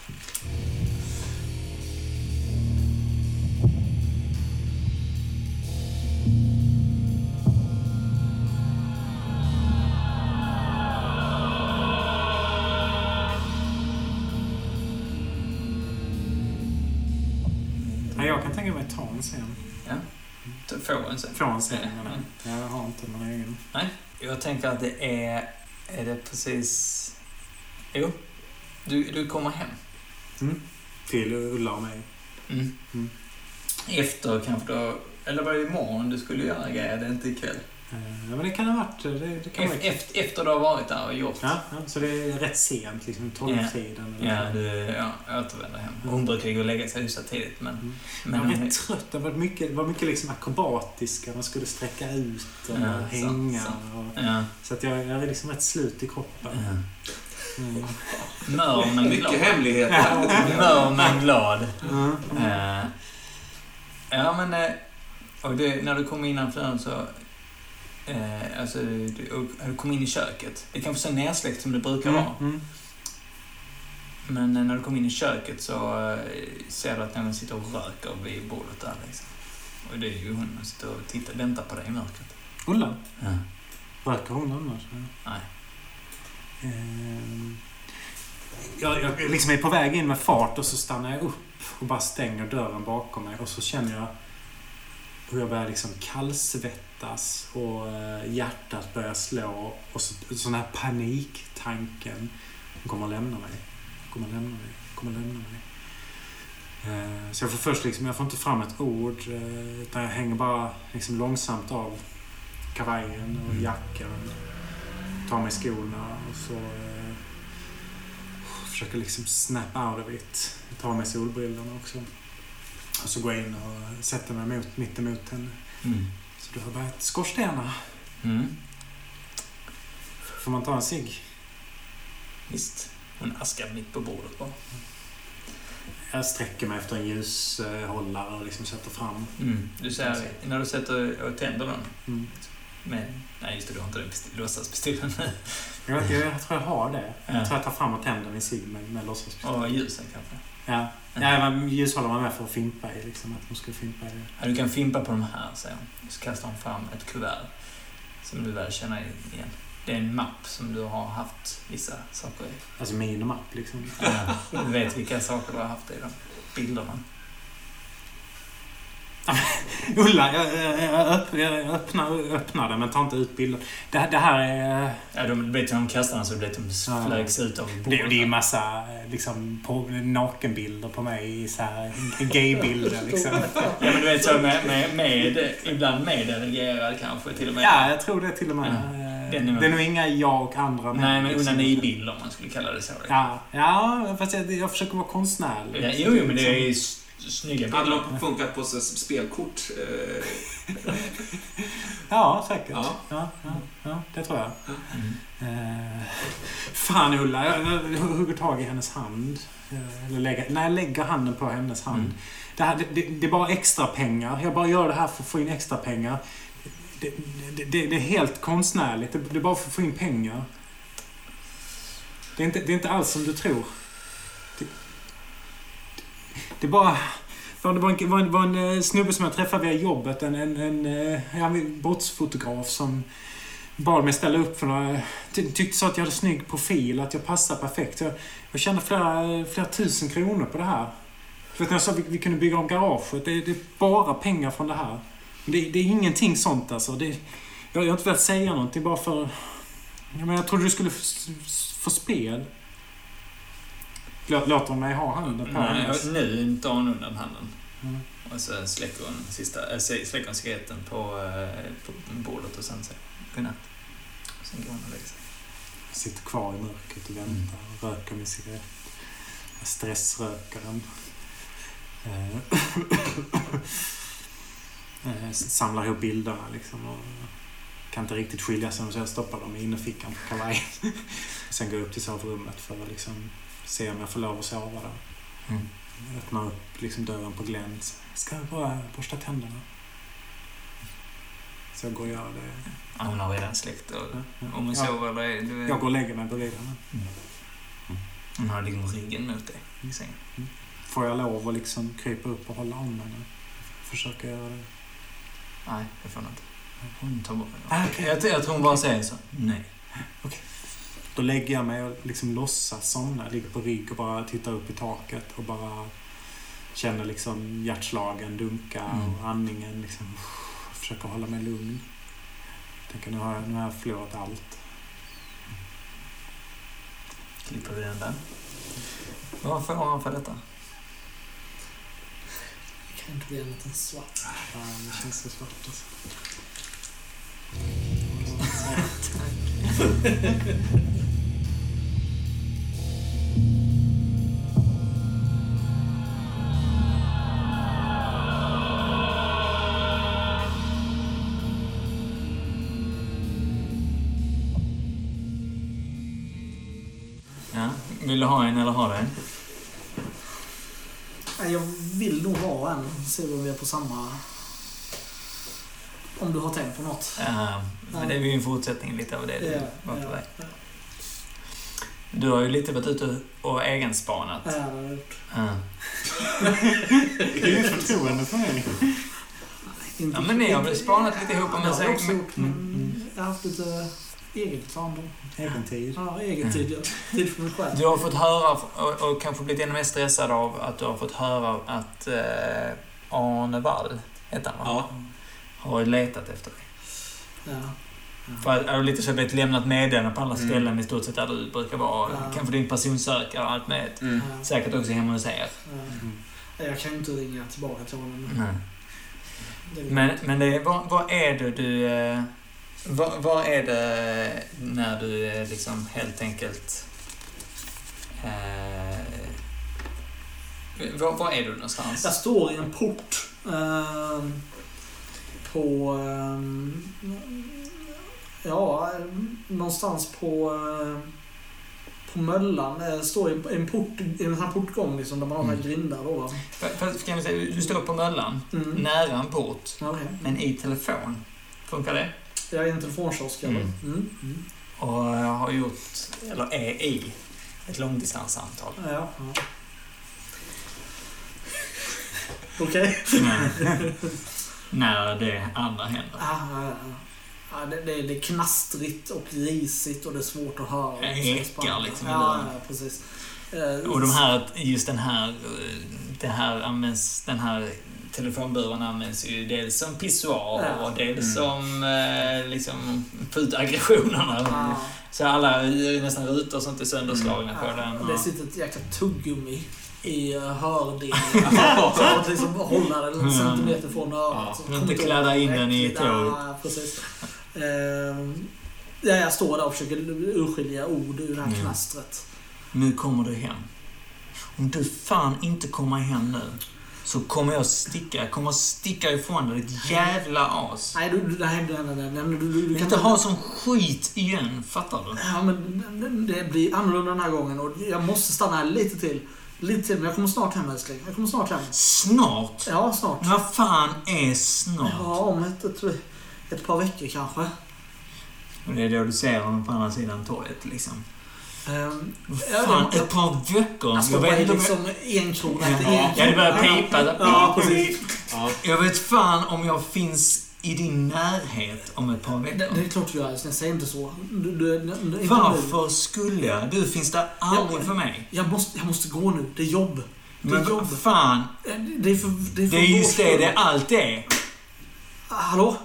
Jag kan tänka mig att ta en scen. Ja, få en scen. Få en scen, men jag har inte någon egen. Nej, jag tänker att det är det precis... Jo, du kommer hem. Till Ulla och mig. Efter kanske då... Eller var det imorgon du skulle göra grejer, det är inte ikväll? Ja, men det kan ha varit... Det kan vara efter du har varit där och gjort. Ja, så det är rätt sent, liksom 12-tiden. Ja, du återvänder hem. Hon brukar ju lägga sig hyfsat tidigt, men jag är trött. Det var mycket liksom akrobatiska. Man skulle sträcka ut och hänga. Så att jag är liksom rätt slut i kroppen. Mör men glad. Mycket hemligheter. Mör men glad. Ja, men... Och när du kom innanför så... Alltså, du kom in i köket. Det är kanske så nersläckt som det brukar vara. Men när du kom in i köket så ser du att någon sitter och röker vid bordet där liksom. Och det är ju hon som sitter och väntar på dig i mörkret. Ulla? Ja. Röker hon annars? Nej. Jag liksom är på väg in med fart och så stannar jag upp och bara stänger dörren bakom mig. Och så känner jag hur jag börjar liksom kallsvettas och hjärtat börjar slå och sån här paniktanken kommer att lämna mig. Så jag får först liksom, jag får inte fram ett ord utan jag hänger bara liksom långsamt av kavajen och jackan, tar mig skorna och så försöker liksom snap out of it. Jag tar mig solbrillorna också. Och så går jag in och sätter mig mitt emot henne. Så du har börjat skorstena. Får man ta en cigg? Visst. Hon askar mitt på bordet bara. Jag sträcker mig efter en ljushållare och liksom sätter fram. Du säger, när du sätter och tänder den. Men, nej just det, du har inte den låtsaspistolen. jag tror jag har det. Jag tror jag tar fram och tänder min cigg med låtsaspistolen. Och ljusen kanske. Ja, men ljushållaren var med för att fimpa i liksom, att de skulle fimpa i det. Ja, du kan fimpa på de här, säger hon. Så kastar hon fram ett kuvert som du väl känner igen. Det är en mapp som du har haft vissa saker i. Alltså min mapp liksom. Ja, du vet vilka saker du har haft i de bilderna. Ulla, jag öppnar den men tar inte ut bilder. Det här är... Ja, de blev till de kastarna så blev de flögs ut av bordet. Det är massa liksom, nakenbilder på mig i så här gaybilder liksom. Ja, men du vet så ibland medrelegerad kanske till och med. Ja, jag tror det till och med. Det är nog inga jag och andra. Nej, men onanibilder om man skulle kalla det så. Ja, fast jag försöker vara konstnärlig. Ja, jo, men det är ju snygga bilder. Hade de funkat på spelkort? Ja, säkert. Ja, det tror jag. Fan Ulla, jag hugger tag i hennes hand. När jag lägger handen på hennes hand. Det är bara extra pengar. Jag bara gör det här för att få in extra pengar. Det är helt konstnärligt. Det är bara för att få in pengar. Det är inte alls som du tror. Det bara... Det var en snubbe som jag träffade via jobbet. En brottsfotograf som bad mig ställa upp för några... Tyckte så att jag hade snygg profil, att jag passade perfekt. Jag tjänade flera 1000 kronor på det här. För att jag sa vi kunde bygga om garaget. Det är bara pengar från det här. Det är ingenting sånt alltså. Jag har inte velat säga någonting bara för... Jag trodde du skulle få spel. Låter mig ha handen på. Nej, nu tar hon undan handen. Och så släcker hon cigaretten på bordet och sen säger godnatt. Sen går hon och lägger sig. Jag sitter kvar i mörkret och väntar och röker min cigarett. Jag stressröker den. Samlar ihop bilderna liksom och kan inte riktigt skilja sig så jag stoppar dem i innerfickan på kavajen. Sen går jag upp till sovrummet för att liksom se om jag får lov att sova där. Öppnar upp liksom dörren på glänt. Ska jag bara borsta tänderna? Så går jag det. Ja, hon har redan släckt om hon sover eller du... Jag går och lägger mig bredvid henne. Hon har liksom ryggen mot dig i sängen. Får jag lov att liksom krypa upp och hålla om henne? Försöka göra det. Nej, det får hon inte. Hon tar bort det. Jag tror hon bara säger så. Nej. Okej. Då lägger jag mig och liksom låtsas somna. Jag ligger på rygg och bara tittar upp i taket och bara känner liksom hjärtslagen dunka och andningen liksom. Försöker hålla mig lugn. Jag tänker nu har jag förlorat allt. Klipper vi den där. Vad får han för detta? Det kan inte bli annat än svart. Ja, det känns så svart alltså. Ja, vill du ha en eller ha den? Jag vill nog ha en. Se om vi är på samma... Om du har tänkt på något. Ja, men det är ju en fortsättning lite av det du var på väg. Ja. Du har ju lite varit ute och egenspanat. Ja, det har jag gjort. Det är ju förtroende för mig. Ja, men ni har väl spanat lite ihop om det en har jag också säng. gjort, men jag har haft lite eget plan då. Egen tid. Ja, egen tid. Ja. Tid för mig själv. Du har fått höra och kanske blivit ännu mer stressad av att du har fått höra att Arne Wall, heter han, Ja. har letat efter dig. Ja. För att är du lite så blivit lämnat meddelande på alla ställen i stort sett där du brukar vara. Kanske din personsökare och allt med. Säkert också hemma hos er. Jag kan ju inte ringa tillbaka till honom. Men det, vad är det du... Vad är det när du liksom helt enkelt... Var är du någonstans? Jag står i en port på... någonstans på Möllan. Jag står i en port, i en sån här portgång liksom, där man har grindar då. Kan vi säga, du står på Möllan, nära en port, men i telefon. Funkar det? Jag är i en telefonkiosk. Och har gjort, eller är i, ett långdistanssamtal. Ja. Okej. När det andra händer. Ja, det är knastrigt och risigt och det är svårt att höra. Det ekar liksom. Ja, precis. Och den här telefonburen används ju dels som pissoar och dels som liksom putaggressionerna. Så alla nästan rutor som inte är sönderslagna på den. Det sitter ett jäkla tuggummi i hördelen. Så att liksom hålla den en centimeter från örat. Inte kladda in den i tåget. Ja, precis. Jag står där och försöker urskilja ord ur det här knastret. Nu kommer du hem. Om du fan inte kommer hem nu så kommer jag sticka. Jag kommer sticka ifrån dig, ditt jävla as. Nej, du kan inte ha som skit igen, fattar du? Ja, men det blir annorlunda den här gången och jag måste stanna här lite till. Men jag kommer snart hem, älskling. Jag kommer snart hem. Snart? Ja, snart. Vad fan är snart? Ja, om ett par veckor kanske. Och det är då du ser honom på andra sidan torget, liksom. Fan, ett par veckor. Jag vet inte liksom en krona efter en. Ja, det börjar pipa. Ja, precis. Jag vet fan om jag finns i din närhet om ett par veckor. Det är klart du gör, jag säger inte så. Varför skulle jag? Du finns där aldrig för mig. Jag måste gå nu, det är jobb. Men vad fan? Det är just det allt är. Hallå?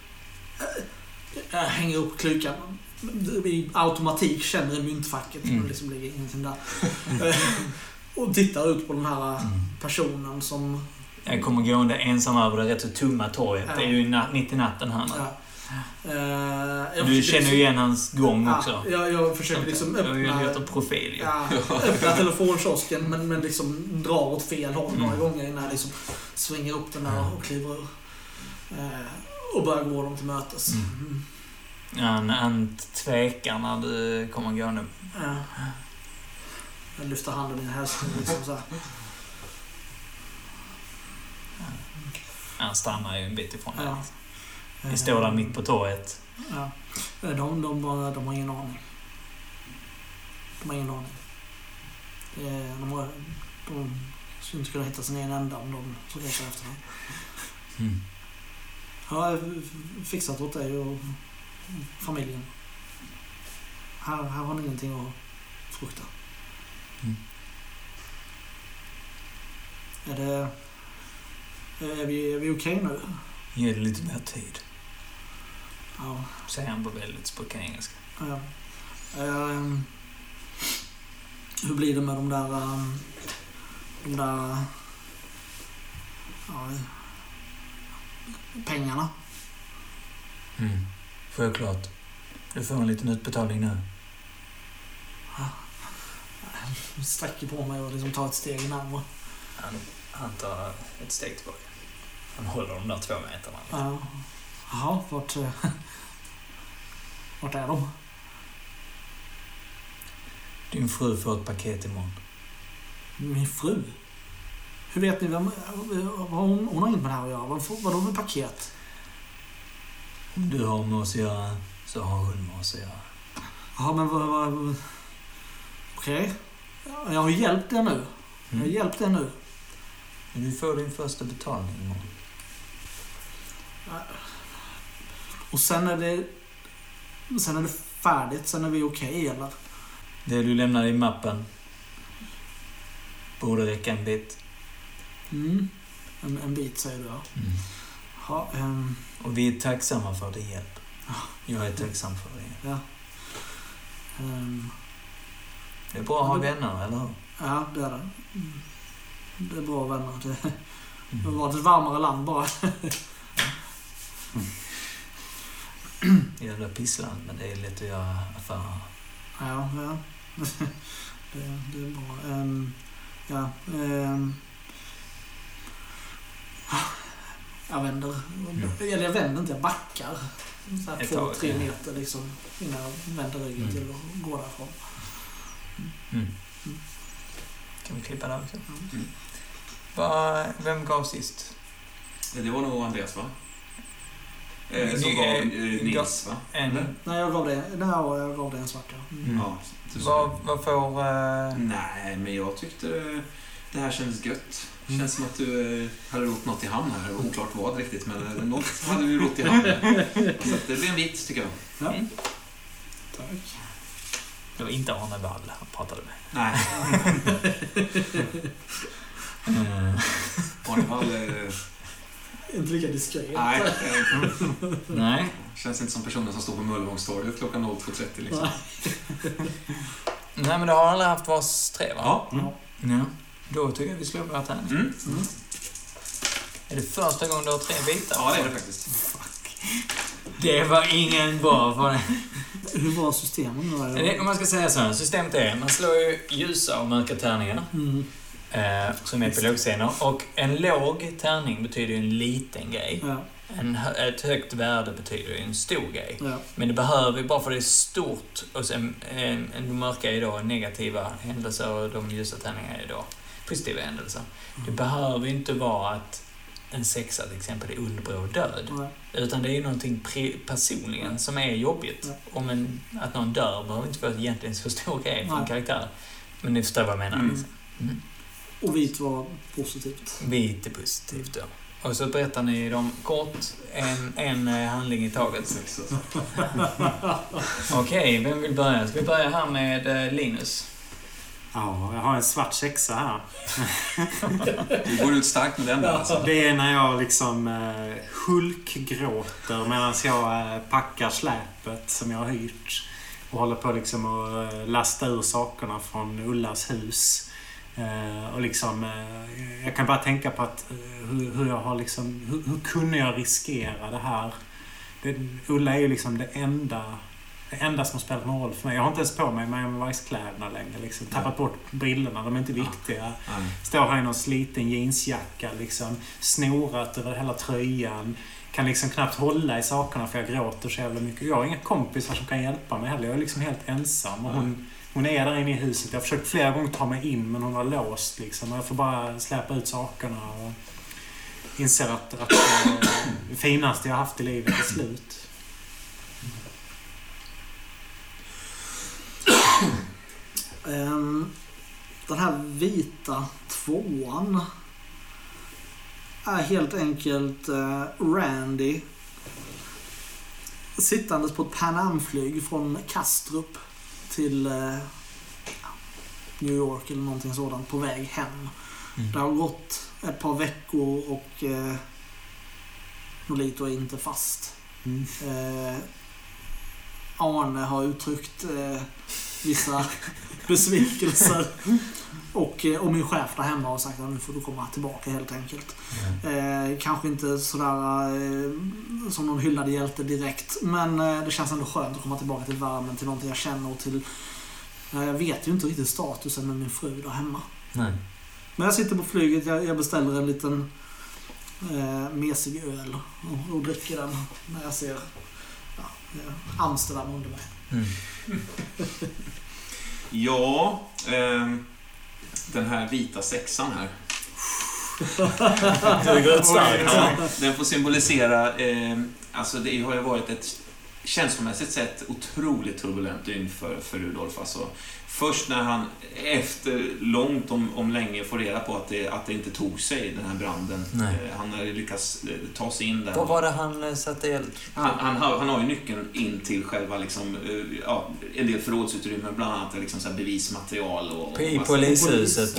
Jag hänger upp klykan. I automatik känner i myntfacket. Det liksom ligger ingenting där. Och tittar ut på den här personen som... Jag kommer gående ensam över det rätt så tumma torget. Det är ju mitt i natten här. Du känner ju igen hans gång också. Jag försöker liksom öppna profil. Öppna telefonkiosken men liksom drar åt fel håll några gånger innan jag liksom svänger upp den där och kliver ur. Och börjar gå dem till mötes. Han tvekar när du kommer gående. Jag lyfter handen i hästen liksom så här. Han stannar ju en bit ifrån det. Vi står där mitt på torget. Ja. De har ingen aning. De skulle inte kunna hitta sin egen enda om de så letar efter dem. Jag har fixat åt dig och familjen. Här har ni ingenting att frukta. Är vi okej nu? Ge det lite mer tid. Ja. Säger han på väldigt språkig engelska. Ja. Hur blir det med de där pengarna? Självklart. Du får en liten utbetalning nu. Jag sträcker på mig och liksom tar ett steg närmare. Han tar ett steg tillbaka. Han håller de där 2 meterna. Jaha, vart är de? Din fru får ett paket imorgon. Min fru? Hur vet ni vem? Hon har inget med det här att göra. Vadå med paket? Om du har med oss att göra så har hon med oss att göra. Ja, men vad... Okej. Jag har hjälpt er nu. Du får din första betalning imorgon. Och sen är det färdigt. Sen är vi okej, eller? Det du lämnar i mappen borde räcka en bit. En bit, säger du, ja. Ja, och vi är tacksamma för din hjälp. Jag är tacksam för det. Ja. Det är bra att ha vänner, eller hur? Ja, det är det. Det är bra vänner. Det var ett varmare land bara. Jävla pissland, men det är lätt att göra affärer. Ja. Det är bra. Jag vänder. Eller jag vänder inte, jag backar. 2-3 meter liksom innan jag vänder ryggen till och går därifrån. Kan vi klippa där också? Vem gav sist? Det var nog Andreas, va? Som gav Nils, va? Nej, jag gav det en svart, ja. Vad får... Nej, men jag tyckte det här kändes gött. Det känns som att du hade rott något i hamn här. Oklart vad riktigt, men något hade du rott i hamn. Så det blev en vit, tycker jag. Ja. Tack. Det var inte Arne Wall han pratade med. Nej. Arne Wall inte lika diskret. Nej. Känns inte som personen som står på Möllevångstorget klockan 02.30 liksom. Nej, men det har alla haft vars 3, va? Ja. Då tycker jag vi slår på det här. Är det första gången du har 3 bitar? Ja, det är det faktiskt. Fuck. Det var ingen bra för det. Hur var systemen? Om man ska säga så här, systemet är man slår ju ljusa och mörka tärningar som är på lågscener. Och en låg tärning betyder ju en liten grej. Ja. Ett högt värde betyder ju en stor grej. Ja. Men det behöver ju bara för det är stort och sen en mörka är då negativa händelser och de ljusa tärningarna är då positiva händelser. Det behöver ju inte vara att en 6 till exempel är underbrå död. Utan det är ju någonting personligen som är jobbigt. Att någon dör behöver inte vara egentligen så stor grej för en karaktär. Men ni förstår vad jag menar. Liksom. Och vit var positivt. Vit är positivt då. Och så berättar ni dem kort, en handling i taget. Okej, vem vill börja? Ska vi börja här med Linus? Ja, jag har en svart 6 här. Du går ut starkt med den där alltså. Det är när jag liksom hulkgråter medan jag packar släpet som jag har hyrt. Och håller på liksom att lasta ur sakerna från Ullas hus. Och liksom, jag kan bara tänka på att hur jag har liksom, hur kunde jag riskera det här? Ulla är ju liksom det enda som har spelat någon roll för mig. Jag har inte ens på mig Miami Vice-kläderna längre. Liksom. Tappat bort brillorna, de är inte viktiga. Står här i någon sliten jeansjacka, liksom, snorat över hela tröjan. Kan liksom knappt hålla i sakerna för jag gråter så jävla mycket. Jag har inga kompisar som kan hjälpa mig heller. Jag är liksom helt ensam. Och hon är där inne i huset. Jag har försökt flera gånger ta mig in, men hon var låst. Liksom. Jag får bara släppa ut sakerna och inser att det finaste jag haft i livet är slut. Den här vita 2:an är helt enkelt Randy sittandes på ett Pan Am-flyg från Kastrup till New York eller någonting sådant på väg hem. Det har gått ett par veckor och Nolito är inte fast. Arne har uttryckt vissa besvikelser och min chef där hemma har sagt att nu får du komma tillbaka helt enkelt. Kanske inte sådär som någon hyllad hjälte direkt, men det känns ändå skönt att komma tillbaka till värmen, till någonting jag känner och till jag vet ju inte riktigt statusen med min fru där hemma. Nej. Men jag sitter på flyget, jag beställer en liten mesig öl och dricker den när jag ser Amsterdam under mig. Ja, den här vita 6:an här. Den får symbolisera, alltså det har ju varit ett känslomässigt sett otroligt turbulent dygn för Rudolf. Alltså, först när han efter långt om länge får reda på att det inte tog sig, den här branden. Han har lyckats ta sig in där. Vad var det han satte eld? Han har ju nyckeln in till själva liksom, en del förrådsutrymmen, bland annat liksom så här bevismaterial och i polishuset.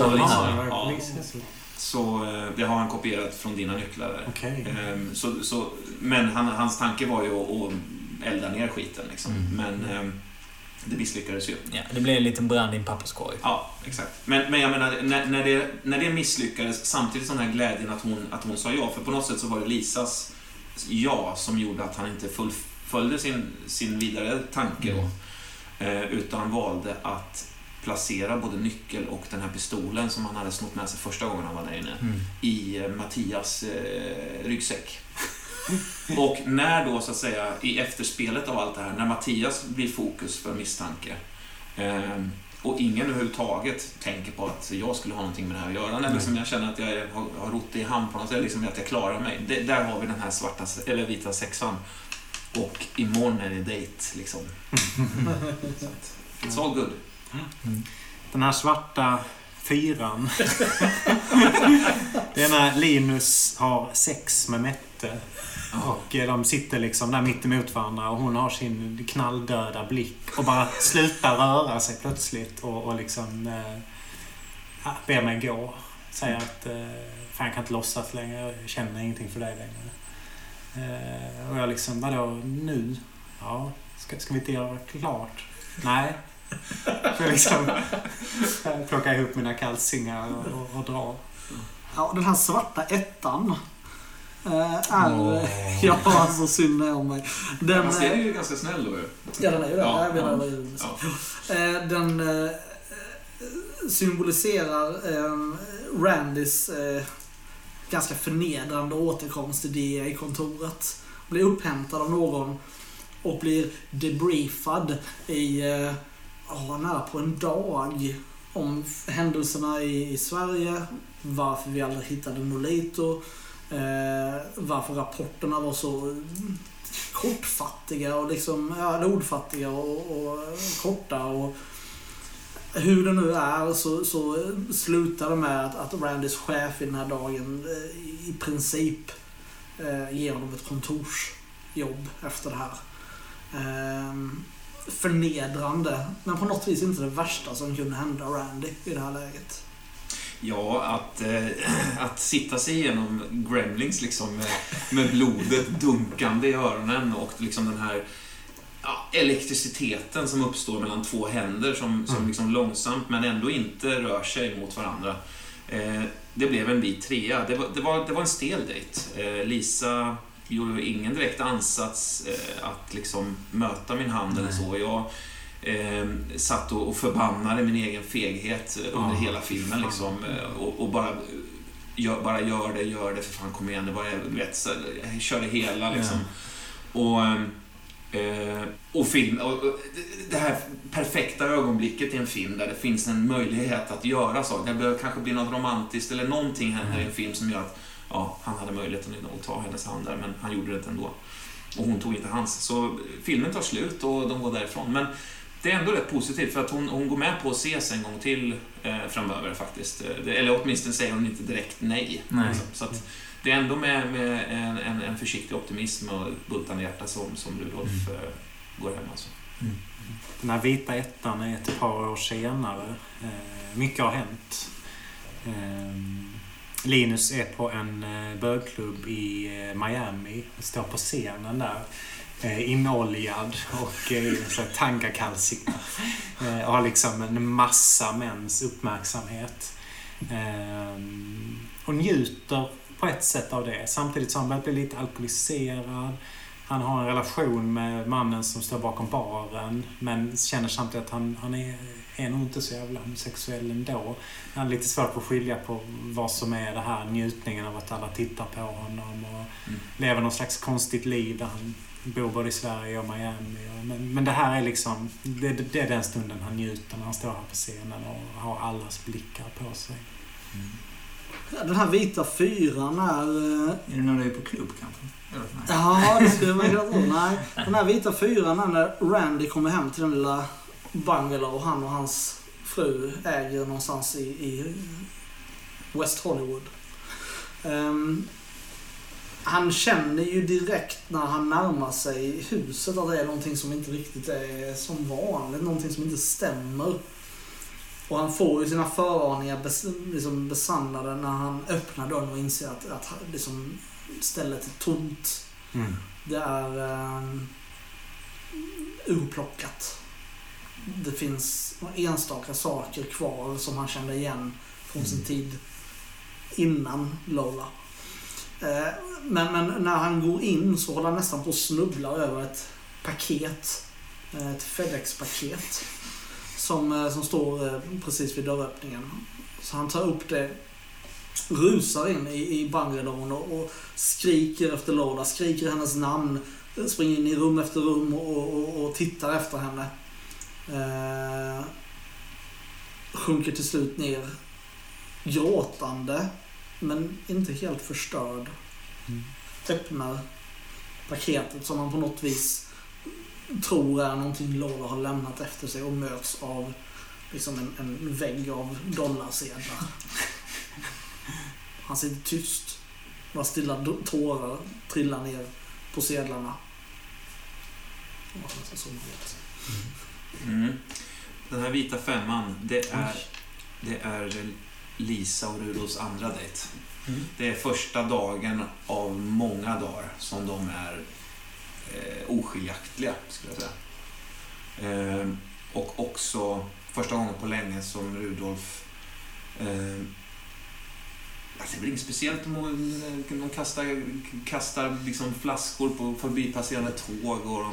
Så det har han kopierat från dina nycklar där. Okay. Men hans tanke var ju att elda ner skiten liksom. Men det misslyckades ju. Ja, det blev en liten brand i en papperskorg. Ja, exakt. Men jag menar, när det misslyckades, samtidigt som den här glädjen att hon sa ja, för på något sätt så var det Lisas ja som gjorde att han inte fullföljde sin vidare tanke då, utan valde att placera både nyckel och den här pistolen som han hade snott med sig första gången han var där inne i Mattias ryggsäck. Och när då så att säga i efterspelet av allt det här, när Mattias blir fokus för misstanke och ingen överhuvudtaget tänker på att jag skulle ha någonting med det här att göra, när liksom jag känner att jag har rott i hamn på något sätt, liksom att jag klarar mig, där har vi den här svarta eller vita 6:an och imorgon är det date liksom. It's all good. Den här svarta 4:an det är när Linus har sex med Mette och de sitter liksom där mitt emot varandra och hon har sin knalldöda blick och bara slutar röra sig plötsligt och liksom ber mig gå, säger att fan, jag kan inte låtsas längre, jag känner ingenting för dig längre. Och jag liksom, vadå nu? Ja, ska vi inte göra klart? Nej. För liksom plocka ihop mina kalsingar och dra. Ja, den här svarta 1:an är jag har så synd om mig. Den är ju ganska snäll då ju. Ja, den är ju det. Den symboliserar Randys ganska förnedrande återkomst till DEA-kontoret. Blir upphämtad av någon och blir debriefad i nära på en dag om händelserna i Sverige, varför vi aldrig hittade Nolito, varför rapporterna var så kortfattiga och liksom, ordfattiga och korta, och hur det nu är så slutar det med att Randys chef i den här dagen i princip ger honom ett kontorsjobb efter det här. förnedrande. Men på något vis inte det värsta som kunde hända Randy i det här läget. Ja, att sitta sig igenom Gremlings liksom med blodet dunkande i öronen och liksom den här elektriciteten som uppstår mellan två händer som liksom långsamt men ändå inte rör sig mot varandra. Det blev en bit 3. Det var en stel dejt. Lisa gjorde ingen direkt ansats att liksom möta min hand eller så. Jag satt och förbannade min egen feghet under hela filmen liksom, och bara gör det för fan, kom igen, det var jag körde hela liksom. Och film och det här perfekta ögonblicket i en film där det finns en möjlighet att göra så. Det behöver kanske bli något romantiskt eller någonting händer i en film som gör att han hade möjligheten att ta hennes hand där, men han gjorde det ändå. Och hon tog inte hans. Så filmen tar slut och de går därifrån. Men det är ändå rätt positivt för att hon går med på att ses en gång till framöver faktiskt. Eller åtminstone säger hon inte direkt nej. Alltså. Så att det är ändå med en försiktig optimism och bultande hjärta som Rudolf går hem alltså. Den här vita ettan är ett par år senare. Mycket har hänt. Linus är på en bögklubb i Miami. Står på scenen där. Inoljad och så tangakalsika. Och har liksom en massa mäns uppmärksamhet. Och njuter på ett sätt av det. Samtidigt som han blir lite alkoholiserad. Han har en relation med mannen som står bakom baren. Men känner samtidigt att han är nog inte så jävla homosexuell ändå. Han är lite svårt att skilja på vad som är det här njutningen av att alla tittar på honom. Och lever någon slags konstigt liv där han bor både i Sverige och Miami. Men det här är liksom, det är den stunden han njuter när han står här på scenen och har allas blickar på sig. Den här vita fyran är det när du är på klubb kanske? Ja, det skulle man kunna tro. Nej, den här vita fyran är när Randy kommer hem till den lilla bungalow han och hans fru äger någonstans i West Hollywood. Han känner ju direkt när han närmar sig huset att det är någonting som inte riktigt är som vanligt, någonting som inte stämmer. Och han får ju sina föraningar liksom besannade när han öppnar dörren och inser att liksom stället är tomt. Det är urplockat. Det finns enstaka saker kvar som han kände igen från sin tid innan Lola. Men när han går in så håller han nästan på att snubbla över ett paket. Ett FedEx-paket. Som står precis vid dörröppningen. Så han tar upp det, rusar in i bungalowen och skriker efter Lola, skriker hennes namn, springer in i rum efter rum och tittar efter henne. Sjunker till slut ner gråtande men inte helt förstörd. Öppnar paketet som han på något vis tror är någonting Lola har lämnat efter sig och möts av liksom en vägg av dollarsedlar. Han sitter tyst. Bara stilla tårar trillar ner på sedlarna. Den här vita femman, det är Lisa och Rudolfs andra dejt. Det är första dagen av många dagar som de är oskiljaktiga, skulle jag säga. Och också första gången på länge som Rudolf det blir inget speciellt om de kastar liksom flaskor på förbipasserande tåg och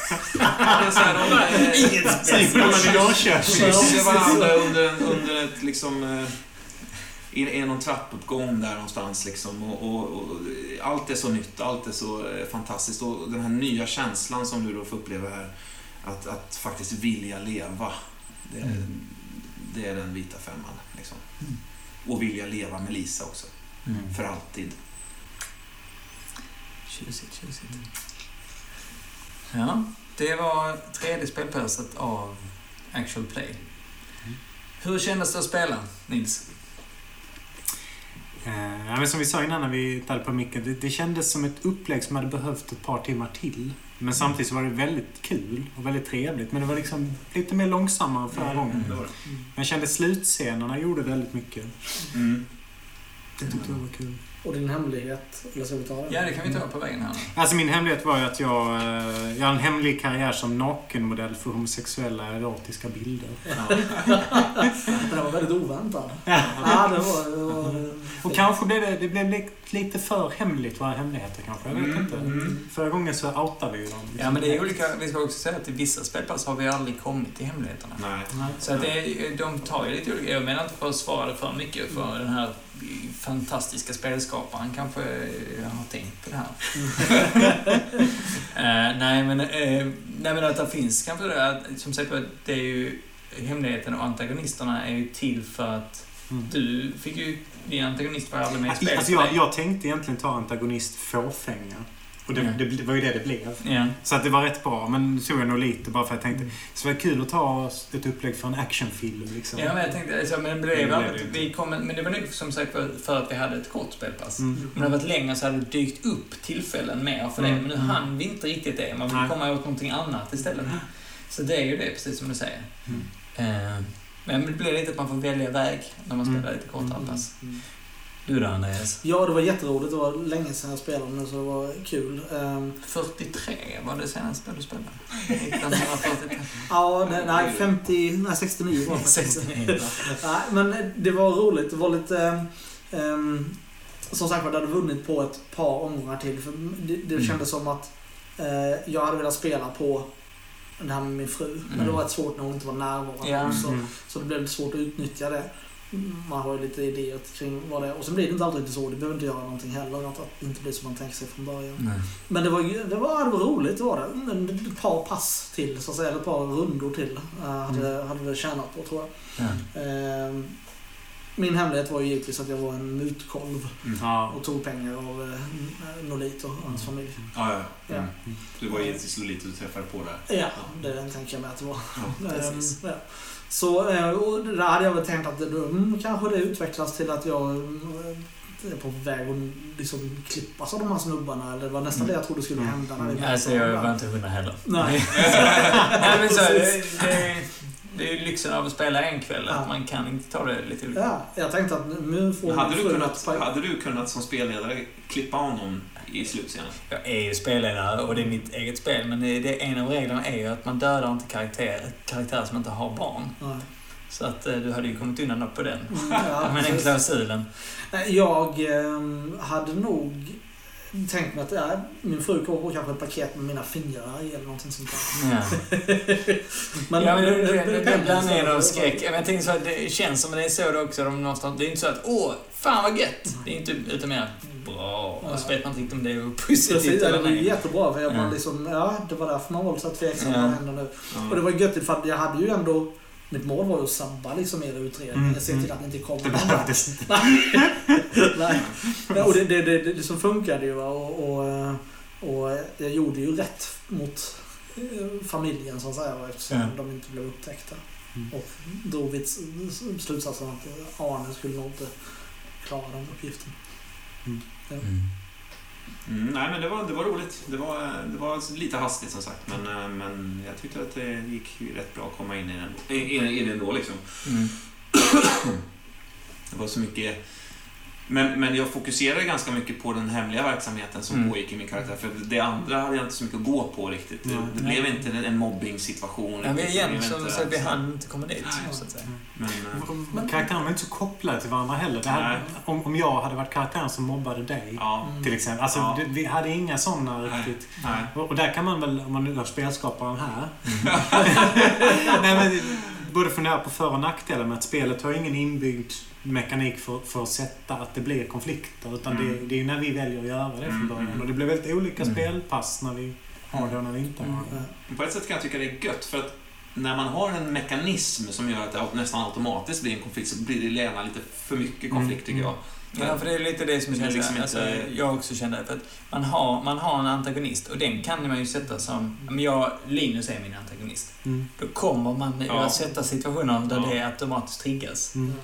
inget speciellt kysser varandra under ett liksom i någon trappuppgång där någonstans liksom, och allt är så nytt, allt är så fantastiskt, och den här nya känslan som du då får uppleva här, att faktiskt vilja leva, det är den vita femman liksom. Och vilja leva med Lisa också för alltid. Tjusigt. Ja, det var tredje spelpasset av Actual Play. Hur kändes det att spela, Nils? Men som vi sa innan när vi talade på micken, det kändes som ett upplägg som hade behövt ett par timmar till. Men samtidigt så var det väldigt kul och väldigt trevligt. Men det var liksom lite mer långsammare förra gången. Men jag kände slutscenerna gjorde väldigt mycket. Det tyckte jag var kul. Och din hemlighet, eller så vi ta det? Ja, det kan vi ta på vägen här. Alltså min hemlighet var ju att jag har en hemlig karriär som nakenmodell för homosexuella erotiska bilder. Det var väldigt oväntat. Ja, det var och kanske det blev lite för hemligt våra hemligheter kanske. Jag vet inte. Förra gången så outade vi ju dem. Ja, men det är olika. Vi ska också säga att i vissa spelpass har vi aldrig kommit till hemligheterna. Nej. Så att de tar ju lite olika. Jag menar inte för att svara för mycket för den här fantastiska spelskaparen kanske har tänkt på det här. Nej, men att det finns kanske det att, som sagt, det är ju hemligheten och antagonisterna är ju till för att du fick ju din antagonist var aldrig med i spelet. Alltså jag tänkte egentligen ta antagonist fåfänga. Och det var ju det blev. Ja. Så att det var rätt bra. Men så jag nog lite bara för att jag tänkte så var det kul att ta ett upplägg för en actionfilm. Liksom. Ja, men jag tänkte, alltså, men det var nog som sagt för att vi hade ett kort spelpass. Men det hade varit längre så hade det dykt upp tillfällen mer för det. Men nu hann vi inte riktigt det. Man vill komma åt någonting annat istället. Så det är ju det, precis som du säger. Men det blir lite att man får välja väg när man spelar lite kortare pass. Du då, Andreas? Ja, det var jätteroligt. Det var länge sedan jag spelade nu, så det var kul. 43 var det senaste spel du spelade? 1943. Ja, nej, 69 var det. 69. Nej, men det var roligt. Det var lite... som sagt, jag hade vunnit på ett par omgångar till. För det kändes som att jag hade velat spela på det här med min fru. Men det var ett svårt när hon inte var närvarande. Så det blev lite svårt att utnyttja det. Man har ju lite idéer kring vad det är. Och sen blir det inte alltid så. Det behöver inte göra någonting heller. Att det inte blir som man tänker sig från början. Nej. Men det var roligt, det var det. Ett par pass till, så att säga. Eller ett par rundor till. Hade det tjänat på, tror jag. Min hemlighet var ju givetvis att jag var en mutkolv. Och tog pengar av Nolito och hans familj. Ja. Du var givetvis Nolito du träffade på där. Ja, det tänker jag med att det var. Ja. Så där hade jag väl tänkt att kanske det utvecklas till att jag är på väg att liksom klippas av de här snubbarna. Eller det var nästan det jag trodde skulle hända. Alltså jag var inte 100 heller. Nej. Men så, det är ju lyxen av att spela en kväll. Att man kan inte ta det lite olika. Ja, jag tänkte att nu får hade du kunnat som spelledare klippa honom i slutscenen? Jag är ju spelledare och det är mitt eget spel. Men en av reglerna är ju att man dödar inte karaktärer som inte har barn. Nej. Så att du hade ju kommit undan upp på den. Men den klausulen. Jag hade nog tänkt mig att min fru kommer på kanske ett paket med mina fingrar eller någonting sånt där. Ja. Men det bland är någon skräck. Jag tänkte så att det känns som att det är så det också. Det är inte så att fan vad gött. Det är inte utan mer bra. Och så vet man inte om det är positivt eller nej. Det är jättebra för jag bara liksom, det var därför man var så tveksam vad händer nu. Och det var göttigt för att jag hade ju ändå mitt mål var ju att sabba liksom er utredning. Jag ser till att det inte kommer någon där. Nej. Och det som funkade ju och jag gjorde ju rätt mot familjen så att säga eftersom de inte blev upptäckta. Och drog vi slutsatsen att Arne skulle nog inte klara den uppgiften. Nej, men det var roligt. Det var lite hastigt som sagt, men jag tyckte att det gick rätt bra att komma in i den då liksom. Det var så mycket. Men jag fokuserade ganska mycket på den hemliga verksamheten som pågick i min karaktär. För det andra hade jag inte så mycket att gå på riktigt. Det blev inte en mobbing-situation. Ja, vi hann inte komma dit. Så att säga. Men karaktären var inte så kopplade till varandra heller. Om jag hade varit karaktären som mobbade dig, till exempel. Alltså, vi hade inga sådana riktigt. Och där kan man väl, om man nu har spelskaparen här. Nej, men både fundera på för- och nackdelar med att spelet har ingen inbyggd mekanik för att sätta att det blir konflikter, utan det är ju när vi väljer att göra det från början. Och det blir väldigt olika spelpass när vi har det och när vi inte har det. På ett sätt kan jag tycka det är gött, för att när man har en mekanism som gör att det nästan automatiskt blir en konflikt, så blir det gärna lite för mycket konflikt tycker jag. Ja, för det är lite det som känns liksom jag också kände, för att man har en antagonist och den kan man ju sätta som Linus är min antagonist. Då kommer man att sätta situationer där det automatiskt triggas.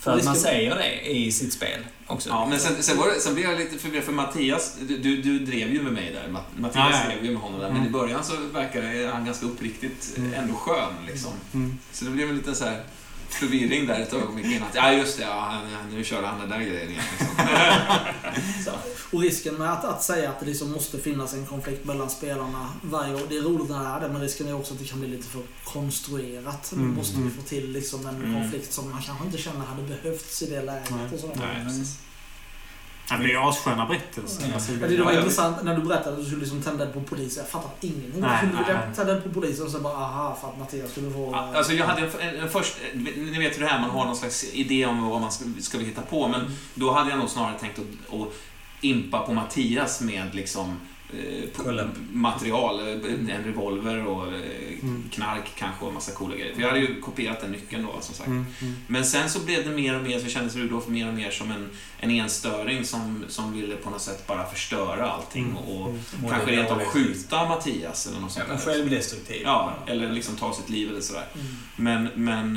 För att man säger det i sitt spel också. Ja, men sen blev jag lite förvirrad för Mattias, du drev ju med mig där. Mattias drev ju med honom där. Men i början så verkade han ganska uppriktigt ändå skön liksom. Så det blev en liten så här förvirring där ett ögonblick innan. Ja, just det. Ja, nu kör han den där grejen igen. Liksom. Och risken med att säga att det liksom måste finnas en konflikt mellan spelarna varje år. Det är roligt när det är det, men risken är också att det kan bli lite för konstruerat. Nu måste vi få till liksom en konflikt som man kanske inte känner hade behövts i det läget. Och sådär. Det blir ju assköna berättelser. Det var intressant när du berättade att du skulle liksom tända på polisen. Jag fattar ingenting. Du skulle tända på polisen och så bara aha, för att Mattias skulle få... Alltså jag hade en först... Ni vet hur det här, man har någon slags idé om vad man ska hitta på. Men då hade jag nog snarare tänkt att impa på Mattias med liksom... material, en revolver och knark kanske och en massa coola grejer. För jag hade ju kopierat den nyckeln då som sagt. Men sen så blev det mer och mer, så kändes Rudolf mer och mer som en enstöring som ville på något sätt bara förstöra allting och kanske rent av skjuta Mattias eller något sånt där. Självdestruktiv. Ja, eller liksom ta sitt liv eller sådär. Men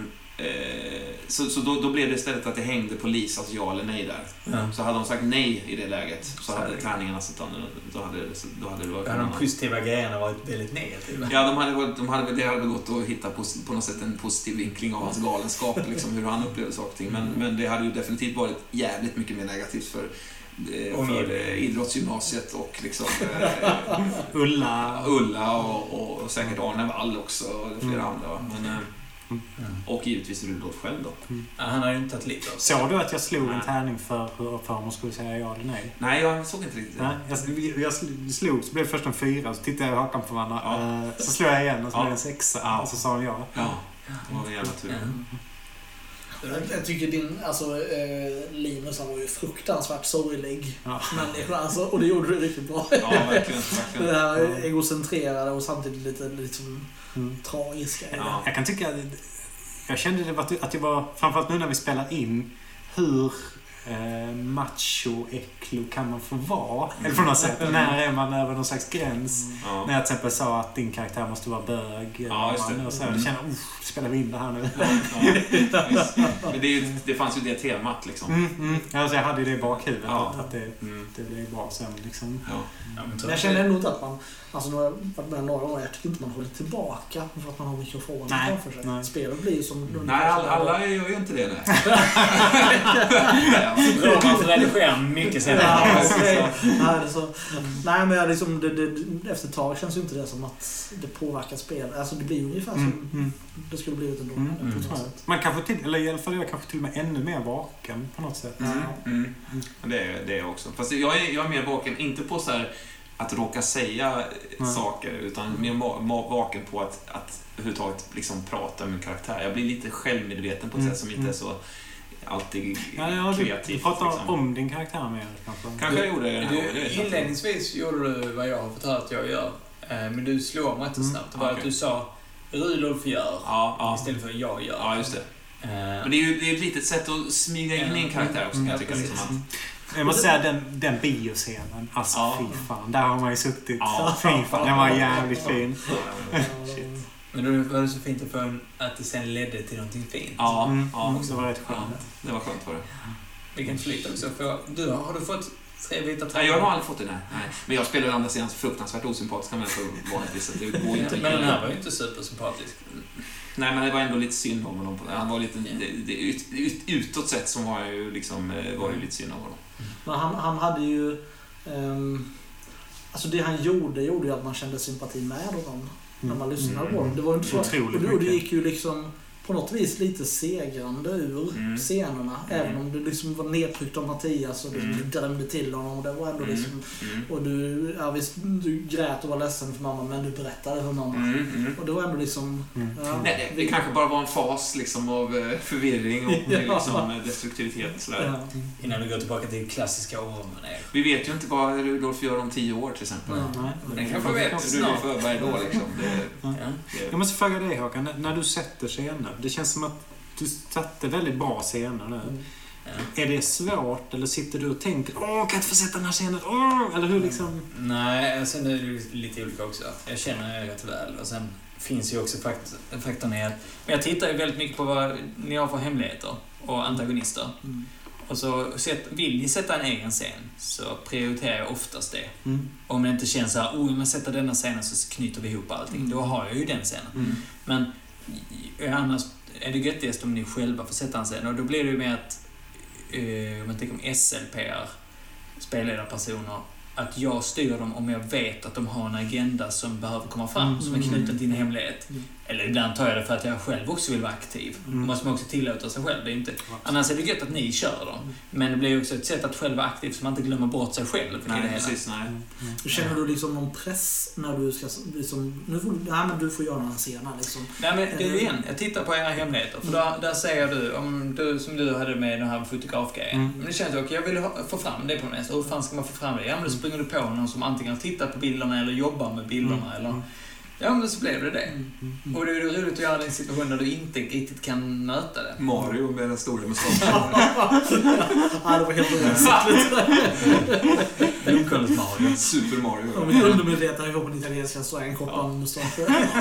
så då blev det istället att det hängde på Lisa, alltså ja eller nej där. Så hade de sagt nej i det läget så hade träningarna sett annorlunda. Då hade det varit de positiva grejerna varit väldigt negativa. Ja, det hade gått att hitta på något sätt en positiv vinkling av hans galenskap, liksom, hur han upplevde saker och ting. Men det hade ju definitivt varit jävligt mycket mer negativt för idrottsgymnasiet och liksom Ulla och säkert Arne Wall också och flera andra. Men, och givetvis Rudolf själv då. Han har ju inte tagit lite av. Såg du att jag slog en tärning för om man skulle säga ja eller nej? Nej, jag såg inte riktigt. Nej, jag slog, så blev det först en 4, så tittade jag i hakan på varandra. Så slog jag igen och så blev det en 6 och så sa han ja. Ja, det var en jävla tur. Jag tycker Linus, han var ju fruktansvärt sorglig människa, alltså, och det gjorde du riktigt bra. Ja, verkligen. Det här egocentrerade och samtidigt lite liksom tragiska. Ja. Jag kan tycka att jag kände att det var, framförallt nu när vi spelar in, hur macho-äcklo kan man få vara? Eller på något sätt. När är man över någon slags gräns? När jag till exempel sa att din karaktär måste vara bög. Och så jag känner, spelar vi in det här nu? Men det fanns ju det temat liksom. Alltså jag hade ju det i bakhuvudet att det blev bra sen liksom. Men jag känner ändå inte att man, alltså nu har jag varit med några år, jag tycker inte man håller tillbaka för att man har mikrofonen framför sig. Nej. Spelet blir ju som... Nej, alla gör ju inte det nu. Man får redigera mycket senare. Nej, men jag liksom, efter ett tag känns ju inte det som att det påverkar spelet. Alltså det blir ju ungefär som det skulle bli ändå. Man kanske eller i alla fall jag kanske till och med ännu mer vaken på något sätt. Det är också. Fast jag är mer vaken, inte på så här att råka säga saker, utan mer vaken på att överhuvudtaget liksom prata med min karaktär. Jag blir lite självmedveten på ett sätt som inte är så alltid kreativt. Du pratar liksom om din karaktär mer kanske jag gjorde det. Inledningsvis gjorde du vad jag har fått höra att jag gör. Men du slår mig inte snabbt. Det var att du sa Rudolf gör istället för jag gör. Ja, just det. Men det är ett litet sätt att smyga in i en karaktär också, kan jag tycka. Liksom att... Jag måste säga den bioscenen. Alltså fy fan. Där har man ju suttit. Fy fan, den var jävligt fin. Men då var det så fint att det sen ledde till någonting fint. Det var rätt skönt. Det var skönt för det. Vilken flyt också. Har du fått 3 vita Nej, jag har aldrig fått det. Nej. Men jag spelar andra sidan fruktansvärt osympatiska människor vanligtvis. Det går inte. Men den här var ju inte supersympatisk. Nej, men det var ändå lite synd om honom. Han var lite utåt sett som var ju liksom var ju lite synd om honom. Men han hade ju alltså det han gjorde ju att man kände sympati med honom när man lyssnade på honom. Det var inte så och det gick ju liksom på något vis lite segrande ur scenerna, även om det liksom var nedtryckt av Mattias och du drämde till honom och det var ändå liksom och du grät och var ledsen för mamma, men du berättade för mamma och det var ändå liksom nej, det kanske bara var en fas liksom av förvirring och liksom destruktivitet sådär. Innan du går tillbaka till klassiska åren. Vi vet ju inte vad Rudolf gör om 10 år till exempel. Den kanske vet snart. Du är förberedd då liksom. Jag måste fråga dig, Håkan, när du sätter scener. Det känns som att du satte väldigt bra scener nu. Är det svårt eller sitter du och tänker kan jag inte få sätta den här scenen? Eller hur liksom? Nej, sen är det lite olika också. Jag känner rätt väl och sen finns ju också faktorn är att... Men jag tittar ju väldigt mycket på vad ni har för hemligheter och antagonister. Och så vill ni sätta en egen scen så prioriterar jag oftast det. Om det inte känns så här, om jag sätter denna scenen så knyter vi ihop allting. Då har jag ju den scenen. Men annars är det göttigast om ni själva får sätta en scen. Och då blir det ju med att om man tänker om SLPR, spelledarpersoner, att jag styr dem om jag vet att de har en agenda som behöver komma fram, som är knuten till en hemlighet. Eller ibland tar jag det för att jag själv också vill vara aktiv. Måste man också tillåta sig själv. Det är inte. Annars är det gött att ni kör dem. Men det blir ju också ett sätt att själv vara aktiv så man inte glömmer bort sig själv. Nej, precis. Nej. Känner du liksom någon press när du ska liksom, du får göra en scen liksom? Nej, men det är ju igen. Jag tittar på era hemligheter. För där säger du, om du som du hade med den här fotografgrejen. Men det känns okej, jag vill få fram det på nästa. Hur fan ska man få fram det? Ja, men då springer du på någon som antingen tittar på bilderna eller jobbar med bilderna eller... Ja, men så blev det. Och det är ju roligt att göra det i en situation där du inte riktigt kan möta det. Mario med den stora mustaschen. Ja, det var helt oväsentligt. Blomkollet Mario. Super Mario. Om vi undermedvetare går på den italienska så är en koppad mustasch.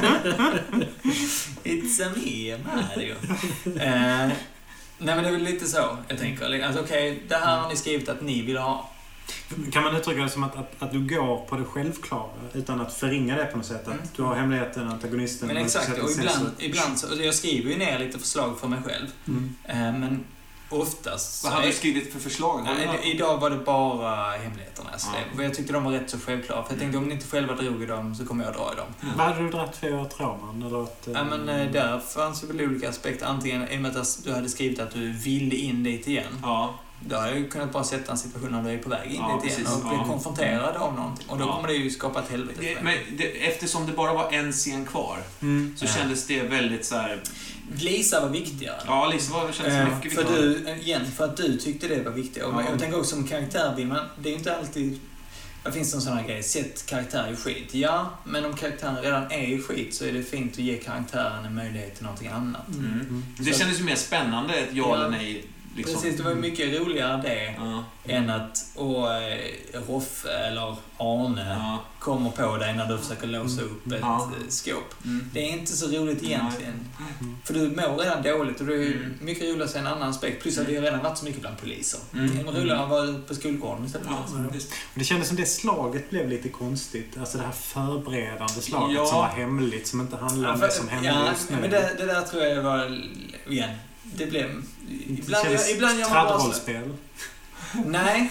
It's a me, Mario. Nej, men det är väl lite så, jag tänker. Alltså, okej, det här har ni skrivit att ni vill ha. Kan man uttrycka det som att du går på det självklara utan att förringa det på något sätt? Att du har hemligheten, antagonisten... Men exakt, och ibland så... Jag skriver ju ner lite förslag för mig själv. Men oftast... Vad har du skrivit för förslag? Idag var det bara hemligheterna jag skrev. Jag tyckte de var rätt så självklara. För jag tänkte, om ni inte själva drog i dem så kommer jag dra i dem. Vad hade du dratt för traman? Ja, men där fanns väl olika aspekter. Antingen i och med att du hade skrivit att du ville in dit igen. Ja. Då har jag ju kunnat bara sätta en situation när du är på väg in dit igen och bli konfronterad av någonting. Och då kommer det ju skapa ett helvete. Men eftersom det bara var en scen kvar så kändes det väldigt så här... Lisa var viktigare. Ja, Lisa kändes mycket viktigare. För att du tyckte det var viktigt. Och jag tänker också som karaktär vill man... Det är ju inte alltid... Det finns en sån här grej. Sätt karaktär i skit. Ja, men om karaktären redan är i skit så är det fint att ge karaktären en möjlighet till någonting annat. Det kändes ju mer spännande, ett ja eller nej. Liksom. Precis, det var mycket roligare det än att Roffe eller Arne kommer på dig när du försöker låsa upp ett skåp. Det är inte så roligt egentligen. För du mår redan dåligt och det är mycket roligare att se en annan aspekt. Plus att vi har redan varit så mycket bland poliser. Det är roligare att vara på skolgården istället. Det kändes som det slaget blev lite konstigt. Alltså det här förberedande slaget som var hemligt, som inte handlade om det som hände just nu. Men det där tror jag var... Igen. Det blev... Ibland gör man straddrollspel. Nej,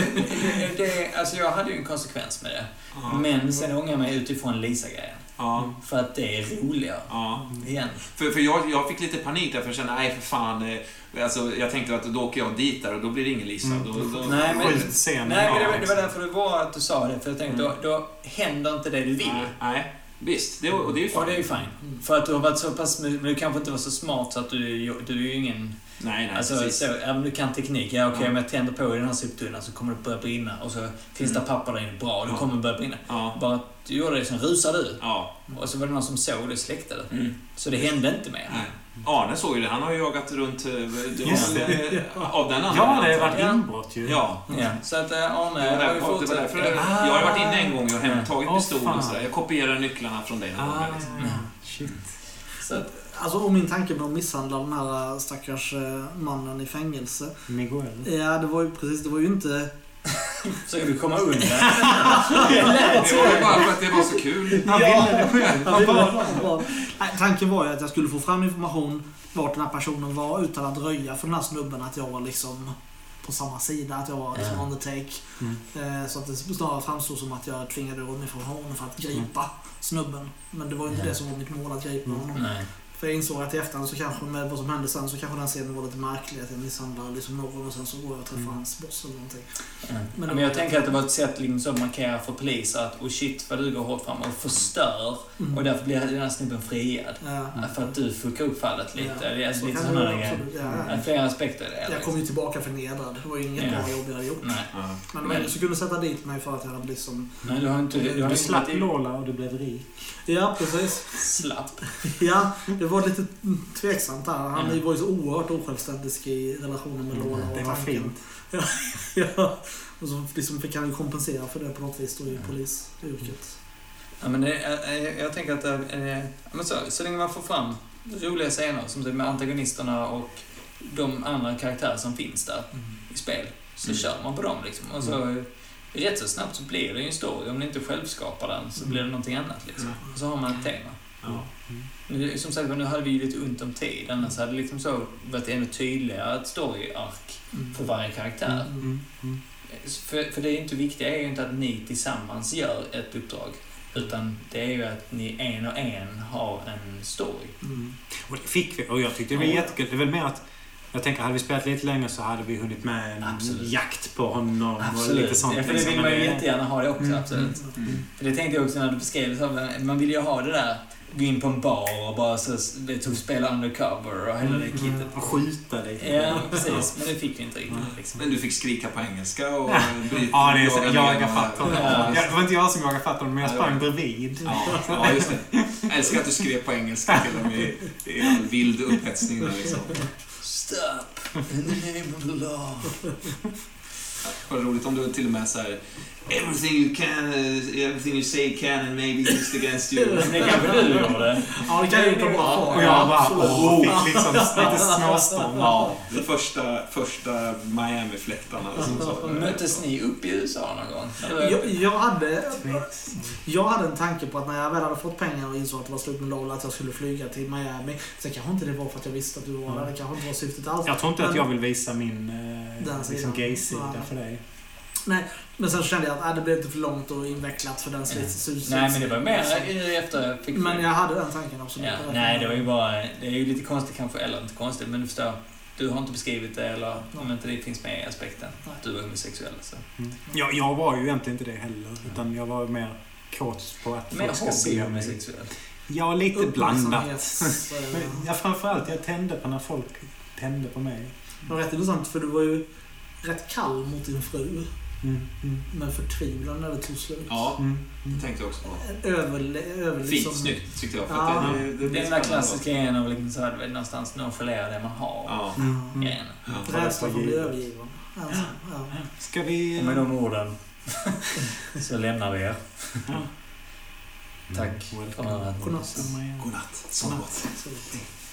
alltså jag hade ju en konsekvens med det. Men sen ångrar jag mig utifrån Lisa-grejen. För att det är roligare. Igen. För jag fick lite panik där, för jag kände, nej för fan. Alltså, jag tänkte att då åker jag dit där och då blir det ingen Lisa. Nej, men det var därför det var att du sa det. För jag tänkte, då händer inte det du vill. Nej. Visst, det är ju fine. Och det är ju fine. För att du har varit så pass... Men du kanske inte var så smart så att du är ju ingen... Nej, alltså, så, även om du kan teknik. Ja, okej, om jag tänder på i den här soptunnan så kommer det börja brinna. Och så finns det papper där inne. Bra, då kommer det börja brinna. Bara att du gjorde det, sen rusade du. Och så var det någon som såg det, släckte det. Så det hände inte mer. Arne såg ju det. Han har ju jagat runt av den anledningen. Ja, det har varit inbrott ju. Ja. Så att Arne... Jag har varit inne en gång och hemtagit pistolen och sådär. Jag kopierar nycklarna från dig. Shit. Så att, alltså, och min tanke med att misshandla den här stackars mannen i fängelse. Miguel. Ja, det var ju precis, det var ju inte... Så du komma undan. Det var ju bara för att det var så kul. Han ville det själv. Tanken var ju att jag skulle få fram information vart den här personen var utan att röja för den här snubben att jag var liksom på samma sida, att jag var liksom on the take. Så att det snarare framstod som att jag tvingade ur mig från honom för att gripa snubben. Men det var ju inte det som var mitt mål, att gripa honom. För jag insåg att i efterhand så kanske med vad som hände sen så kanske den scenen var lite märklig, att jag misshandlar liksom någon och sen så går jag och träffar hans boss eller någonting. Men jag tänker att det var ett sätt liksom att markera för poliser att oh shit vad du går hårt fram och förstör och därför blir den här snubben friad. För att du fuckar upp fallet lite. Det är lite sådana grejer. Flera aspekter där. Jag kom ju tillbaka förnedrad. Det var ju inget bra jobb jag hade gjort. Men jag kunde sätta dit mig för att jag hade liksom... Nej, du har inte... Du slapp Lola och du blev rik. Ja, precis. Slapp. Ja, det var lite tveksamt här. Han var ju så oerhört osjälvständig i relationen med Lola. Det var fint. Ja. Och så liksom fick han ju kompensera för det på något vis då i polisyrket. Ja, men jag tänker att så länge man får fram roliga scener som det med antagonisterna och de andra karaktärer som finns där i spel, så kör man på dem liksom. Och så rätt så snabbt så blir det ju en story. Om ni inte själv skapar den så blir det någonting annat liksom. Och så har man ett tema. Nu, som sagt, nu hade vi ju lite ont om tid. Annars hade det liksom så varit ännu tydligare ett story-ark för varje karaktär. För det är inte viktiga är ju inte att ni tillsammans gör ett uppdrag. Utan det är ju att ni en och en har en story. Och det fick vi. Och jag tyckte det var jättekul. Det är väl mer att jag tänker, hade vi spelat lite längre så hade vi hunnit med en jakt på honom och lite sånt. Ja, för det vill man ju jättegärna ha det också, absolut. För det tänkte jag också när du beskrev det. Man vill ju ha det där, gå in på en bar och bara så spela undercover och hela det kittet. Och skjuta dig. Ja, precis. Men det fick vi inte riktigt. Liksom. Men du fick skrika på engelska och ja, det är så. Jag fattar honom. Det var inte jag som jagade fatt honom, men jag sprang bredvid. Ja, just det. Jag älskar att du skrev på engelska till och med i all vild upphetsning där liksom. Stop in the name of the law. Vad roligt om du till och med så här: everything you say can and maybe used against you. Det kanske du gjorde. Ja, det kan jag inte bra. Och jag bara fick liksom lite småstånd. Ja, de första Miami-fläktarna. Möttes ni upp i USA någon gång? Jag hade en tanke på att när jag väl hade fått pengar och insåg att det var slut med LOL, att jag skulle flyga till Miami. Sen kanske inte det var för att jag visste att du var där. Det kanske inte var syftet alls. Jag tror inte att jag vill visa min liksom gay-sida för dig. Nej, men sen kände jag att det blev inte för långt och invecklat för den slits. Nej, men det var mer efter fick. Men jag hade den tanken absolut. Ja, nej, det var ju bara, det är ju lite konstigt kanske, eller inte konstigt, men du förstår, du har inte beskrivit det, eller om inte det finns med i aspekten att du är homosexuell. Så. Jag var ju egentligen inte det heller, utan jag var mer kåt på att folk ska se mig. Homosexuell? Ja, lite blandat. Men framförallt, jag tände på när folk tände på mig. Det var rätt intressant, för du var ju rätt kall mot din fru. Men förtvivlan när det tog slut. Ja, det tänkte jag också på. Över fint, snyggt tyckte jag. För ja, att det den där klassiska grejen av liksom så här, någonstans nonchalera det man har. Ja. Grejen. Rädsla för att bli övergiven. Alltså, Ska vi... Och med de orden så lämnar vi er. Tack för Godnatt. Godnatt. Så gott.